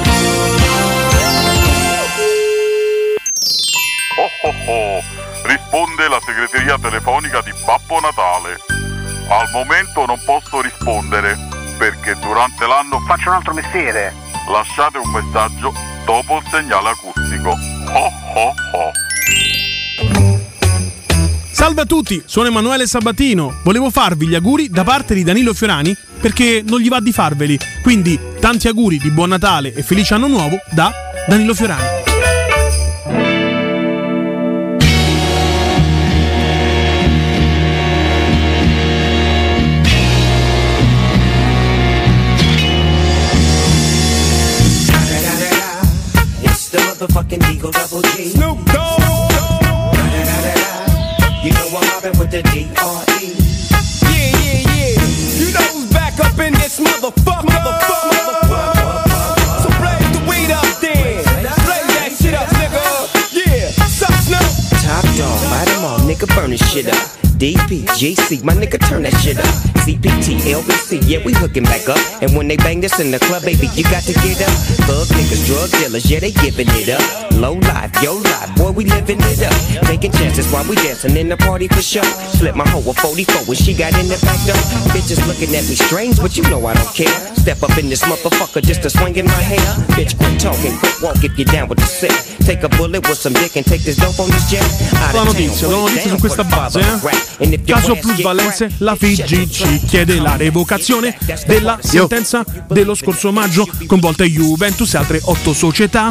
[SPEAKER 7] Risponde la segreteria telefonica di Babbo Natale. Al momento non posso rispondere perché durante l'anno faccio un altro mestiere. Lasciate un messaggio dopo il segnale acustico.
[SPEAKER 5] Salve a tutti, sono Emanuele Sabatino. Volevo farvi gli auguri da parte di Danilo Fiorani perché non gli va di farveli. Quindi tanti auguri di buon Natale e felice anno nuovo da Danilo Fiorani.
[SPEAKER 14] It's the motherfucking Eagle Double G. Snoop Dogg.
[SPEAKER 24] You know I'm mobbing with the D.R.E. Yeah. You know who's back up in this motherfucker. So blaze the weed up then. Blaze that shit up, nigga. Yeah, suck Snoop. Top dog, light 'em all, nigga, burn this shit up. DP, GC, my nigga, turn that shit up. CPT, LBC, yeah, we hooking back up. And when they bang this in the club, baby, you got to get up. Thug niggas, drug dealers, yeah, they giving it up. Low life, yo life, boy, we living it up. Taking chances while we dancing in the party for sure. Slip my hoe a 44 when she got in the back door. Bitches looking at me strange, but you know I don't care. Step up in this motherfucker just to swing in my hair. Bitch, quit talking, quit walk if you're down with the sick. Take a bullet with some dick and take this dope on this jet.
[SPEAKER 5] La notizia su questa base, Caso plusvalenze, la FIGC chiede la revocazione della sentenza dello scorso maggio, coinvolte Juventus e altre 8 società.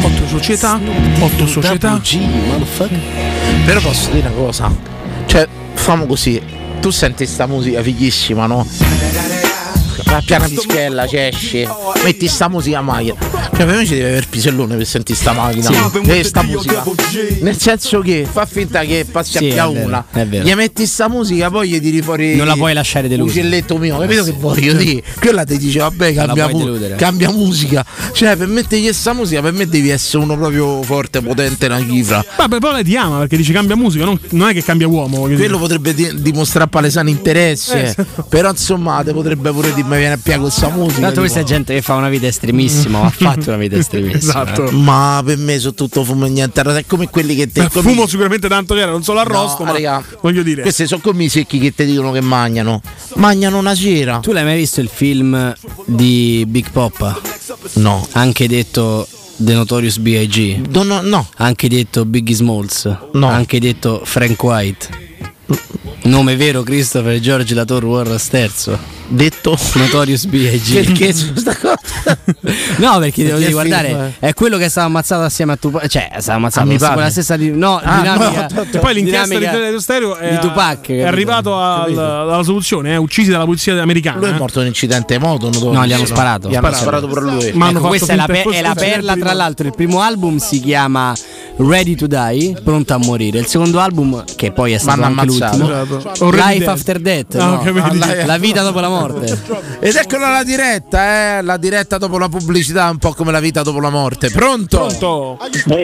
[SPEAKER 3] Però posso dire una cosa, cioè famo così, tu senti sta musica fighissima, no? La piana pischella, esce, metti sta musica a macchina. Cioè per me ci deve aver pisellone per sentire sta macchina, sta musica. Nel senso che fa finta che passi a via una, gli metti sta musica, poi gli tiri fuori.
[SPEAKER 4] Non la puoi lasciare deludere.
[SPEAKER 3] Uccelletto mio, capito che voglio dire? Quella ti dice vabbè cambia musica. Cioè per mettergli sta musica, per me devi essere uno proprio forte, potente, una cifra.
[SPEAKER 5] Vabbè, però lei ti ama perché dice cambia musica, non è che cambia uomo.
[SPEAKER 3] Quello potrebbe dimostrare palesano interesse, però insomma te potrebbe pure dire mi viene a piacere questa musica.
[SPEAKER 4] Tanto questa gente che fa una vita estremissima, ha fatto una vita estremissima.
[SPEAKER 5] Esatto.
[SPEAKER 3] Ma per me sono tutto fumo e niente, è come quelli che te
[SPEAKER 5] fumo sicuramente tanto c'era, non solo arrosto, ma
[SPEAKER 3] raga,
[SPEAKER 5] voglio dire.
[SPEAKER 3] Questi sono come i secchi che ti dicono che mangiano una sera.
[SPEAKER 4] Tu l'hai mai visto il film di Big Poppa?
[SPEAKER 3] No.
[SPEAKER 4] Anche detto The Notorious B.I.G.
[SPEAKER 3] No.
[SPEAKER 4] Anche detto Biggie Smalls.
[SPEAKER 3] No.
[SPEAKER 4] Anche detto Frank White. Nome vero Christopher George Latour Warras III.
[SPEAKER 3] Detto
[SPEAKER 4] Notorious B.I.G.
[SPEAKER 3] Perché su sta cosa?
[SPEAKER 4] No, perché devo dire, guardare, è quello che è stato ammazzato assieme a Tupac. Cioè, è stato ammazzato con la stessa dinamica.
[SPEAKER 5] E poi l'inchiesta di Teleradio Stereo
[SPEAKER 4] di Tupac
[SPEAKER 5] è arrivato alla soluzione, uccisi dalla polizia americana.
[SPEAKER 3] Lui è morto in un incidente moto.
[SPEAKER 4] No, gli hanno sparato.
[SPEAKER 3] Gli hanno sparato pure lui.
[SPEAKER 4] Ma questa è la perla, tra l'altro. Il primo album si chiama Ready to Die, Pronto a morire. Il secondo album, che poi è stato anche l'ultimo, Life After Death, la vita dopo la morte.
[SPEAKER 3] Ed eccola la diretta, la diretta dopo la pubblicità, un po' come la vita dopo la morte. Pronto?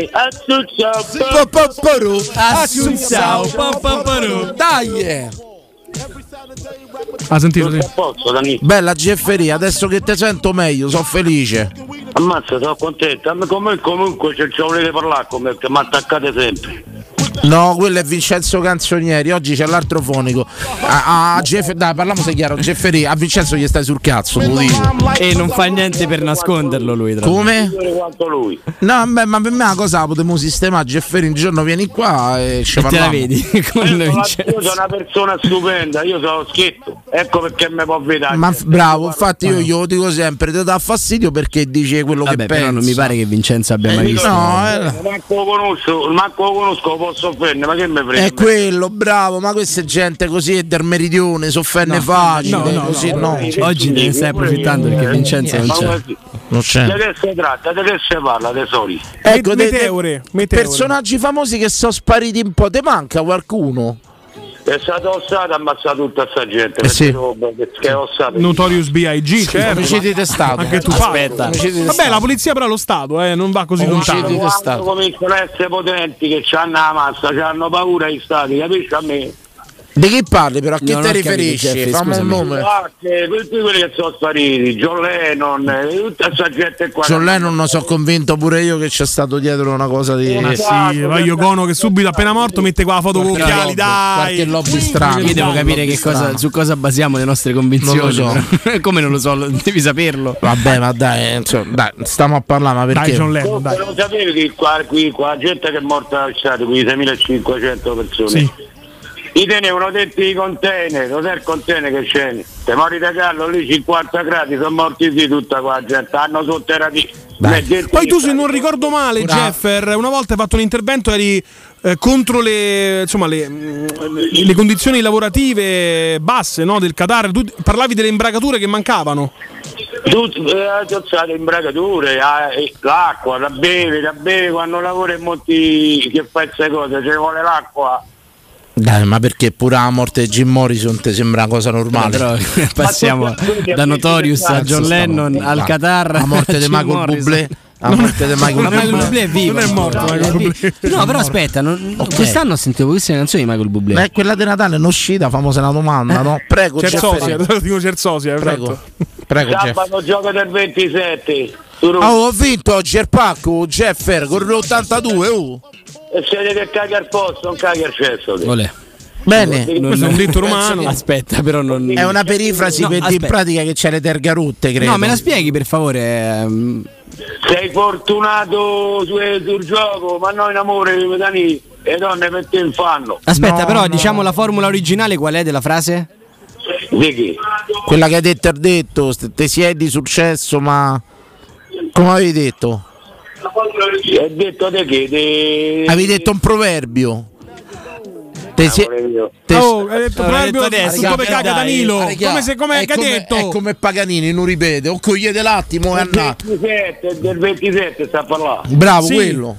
[SPEAKER 3] Dai!
[SPEAKER 5] Ha sentito?
[SPEAKER 3] Bella Gefferia, adesso che ti sento meglio, sono felice.
[SPEAKER 14] Ammazza, sono contento. Comunque se ci volete parlare con me, che mi attaccate sempre.
[SPEAKER 3] No, quello è Vincenzo Canzonieri. Oggi c'è l'altro fonico. Dai, parliamo se chiaro. Gefferì, a Vincenzo gli stai sul cazzo, lo dico.
[SPEAKER 4] E non fa niente per nasconderlo lui.
[SPEAKER 3] Come?
[SPEAKER 14] Lui.
[SPEAKER 3] No, beh, ma per me la cosa la potremmo sistemare. Gefferì, un giorno vieni qua e ci parliamo.
[SPEAKER 4] Te la vedi?
[SPEAKER 14] Io sono una persona stupenda, io sono schietto. Ecco perché mi può vedere.
[SPEAKER 3] Ma bravo, infatti io glielo dico sempre, ti dà fastidio perché dice quello che pensa.
[SPEAKER 4] Però non mi pare che Vincenzo abbia mai visto.
[SPEAKER 14] No, manco lo conosco, posso offendere, ma che me frega?
[SPEAKER 3] È quello, bravo, ma questa è gente così è del meridione, soffende facile, così no.
[SPEAKER 4] Oggi te ne stai approfittando perché Vincenzo non c'è.
[SPEAKER 3] Non c'è.
[SPEAKER 14] Di che si tratta? Di che si parla, tesori?
[SPEAKER 3] Ecco, personaggi famosi che sono spariti un po', te manca qualcuno?
[SPEAKER 14] È stato ossato, ammazzato tutta sta gente.
[SPEAKER 3] Sì.
[SPEAKER 14] Che è ossato.
[SPEAKER 5] Notorious B.I.G. certo.
[SPEAKER 3] Omicidi di Stato.
[SPEAKER 5] Anche tu
[SPEAKER 4] aspetta.
[SPEAKER 5] Vabbè, la polizia però lo Stato, non va così lontano.
[SPEAKER 14] Quando cominciano a essere potenti che hanno la massa, hanno paura gli stati, capisci a me?
[SPEAKER 3] Di chi parli però? A chi ti riferisci? Fammi un nome.
[SPEAKER 14] Tutti quelli che sono spariti, John Lennon, tutta questa gente qua.
[SPEAKER 3] John Lennon non sono convinto pure io che c'è stato dietro una cosa di.
[SPEAKER 5] Sì, vai Yoko Ono che subito appena morto mette qua la foto con occhiali, dai.
[SPEAKER 3] Qualche lobby strano.
[SPEAKER 4] Io devo capire su cosa basiamo le nostre convinzioni.
[SPEAKER 3] Non lo
[SPEAKER 4] so. Come non lo so, devi saperlo.
[SPEAKER 3] Vabbè, ma dai, stiamo a parlare, ma perché?
[SPEAKER 5] Dai, John Lennon, dai.
[SPEAKER 14] Non sapevi che qua la gente che è morta al stato, qui 6.500 persone.
[SPEAKER 5] Sì.
[SPEAKER 14] Gli tenevano dentro i container, cos'è il container che c'è? Te mori da callo lì 50 gradi, sono morti sì tutta qua gente, hanno sotterrati.
[SPEAKER 5] Poi tu se non ricordo male, Jeffer, una volta hai fatto un intervento, eri contro le condizioni lavorative basse, no, del Qatar, tu parlavi delle imbragature che mancavano.
[SPEAKER 14] Le imbragature, l'acqua da bere quando lavori in molti che fai queste cose, ci vuole l'acqua.
[SPEAKER 3] Dai, ma perché pure la morte di Jim Morrison ti sembra una cosa normale?
[SPEAKER 4] Però passiamo da Notorious a John Lennon al Qatar.
[SPEAKER 3] La morte di Michael Bublé. La morte di
[SPEAKER 4] Michael Bublé è vivo.
[SPEAKER 5] Non è morto Michael Bublé.
[SPEAKER 4] No, però aspetta, quest'anno ho sentito pochissime canzoni di Michael Bublé.
[SPEAKER 3] Beh, quella di Natale è un'uscita, famosa una domanda, no? Prego,
[SPEAKER 5] Cersosia,
[SPEAKER 3] prego.
[SPEAKER 14] Sabato gioco del 27.
[SPEAKER 3] Ho vinto oggi il pacco, Jeffer, con l'82.
[SPEAKER 14] E siete che caglia al posto, non caglia al cesso.
[SPEAKER 3] Bene,
[SPEAKER 5] questo è un detto romano.
[SPEAKER 4] Aspetta, però non
[SPEAKER 3] è una perifrasi per dire in pratica che c'è le tergarutte, credo.
[SPEAKER 4] No, me la spieghi per favore?
[SPEAKER 14] Sei fortunato sul gioco, ma noi in amore le donne per te fanno.
[SPEAKER 4] Aspetta, però diciamo la formula originale qual è della frase?
[SPEAKER 14] Di chi?
[SPEAKER 3] Quella che hai detto, te siedi successo, ma come avevi detto?
[SPEAKER 14] Hai detto di che?
[SPEAKER 3] Avevi detto un proverbio.
[SPEAKER 5] Hai detto proverbio adesso come caga Danilo. Come hai detto?
[SPEAKER 3] È come Paganini, non ripete. O cogliete l'attimo e andate.
[SPEAKER 14] Del 27 sta a parlare.
[SPEAKER 3] Bravo, sì. Quello.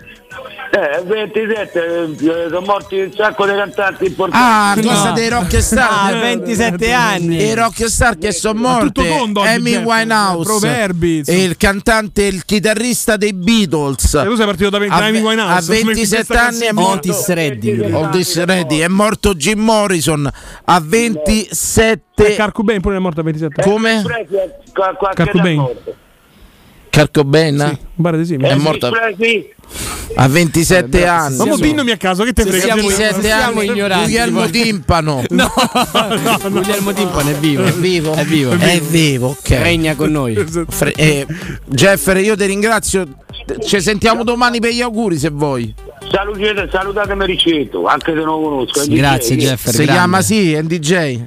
[SPEAKER 14] Il 27 sono morti un sacco di cantanti importanti.
[SPEAKER 3] Cosa dei rockstar?
[SPEAKER 4] 27 anni.
[SPEAKER 3] I rockstar che sono morti. Amy Winehouse, e il cantante, il chitarrista dei Beatles.
[SPEAKER 5] E tu sei partito da Amy Winehouse.
[SPEAKER 3] A 27 anni è morto
[SPEAKER 4] Otis Redding.
[SPEAKER 3] È morto Jim Morrison a 27.
[SPEAKER 5] Kurt Cobain pure è morto a 27.
[SPEAKER 3] Come?
[SPEAKER 14] Kurt Cobain.
[SPEAKER 3] Kurt Cobain?
[SPEAKER 5] Sì, pare di sì.
[SPEAKER 3] È morto a 27 anni.
[SPEAKER 5] Ma mobilnomi a caso, che te frega?
[SPEAKER 3] 27 anni, Guglielmo Timpano.
[SPEAKER 4] No, Guglielmo Timpano è vivo.
[SPEAKER 3] È vivo, ok.
[SPEAKER 4] Regna con noi.
[SPEAKER 3] Jeffer, io ti ringrazio. Ci sentiamo domani per gli auguri se vuoi.
[SPEAKER 14] Salutatemi Ricetto, anche se non lo conosco.
[SPEAKER 4] Grazie Jeffer.
[SPEAKER 3] Si chiama è un DJ.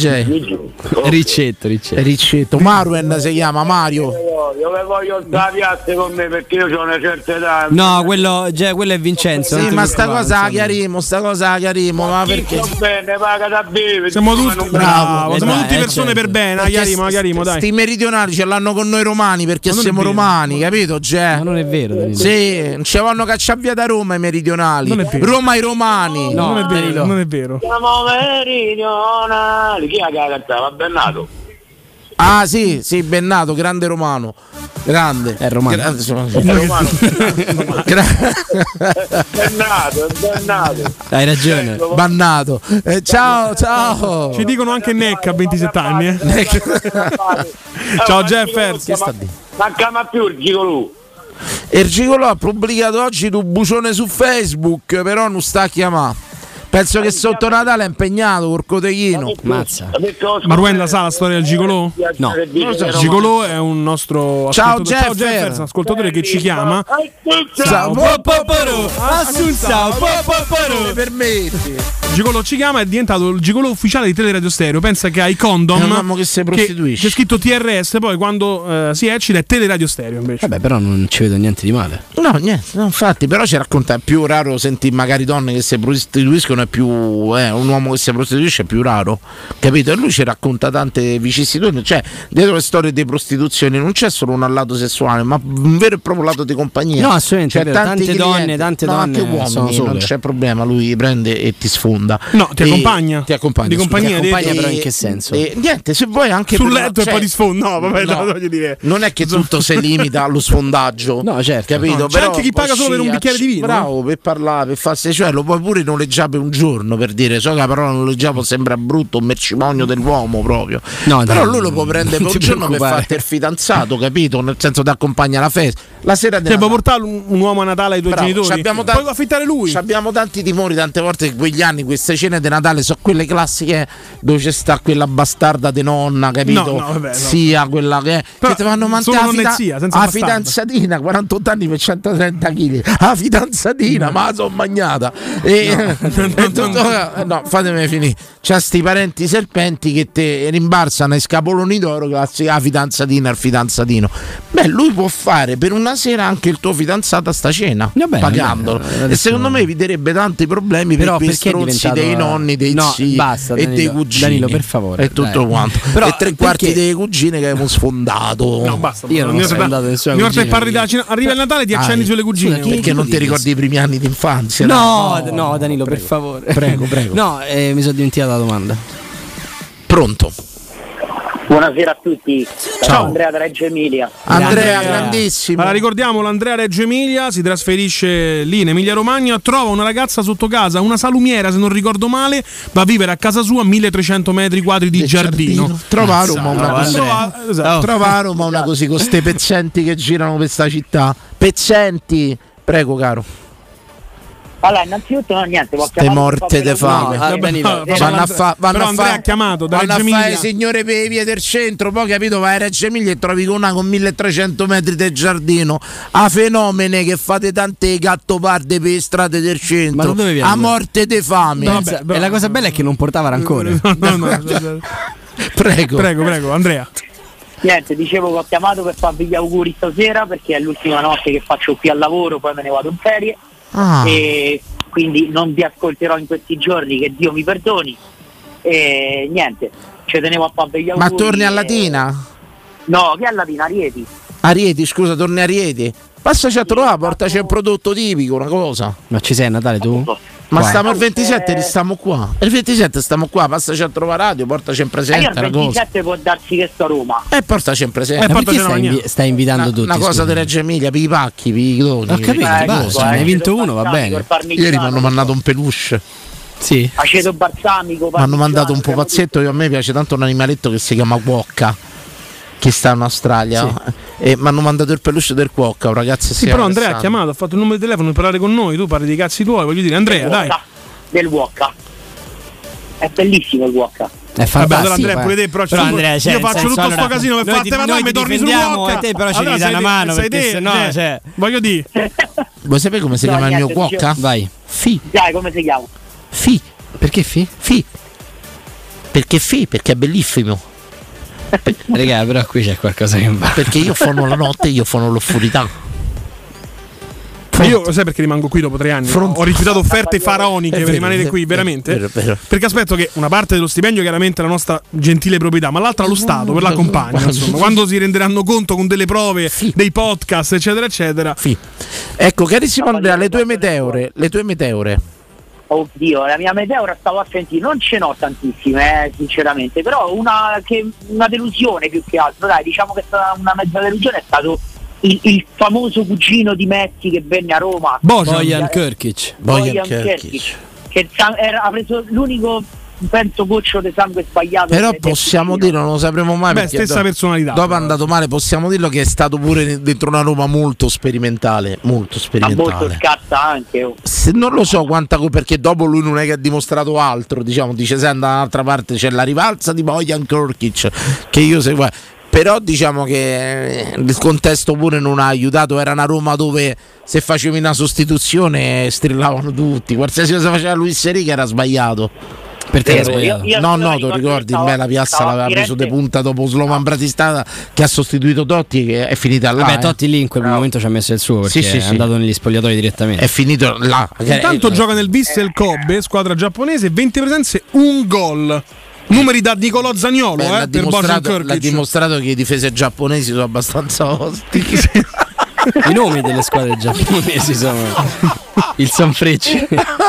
[SPEAKER 3] Ricetto. Marwen si chiama Mario.
[SPEAKER 14] Io voglio la piazza con me perché io ho una certa età.
[SPEAKER 4] No, quello è Vincenzo.
[SPEAKER 3] Sì, ma sta cosa la chiarimo, ma perché?
[SPEAKER 14] Bene, paga da bere.
[SPEAKER 5] Siamo tutti persone per bene, chiarimo, dai.
[SPEAKER 3] Sti meridionali ce l'hanno con noi romani perché siamo romani, capito?
[SPEAKER 4] Ma non è vero, Danilo.
[SPEAKER 3] Sì, non ci vanno cacciare via da Roma i meridionali. Roma i romani.
[SPEAKER 5] No, non è vero.
[SPEAKER 14] Siamo meridionali. Chi è che ha cantato? Bennato.
[SPEAKER 3] Ah sì, Bennato, grande romano. Grande.
[SPEAKER 4] È romano.
[SPEAKER 14] Bennato.
[SPEAKER 4] Hai ragione.
[SPEAKER 3] Bannato. Ciao.
[SPEAKER 5] Ci dicono anche Neck a 27 anni. Ciao Jeffer.
[SPEAKER 14] Non chiama più il Gigolò.
[SPEAKER 3] Il Gigolò ha pubblicato oggi un bucione su Facebook, però non sta a chiamare. Penso che sotto Natale è impegnato col cotechino.
[SPEAKER 4] Mazza.
[SPEAKER 5] Ma Ruenda sa la storia del Gigolò?
[SPEAKER 4] No.
[SPEAKER 5] Il Gigolò è un nostro ascoltatore che ci chiama.
[SPEAKER 3] Permetti.
[SPEAKER 5] Gigolò ci chiama, è diventato il Gigolò ufficiale di Teleradio Stereo. Pensa che ha i condom.
[SPEAKER 3] È un uomo che si prostituisce.
[SPEAKER 5] C'è scritto TRS, poi quando si eccita è Teleradio Stereo invece.
[SPEAKER 4] Vabbè, però non ci vedo niente di male.
[SPEAKER 3] No, niente, infatti, però ci racconta, è più raro sentire magari donne che si prostituiscono, è più un uomo che si prostituisce è più raro, capito? E lui ci racconta tante vicissitudini, cioè dietro le storie di prostituzione non c'è solo un lato sessuale, ma un vero e proprio lato di compagnia.
[SPEAKER 4] No, assolutamente,
[SPEAKER 3] cioè,
[SPEAKER 4] tante donne,
[SPEAKER 3] anche uomini,
[SPEAKER 4] sono sole.
[SPEAKER 3] Non c'è problema, lui prende e ti sfonda.
[SPEAKER 5] No, ti accompagna.
[SPEAKER 3] Ti accompagna.
[SPEAKER 5] Di compagnia,
[SPEAKER 4] però in che senso?
[SPEAKER 3] Niente, se vuoi anche
[SPEAKER 5] sul letto e poi ti sfonda. No, vabbè, no, voglio dire.
[SPEAKER 3] Non è che tutto si limita allo sfondaggio.
[SPEAKER 4] No, certo.
[SPEAKER 3] Capito?
[SPEAKER 5] No, c'è anche chi paga solo per un bicchiere di vino.
[SPEAKER 3] Bravo, per parlare, per farsi, cioè lo puoi pure noleggiare per un giorno, per dire, so che la parola noleggiare sembra brutto, un mercimonio dell'uomo proprio. No, però lui lo può prendere per un giorno per farti il fidanzato, capito? Nel senso ti accompagna alla festa. La sera
[SPEAKER 5] puoi portare un uomo a Natale ai tuoi genitori. Puoi affittare lui.
[SPEAKER 3] Abbiamo tanti timori tante volte che quegli anni, queste cene di Natale sono quelle classiche dove c'è sta quella bastarda di nonna, capito?
[SPEAKER 5] No.
[SPEAKER 3] Sia quella che ti vanno mangiare
[SPEAKER 5] la
[SPEAKER 3] fidanzatina, 48 anni per 130 kg. La fidanzatina, ma la sono magnata. No, fatemi finire. C'ha sti parenti serpenti che te rimbalzano i scapoloni d'oro, classica la fidanzatina e il fidanzatino. Beh, lui può fare per una sera anche il tuo fidanzato a sta cena, pagandolo. E secondo me eviterebbe tanti problemi per quei stronzi dei nonni, dei zii e dei cugini.
[SPEAKER 4] Danilo, per favore.
[SPEAKER 3] E tutto quanto. Però e tre quarti delle cugine che abbiamo sfondato.
[SPEAKER 5] No, basta.
[SPEAKER 4] Io non ho sfondato nessuna
[SPEAKER 5] cugina. Arriva il Natale e ti accendi sulle cugine.
[SPEAKER 3] Perché non ti ricordi i primi anni di infanzia?
[SPEAKER 4] No, Danilo, per favore. favore.
[SPEAKER 3] Prego.
[SPEAKER 4] No, mi sono dimenticato la domanda.
[SPEAKER 3] Pronto?
[SPEAKER 20] Buonasera a tutti.
[SPEAKER 3] Ciao.
[SPEAKER 20] Andrea da Reggio Emilia.
[SPEAKER 3] Andrea, grandissimo.
[SPEAKER 5] Allora, ricordiamolo, Andrea Reggio Emilia si trasferisce lì in Emilia Romagna, trova una ragazza sotto casa, una salumiera se non ricordo male, va a vivere a casa sua, 1300 metri quadri di giardino.
[SPEAKER 3] Trova a Roma una così con ste pezzenti che girano per sta città. Pezzenti. Prego, caro.
[SPEAKER 20] Allora, innanzitutto niente,
[SPEAKER 3] Ste morte de fame.
[SPEAKER 5] Però Andrea ha chiamato da Reggio
[SPEAKER 3] Vanno a fare
[SPEAKER 5] Emilia.
[SPEAKER 3] signore per le vie del centro, poi capito, vai a Reggio Emilia e trovi una con 1300 metri di giardino. A fenomene che fate tante gattoparde per le strade del centro. A morte de fame.
[SPEAKER 4] E la cosa bella è che non portava rancore.
[SPEAKER 5] Prego, Andrea.
[SPEAKER 20] Niente, dicevo che ho chiamato per farvi gli auguri stasera perché è l'ultima notte che faccio qui al lavoro, poi me ne vado in ferie. E quindi non vi ascolterò in questi giorni, che Dio mi perdoni. E niente, ci tenevo a farvi gli auguri.
[SPEAKER 3] Ma torni a Latina?
[SPEAKER 20] No, che a Latina, Rieti.
[SPEAKER 3] Rieti, scusa, torni a Rieti. Passaci a trovare, portaci un prodotto tipico, una cosa.
[SPEAKER 4] Ma ci sei a Natale tu?
[SPEAKER 3] Ma stiamo il 27, stiamo qua. Il 27 stiamo qua, passaci a trovare radio, portaci in presente
[SPEAKER 20] Io il
[SPEAKER 3] una cosa.
[SPEAKER 20] 27 può darsi che sto a Roma.
[SPEAKER 3] E portaci in presente.
[SPEAKER 4] Ma perché stai invitando tutti?
[SPEAKER 3] Una cosa di Reggio Emilia, per i pacchi, per i doni.
[SPEAKER 4] Ho capito, basta, ne hai vinto uno, va bene.
[SPEAKER 3] Ieri mi hanno mandato un peluche.
[SPEAKER 4] Sì.
[SPEAKER 20] Aceto balsamico.
[SPEAKER 3] Mi hanno mandato un pupazzetto, a me piace tanto un animaletto che si chiama Cuocca, che sta in Australia. E mi hanno mandato il peluche del Cuocca, un ragazzo.
[SPEAKER 5] Sì, però Andrea ha chiamato, ha fatto il numero di telefono per parlare con noi, tu parli dei cazzi tuoi, voglio dire, Andrea, dai.
[SPEAKER 20] Del Wokka. È bellissimo il Wokka.
[SPEAKER 4] È fantastico.
[SPEAKER 5] Allora Andrea pure te, però
[SPEAKER 4] Andrea,
[SPEAKER 5] io faccio tutto sto casino per farti parlare, mi torni sul Wokka.
[SPEAKER 4] A te però ci devi dare una mano, perché se no,
[SPEAKER 5] voglio dire.
[SPEAKER 3] Vuoi sapere come si chiama il mio Wokka?
[SPEAKER 4] Vai.
[SPEAKER 3] Fi.
[SPEAKER 20] Dai, come si chiama?
[SPEAKER 3] Fi.
[SPEAKER 4] Perché Fi?
[SPEAKER 3] Fi. Perché è bellissimo.
[SPEAKER 4] Raga, però qui c'è qualcosa che va.
[SPEAKER 3] Perché io fono la notte e io fono l'oscurità.
[SPEAKER 5] Io sai perché rimango qui dopo 3 anni? Ho rifiutato offerte faraoniche per rimanere qui, veramente.
[SPEAKER 3] Vero.
[SPEAKER 5] Perché aspetto che una parte dello stipendio chiaramente è la nostra gentile proprietà, ma l'altra lo Stato per la compagna. Insomma, quando si renderanno conto con delle prove, dei podcast, eccetera, eccetera.
[SPEAKER 3] Ecco, carissimo Andrea, le tue meteore.
[SPEAKER 20] Oddio, la mia meteora stavo a sentire, non ce n'ho tantissime, sinceramente, però una delusione più che altro, dai, diciamo che è stata una mezza delusione, è stato il famoso cugino di Messi che venne a Roma,
[SPEAKER 4] Bojan Krkić,
[SPEAKER 20] che ha preso l'unico, penso, goccio di sangue sbagliato.
[SPEAKER 3] Però possiamo dirlo, non lo sapremo mai.
[SPEAKER 5] Beh, stessa personalità.
[SPEAKER 3] Dopo è andato male, possiamo dirlo che è stato pure dentro una Roma molto sperimentale.
[SPEAKER 20] Ma molto scarsa anche.
[SPEAKER 3] Se non lo so quanta, perché dopo lui non è che ha dimostrato altro. Diciamo, dice se anda dall'altra parte c'è la rivalsa di Bojan Krkić che io seguo. Però diciamo che il contesto pure non ha aiutato. Era una Roma dove se facevi una sostituzione strillavano tutti. Qualsiasi cosa faceva Luis Enrique era sbagliato.
[SPEAKER 4] Perché era sbagliato?
[SPEAKER 3] No, tu ricordi in me la piazza l'aveva preso de punta dopo Slovan Bratislava che ha sostituito Totti, che è finita là.
[SPEAKER 4] Vabbè, Totti lì in quel momento ci ha messo il suo perché è andato negli spogliatoi direttamente.
[SPEAKER 3] È finito là.
[SPEAKER 5] Intanto gioca nel Vissel Kobe, squadra giapponese, 20 presenze, un gol. Numeri da Nicolò Zaniolo.
[SPEAKER 3] L'ha dimostrato che i difese giapponesi sono abbastanza ostichi.
[SPEAKER 4] I nomi delle squadre giapponesi sono il Sanfrecce.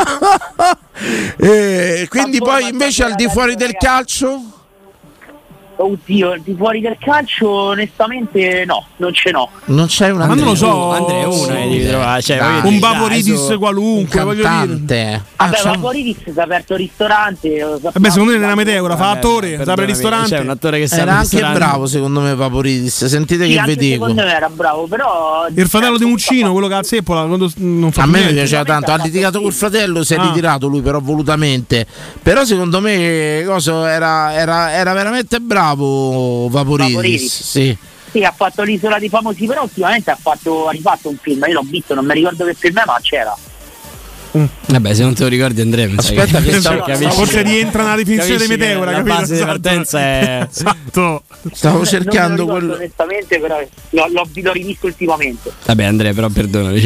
[SPEAKER 3] Quindi poi invece al di fuori del calcio?
[SPEAKER 20] Oddio, al di fuori del calcio onestamente no, non ce n'ho.
[SPEAKER 3] Non c'è una.
[SPEAKER 5] Ma non lo so,
[SPEAKER 4] Andrea, devi trovare,
[SPEAKER 5] un Vaporidis qualunque, voglio dire.
[SPEAKER 20] Vabbè, Vaporidis si è aperto ristorante.
[SPEAKER 5] Vabbè, secondo me nella meteora fa attore, si apre ristorante.
[SPEAKER 4] C'è un attore che
[SPEAKER 3] era anche bravo, secondo me Vaporidis. Sentite che vi dico.
[SPEAKER 20] Secondo me era bravo, però
[SPEAKER 5] il fratello di Muccino, quello che ha Zeppola, non fa.
[SPEAKER 3] A me piaceva tanto, ha litigato col fratello, si è ritirato lui però volutamente. Però secondo me era veramente bravo Vaporidis. Sì,
[SPEAKER 20] ha fatto l'Isola dei Famosi, però ultimamente ha rifatto un film, io l'ho visto, non mi ricordo che film è, ma c'era.
[SPEAKER 4] Vabbè, se non te lo ricordi Andrea,
[SPEAKER 3] aspetta che
[SPEAKER 5] forse rientra nella definizione di Meteora,
[SPEAKER 4] la base di partenza è
[SPEAKER 5] esatto.
[SPEAKER 3] Stavo cercando
[SPEAKER 20] quello onestamente, però l'ho rivisto ultimamente.
[SPEAKER 4] Vabbè Andrea, però perdonami,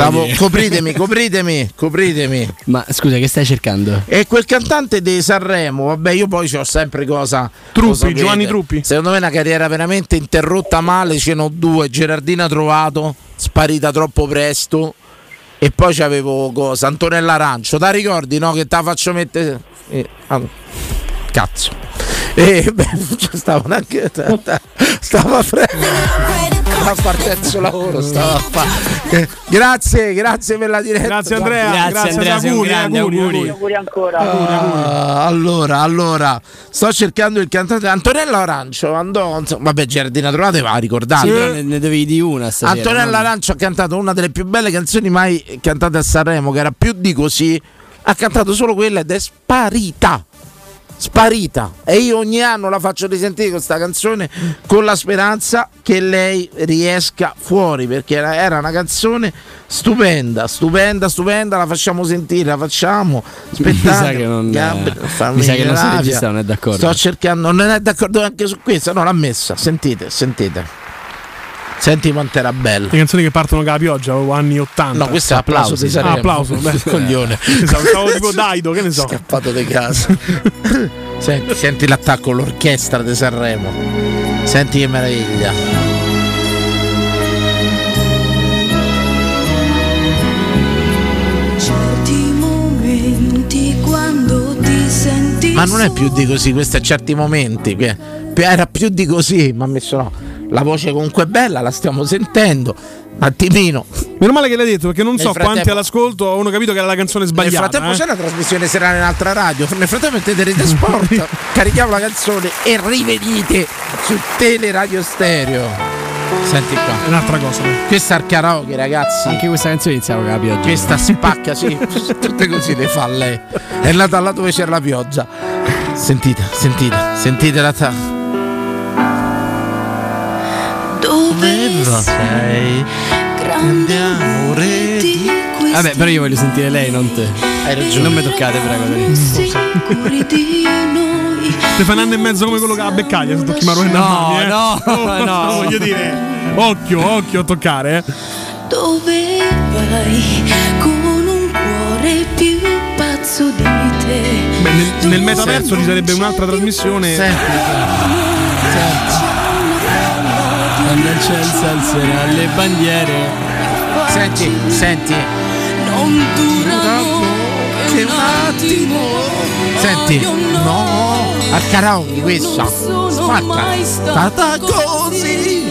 [SPEAKER 3] copritemi.
[SPEAKER 4] Ma scusa, che stai cercando?
[SPEAKER 3] E quel cantante di Sanremo, vabbè, io poi c'ho sempre
[SPEAKER 5] Giovanni Truppi.
[SPEAKER 3] Secondo me è una carriera veramente interrotta male, ce n'ho 2, Gerardina Trovato, sparita troppo presto. e poi c'avevo cosa, Antonella Arancio, ti ricordi, no? Che te la faccio mettere cazzo, e stavo anche stava a far terzo lavoro, stava a fare. Grazie per la diretta.
[SPEAKER 5] Grazie Andrea, grazie auguri
[SPEAKER 3] ancora. Allora, sto cercando il cantante Antonella Arancio, vabbè, Giardina Trovate va ricordate.
[SPEAKER 4] Sì, ne dovevi di una stasera.
[SPEAKER 3] Antonella Arancio ha cantato una delle più belle canzoni mai cantate a Sanremo, che era Più di così. Ha cantato solo quella ed è sparita, e io ogni anno la faccio risentire questa canzone con la speranza che lei riesca fuori, perché era una canzone stupenda, la facciamo sentire, la facciamo. Aspettate,
[SPEAKER 4] mi sa che il nostro regista non è d'accordo.
[SPEAKER 3] Sto cercando, non è d'accordo anche su questa, no, l'ha messa, sentite. Senti quanto era bella.
[SPEAKER 5] Le canzoni che partono con la pioggia, anni 80.
[SPEAKER 3] No, questo è applauso di Sanremo.
[SPEAKER 5] Applauso,
[SPEAKER 3] coglione.
[SPEAKER 5] Stavo tipo Daido, che ne so.
[SPEAKER 3] Scappato di casa. Senti l'attacco, l'orchestra di Sanremo. Senti che meraviglia.
[SPEAKER 10] Certi momenti quando ti senti.
[SPEAKER 3] Ma non è più di così, questo è certi momenti. Era più di così, ma ha messo no. La voce comunque è bella, la stiamo sentendo. Un attimino.
[SPEAKER 5] Meno male che l'hai detto, perché non so quanti all'ascolto hanno capito che era la canzone sbagliata.
[SPEAKER 3] Nel frattempo c'è una trasmissione serale in un'altra radio. Nel frattempo mettete Rete Sport, carichiamo la canzone e rivedite su Teleradio Stereo. Senti qua.
[SPEAKER 5] È un'altra cosa.
[SPEAKER 3] Questa è il karaoke, ragazzi.
[SPEAKER 4] Anche questa canzone iniziava con la pioggia.
[SPEAKER 3] Questa spacca, sì. Tutte così le fa lei. È nata là dove c'era la pioggia. Sentite la
[SPEAKER 10] Dove sei, grande amore di questi.
[SPEAKER 4] Vabbè, però io voglio sentire lei, non te.
[SPEAKER 3] Hai ragione.
[SPEAKER 4] Non mi toccate, prego.
[SPEAKER 10] Sicuri di noi.
[SPEAKER 5] Te fai un anno e mezzo come quello che ha Beccaglia se tocchi Maruenna Mani, no, voglio dire, occhio a toccare,
[SPEAKER 10] Dove vai con un cuore più pazzo di te?
[SPEAKER 5] Beh, nel metaverso ci sarebbe un'altra trasmissione.
[SPEAKER 3] Senti.
[SPEAKER 4] Quando il cielo si alzerà le bandiere.
[SPEAKER 3] Senti.
[SPEAKER 10] Non durano che un attimo.
[SPEAKER 3] Senti. No. Al karaoke questa. Stata così.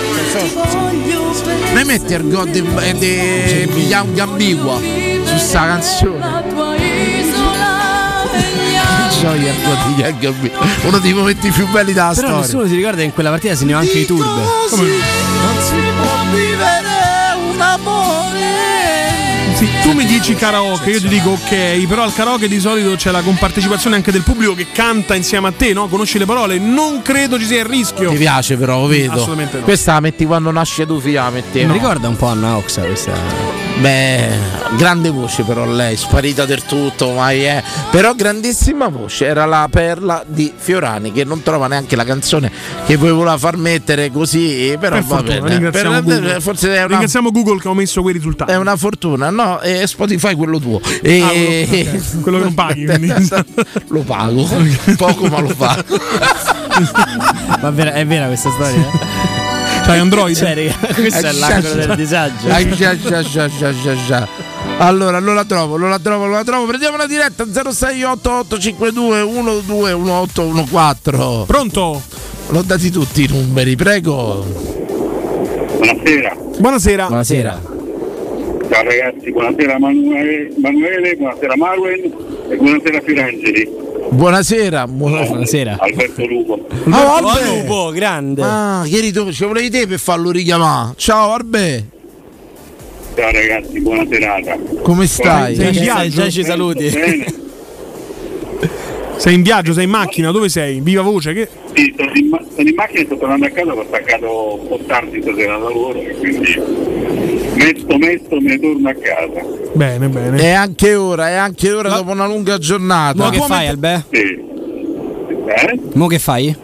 [SPEAKER 3] Ne metti il god di Young Ambigua su sta canzone. Gioia, uno dei momenti più belli della storia.
[SPEAKER 4] Però nessuno si ricorda che in quella partita se ne anche i turbe.
[SPEAKER 3] Non si può vivere un amore.
[SPEAKER 5] Sì, tu mi dici karaoke, io ti dico ok, però al karaoke di solito c'è la compartecipazione anche del pubblico che canta insieme a te, no? Conosci le parole, non credo ci sia il rischio.
[SPEAKER 3] Ti piace però, lo vedo.
[SPEAKER 5] Assolutamente no.
[SPEAKER 3] Questa la metti quando nasce tu figlia, metti.
[SPEAKER 4] Mi ricorda un po' Anna Oxa questa.
[SPEAKER 3] Beh, grande voce però lei, sparita del tutto, però grandissima voce, era la perla di Fiorani che non trova neanche la canzone che poi voleva far mettere così, però va bene.
[SPEAKER 5] Ringraziamo Google che ha messo quei risultati.
[SPEAKER 3] È una fortuna, no? E Spotify quello tuo.
[SPEAKER 5] Quello che non paghi,
[SPEAKER 3] lo pago, poco ma lo pago.
[SPEAKER 4] Ma è vera questa storia?
[SPEAKER 5] C'hai Android?
[SPEAKER 4] Questo è l'angolo del disagio.
[SPEAKER 3] Già. Allora, non la trovo. Prendiamo una diretta 068852 121814.
[SPEAKER 5] Pronto?
[SPEAKER 3] L'ho dati tutti i numeri, prego.
[SPEAKER 5] Buonasera.
[SPEAKER 7] Ciao ragazzi, buonasera Manuele, buonasera Marwen e buonasera Fiorangeli.
[SPEAKER 3] Buonasera.
[SPEAKER 7] Alberto Lupo.
[SPEAKER 4] Lupo, grande.
[SPEAKER 3] Ieri ci volevi te per farlo richiamare. Ciao Albe.
[SPEAKER 7] Ciao ragazzi, buona serata.
[SPEAKER 3] Come stai?
[SPEAKER 5] Sei in viaggio?
[SPEAKER 4] Già ci saluti.
[SPEAKER 7] Bene.
[SPEAKER 5] Sei in viaggio, sei in macchina, dove sei? Viva voce che?
[SPEAKER 7] Sì, sono in macchina e sto tornando a casa, ho staccato un po' tardi stasera al lavoro e quindi mesto me torno a casa.
[SPEAKER 5] Bene.
[SPEAKER 3] È anche ora dopo una lunga giornata.
[SPEAKER 4] Mo che fai, Albe?
[SPEAKER 7] Sì.
[SPEAKER 4] Mo che fai?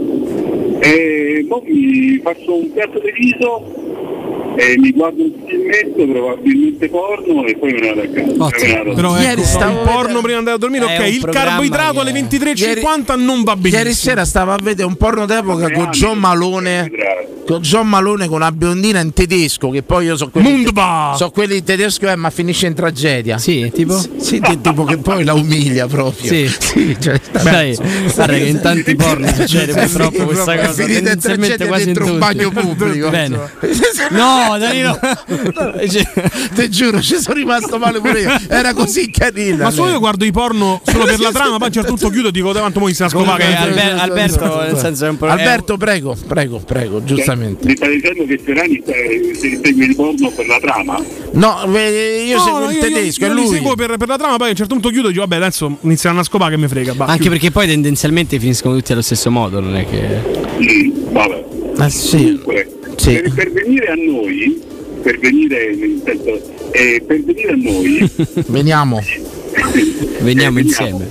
[SPEAKER 7] Mo mi faccio un piatto di riso e mi guardo un filmetto, probabilmente porno, e poi me ne vado a casa.
[SPEAKER 5] Però ieri stavo porno prima di andare a dormire, ok, il carboidrato alle 23:50 non va benissimo.
[SPEAKER 3] Ieri sera stavo a vedere un porno d'epoca con John Malone. con John Malone con una biondina in tedesco, che poi io so quelli in tedesco, ma finisce in tragedia.
[SPEAKER 4] Sì, tipo?
[SPEAKER 3] Sì, tipo che poi la umilia proprio.
[SPEAKER 4] Sì,
[SPEAKER 3] cioè,
[SPEAKER 4] dai, guarda che in tanti porni succede purtroppo questa cosa.
[SPEAKER 3] È finita in tragedia
[SPEAKER 4] quasi
[SPEAKER 3] dentro un bagno pubblico.
[SPEAKER 4] Bene. No, Danilo.
[SPEAKER 3] Te giuro, ci sono rimasto male pure io. Era così carina.
[SPEAKER 5] Ma solo io guardo i porno solo per la trama, poi a un certo punto chiudo e dico quanto mo inizia a scopare.
[SPEAKER 4] Alberto, nel senso è un po'.
[SPEAKER 3] Alberto, prego, giustamente.
[SPEAKER 1] Mi stai dicendo che Sperani segue il porno per la trama?
[SPEAKER 3] No, io seguo il tedesco,
[SPEAKER 5] io
[SPEAKER 3] è lui.
[SPEAKER 5] Li seguo per la trama, poi a un certo punto chiudo e dico vabbè, adesso inizieranno a scopare che mi frega.
[SPEAKER 4] Anche perché poi tendenzialmente finiscono tutti allo stesso modo, non è che.
[SPEAKER 1] Vabbè.
[SPEAKER 3] Sì.
[SPEAKER 1] Comunque,
[SPEAKER 3] sì.
[SPEAKER 1] Per venire a noi, per venire a noi
[SPEAKER 4] veniamo insieme.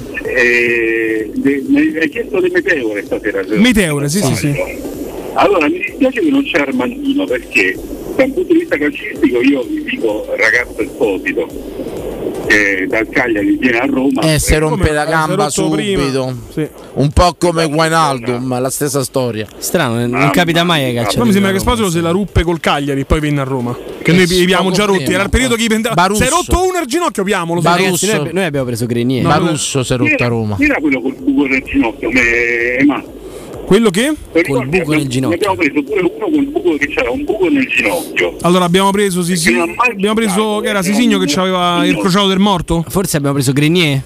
[SPEAKER 1] Mi hai chiesto le meteore stasera.
[SPEAKER 5] Meteore, sì.
[SPEAKER 1] Allora mi dispiace che non c'è Armandino, perché da un punto di vista calcistico io vi dico ragazzo Esposito, che dal Cagliari viene a Roma
[SPEAKER 3] si rompe la gamba subito,
[SPEAKER 5] sì.
[SPEAKER 3] Un po' come Wijnaldum, la stessa storia.
[SPEAKER 4] Strano, non capita mai ai calciatori.
[SPEAKER 5] Poi mi sembra che Esposito se la ruppe col Cagliari e poi venne a Roma, che noi abbiamo già rotti, era il periodo che gli prendeva. Si è rotto uno al ginocchio, piamolo.
[SPEAKER 4] Ragazzi, noi abbiamo preso Grenier.
[SPEAKER 3] Barusso si è rotto a Roma.
[SPEAKER 1] Era quello col buco nel ginocchio,
[SPEAKER 5] quello che?
[SPEAKER 4] Col buco nel ginocchio.
[SPEAKER 1] Abbiamo preso pure uno col buco, che c'era un buco nel ginocchio.
[SPEAKER 5] Allora abbiamo preso che era Sisigno che aveva il crociato del morto?
[SPEAKER 4] Forse abbiamo preso Grenier?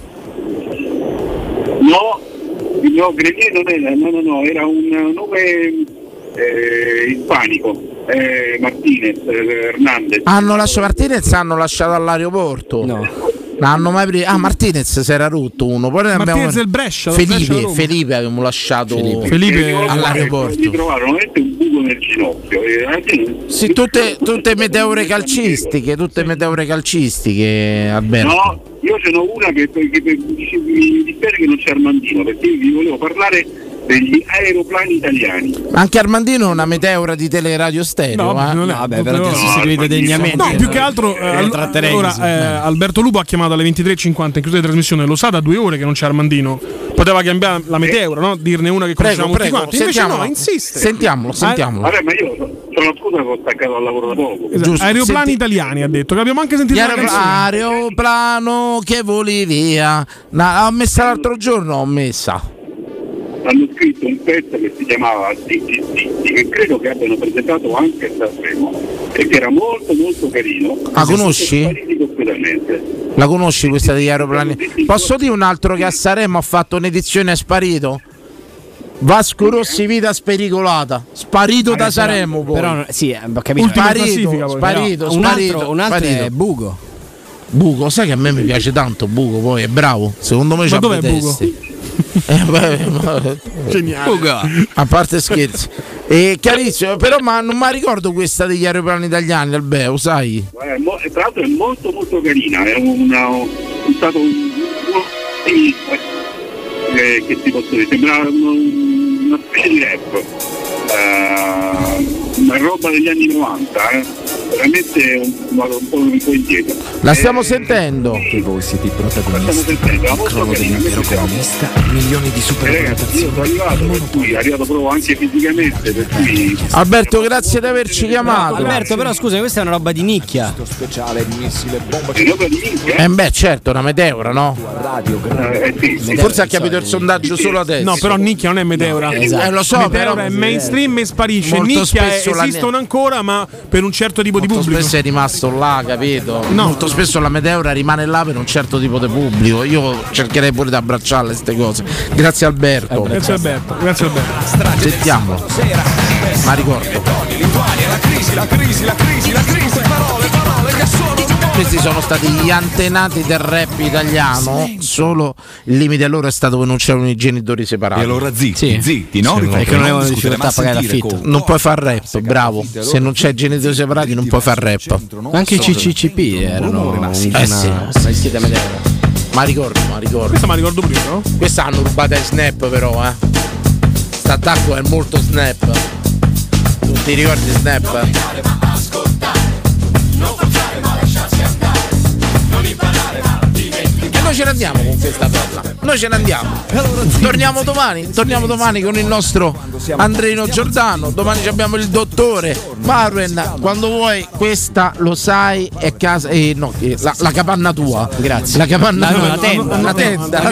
[SPEAKER 1] No, Grenier non era, no, era un nome ispanico. Martinez, Hernandez.
[SPEAKER 3] Martinez hanno lasciato all'aeroporto.
[SPEAKER 4] No.
[SPEAKER 3] Non hanno mai preso. Martinez si era rotto uno. Poi
[SPEAKER 5] Martinez del Brescia.
[SPEAKER 3] Felipe avevamo lasciato all'aeroporto.
[SPEAKER 1] Mi trovarono un buco nel ginocchio.
[SPEAKER 3] Sì, tutte meteore calcistiche, Alberto.
[SPEAKER 1] No, io ce n'ho una che mi dispiace che non c'è Armandino, perché io vi volevo parlare degli aeroplani italiani.
[SPEAKER 3] Anche Armandino è una meteora di teleradio stereo.
[SPEAKER 4] Però sostituite degnamente.
[SPEAKER 5] No, più che altro Alberto Lupo ha chiamato alle 23:50 in chiusura di trasmissione. Lo sa da 2 ore che non c'è Armandino. Poteva cambiare la meteora, no? Dirne una che conosciamo tutti quanti. Invece no, insiste.
[SPEAKER 3] Sentiamolo.
[SPEAKER 1] Vabbè, ma io sono scusa che ho staccato al lavoro da poco.
[SPEAKER 5] Esatto. Aeroplani italiani, ha detto, che abbiamo anche sentito la canzone.
[SPEAKER 3] Aeroplano che voli via. Ho messa l'altro giorno,
[SPEAKER 1] Hanno scritto un pezzo che si chiamava Zitti, che credo che abbiano presentato anche a Sanremo, e che era molto molto carino.
[SPEAKER 3] La conosci? La conosci questa degli aeroplani? Posso dire un altro che a Sanremo ha fatto un'edizione sparito? Vasco Rossi, vita spericolata, sparito da Sanremo.
[SPEAKER 4] Però sì, ho capito.
[SPEAKER 3] Sparito.
[SPEAKER 4] Un altro è
[SPEAKER 3] Buco, sai che a me mi piace tanto Buco, poi è bravo. Secondo me c'ha due teste.
[SPEAKER 5] Geniale.
[SPEAKER 3] A parte scherzi, chiarissimo, però ma non mi ricordo questa degli aeroplani italiani, Albeo, sai?
[SPEAKER 1] Tra l'altro è molto molto carina, è stato che ti posso dire, sembra una specie di rap, una roba degli anni 90, veramente vado un po' indietro.
[SPEAKER 3] La stiamo sentendo.
[SPEAKER 22] Che voi siete i protagonisti. Il crollo dell'impero comunista, milioni di supervalutazioni.
[SPEAKER 1] Io sono arrivato, per cui è arrivato proprio anche fisicamente, per cui...
[SPEAKER 3] Alberto, grazie di averci chiamato.
[SPEAKER 4] Alberto, però scusa, questa è una roba di nicchia.
[SPEAKER 22] Speciale di missile bomba.
[SPEAKER 3] Certo, una meteora, no?
[SPEAKER 1] Sì.
[SPEAKER 3] Forse ha capito il sondaggio solo adesso.
[SPEAKER 5] No, però nicchia non è meteora.
[SPEAKER 3] Esatto. Lo so,
[SPEAKER 5] meteora
[SPEAKER 3] però
[SPEAKER 5] è mainstream e sparisce.
[SPEAKER 3] Molto
[SPEAKER 5] Nicchia
[SPEAKER 3] spesso
[SPEAKER 5] esistono ancora, ma per un certo tipo di pubblico.
[SPEAKER 3] Spesso è rimasto là, capito?
[SPEAKER 5] No.
[SPEAKER 3] Molto spesso la meteora rimane là per un certo tipo di pubblico. Io cercherei pure di abbracciarle queste cose. Grazie Alberto.
[SPEAKER 5] Grazie Alberto.
[SPEAKER 3] Sentiamolo. Ma ricordo.
[SPEAKER 17] La crisi, parole che sono.
[SPEAKER 3] Questi sono stati gli antenati del rap italiano. Solo il limite a loro è stato che non c'erano i genitori separati.
[SPEAKER 22] E allora zitti, no?
[SPEAKER 4] Perché non avevano difficoltà a pagare l'affitto.
[SPEAKER 3] Non puoi far rap, bravo. Se non c'è genitori separati non puoi far rap.
[SPEAKER 4] Anche i CCCP erano una vestita meteora.
[SPEAKER 3] Ma ricordo.
[SPEAKER 5] Questa mi ricordo prima, no?
[SPEAKER 3] Questa hanno rubata i snap però, St'attacco è molto snap. Tu ti ricordi snap? ce ne andiamo con questa bella. Noi ce ne andiamo. Torniamo domani con il nostro Andreino Giordano. Domani abbiamo il dottore Marwen. Quando vuoi, questa lo sai, è casa. La capanna tua.
[SPEAKER 4] Grazie.
[SPEAKER 3] La capanna
[SPEAKER 4] la tenda.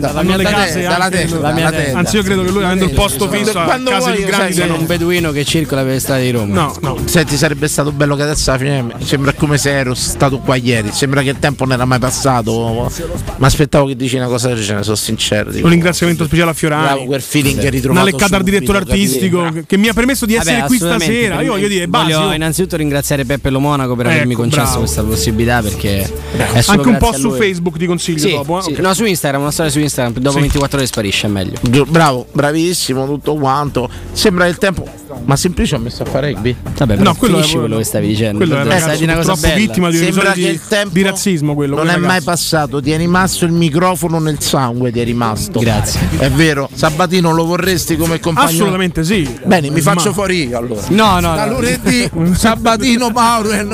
[SPEAKER 5] Anzi, io credo che lui, avendo il posto fisso a casa di grandi,
[SPEAKER 4] sono un beduino che circola per le strade di Roma.
[SPEAKER 5] No.
[SPEAKER 3] Senti, sarebbe stato bello che adesso alla fine sembra come se ero stato qua ieri. Sembra che il tempo non era mai passato. Ma aspettavo che dici una cosa del genere, sono sincero.
[SPEAKER 5] Un ringraziamento speciale a Fiorani.
[SPEAKER 3] Bravo, quel feeling che ritrovato.
[SPEAKER 5] Una leccata al direttore artistico che mi ha permesso di essere qui stasera. Io voglio dire,
[SPEAKER 4] voglio innanzitutto ringraziare Peppe Lo Monaco per avermi concesso questa possibilità, perché è solo
[SPEAKER 5] anche un po'
[SPEAKER 4] a
[SPEAKER 5] su
[SPEAKER 4] lui.
[SPEAKER 5] Facebook ti consiglio dopo.
[SPEAKER 4] Sì. No, su Instagram, una storia su Instagram. Dopo 24 ore sparisce, è meglio.
[SPEAKER 3] Bravo, bravissimo, tutto quanto. Sembra il tempo. Ma Semplice ha messo a fare rugby?
[SPEAKER 4] Vabbè, no, quello che stavi dicendo.
[SPEAKER 5] Quello è una cosa bella. Vittima di
[SPEAKER 3] sembra che il tempo
[SPEAKER 5] di razzismo, quello
[SPEAKER 3] non è mai passato. Ti è rimasto il microfono nel sangue, ti è rimasto.
[SPEAKER 4] Grazie.
[SPEAKER 3] È vero. Sabatino lo vorresti come compagno?
[SPEAKER 5] Assolutamente sì.
[SPEAKER 3] Bene, mi faccio fuori io allora.
[SPEAKER 4] No.
[SPEAKER 3] Da lunedì Sabatino Mauruen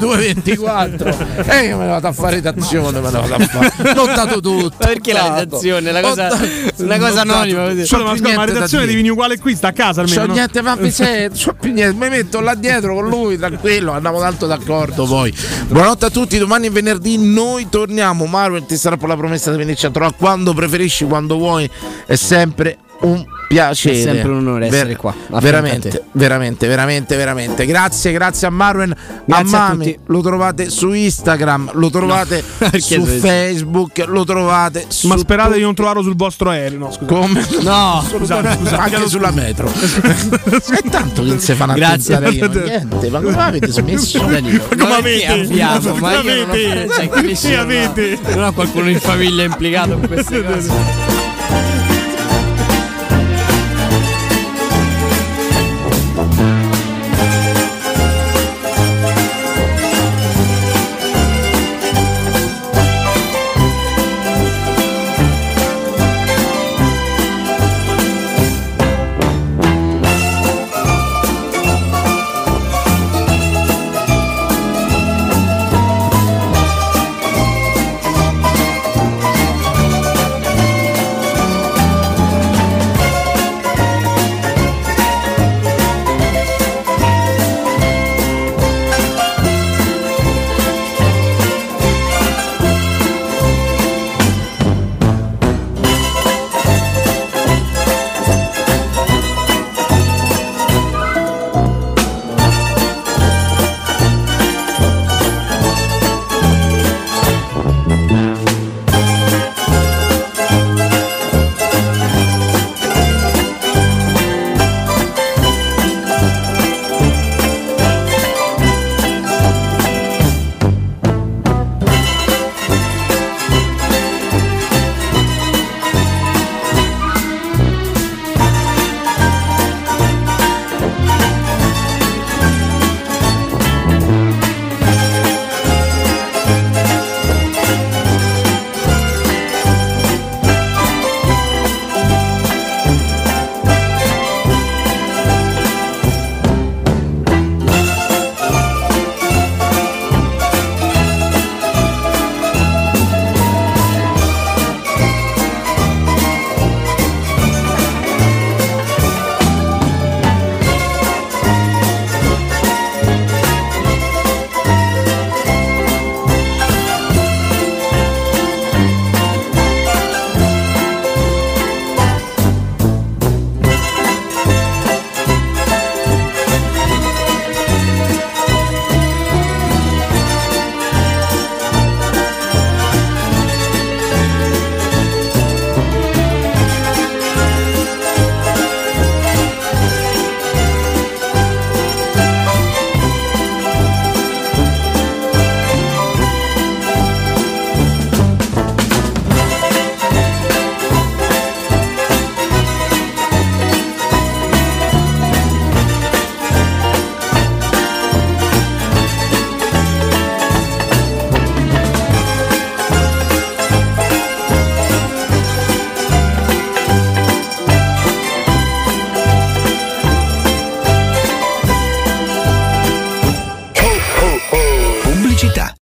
[SPEAKER 3] 22-24. E io me ne vado a fare redazione, me ne vado a fare. L'ho dato tutto.
[SPEAKER 4] Perché la redazione? Una cosa anonima.
[SPEAKER 5] Ma redazione devi uguale qui, sta a casa almeno.
[SPEAKER 3] C'ho niente, ma mi metto là dietro con lui, tranquillo, andiamo tanto d'accordo poi. Buonanotte a tutti, domani è venerdì, noi torniamo. Marvel ti sarà per la promessa di venirci a trovare quando preferisci, quando vuoi, è sempre un piacere.
[SPEAKER 4] È sempre un onore essere qua.
[SPEAKER 3] Veramente. Grazie a Marwen. A Mami lo trovate su Instagram, lo trovate su Facebook, lo trovate su.
[SPEAKER 5] Ma sperate di non trovarlo sul vostro aereo, no? Scusate.
[SPEAKER 3] Come?
[SPEAKER 4] No,
[SPEAKER 3] scusate, anche sulla metro. È tanto che non si fa una
[SPEAKER 4] grazie
[SPEAKER 3] niente, ma come avete smesso?
[SPEAKER 5] Come avete?
[SPEAKER 4] Non ho qualcuno in famiglia implicato in queste cose.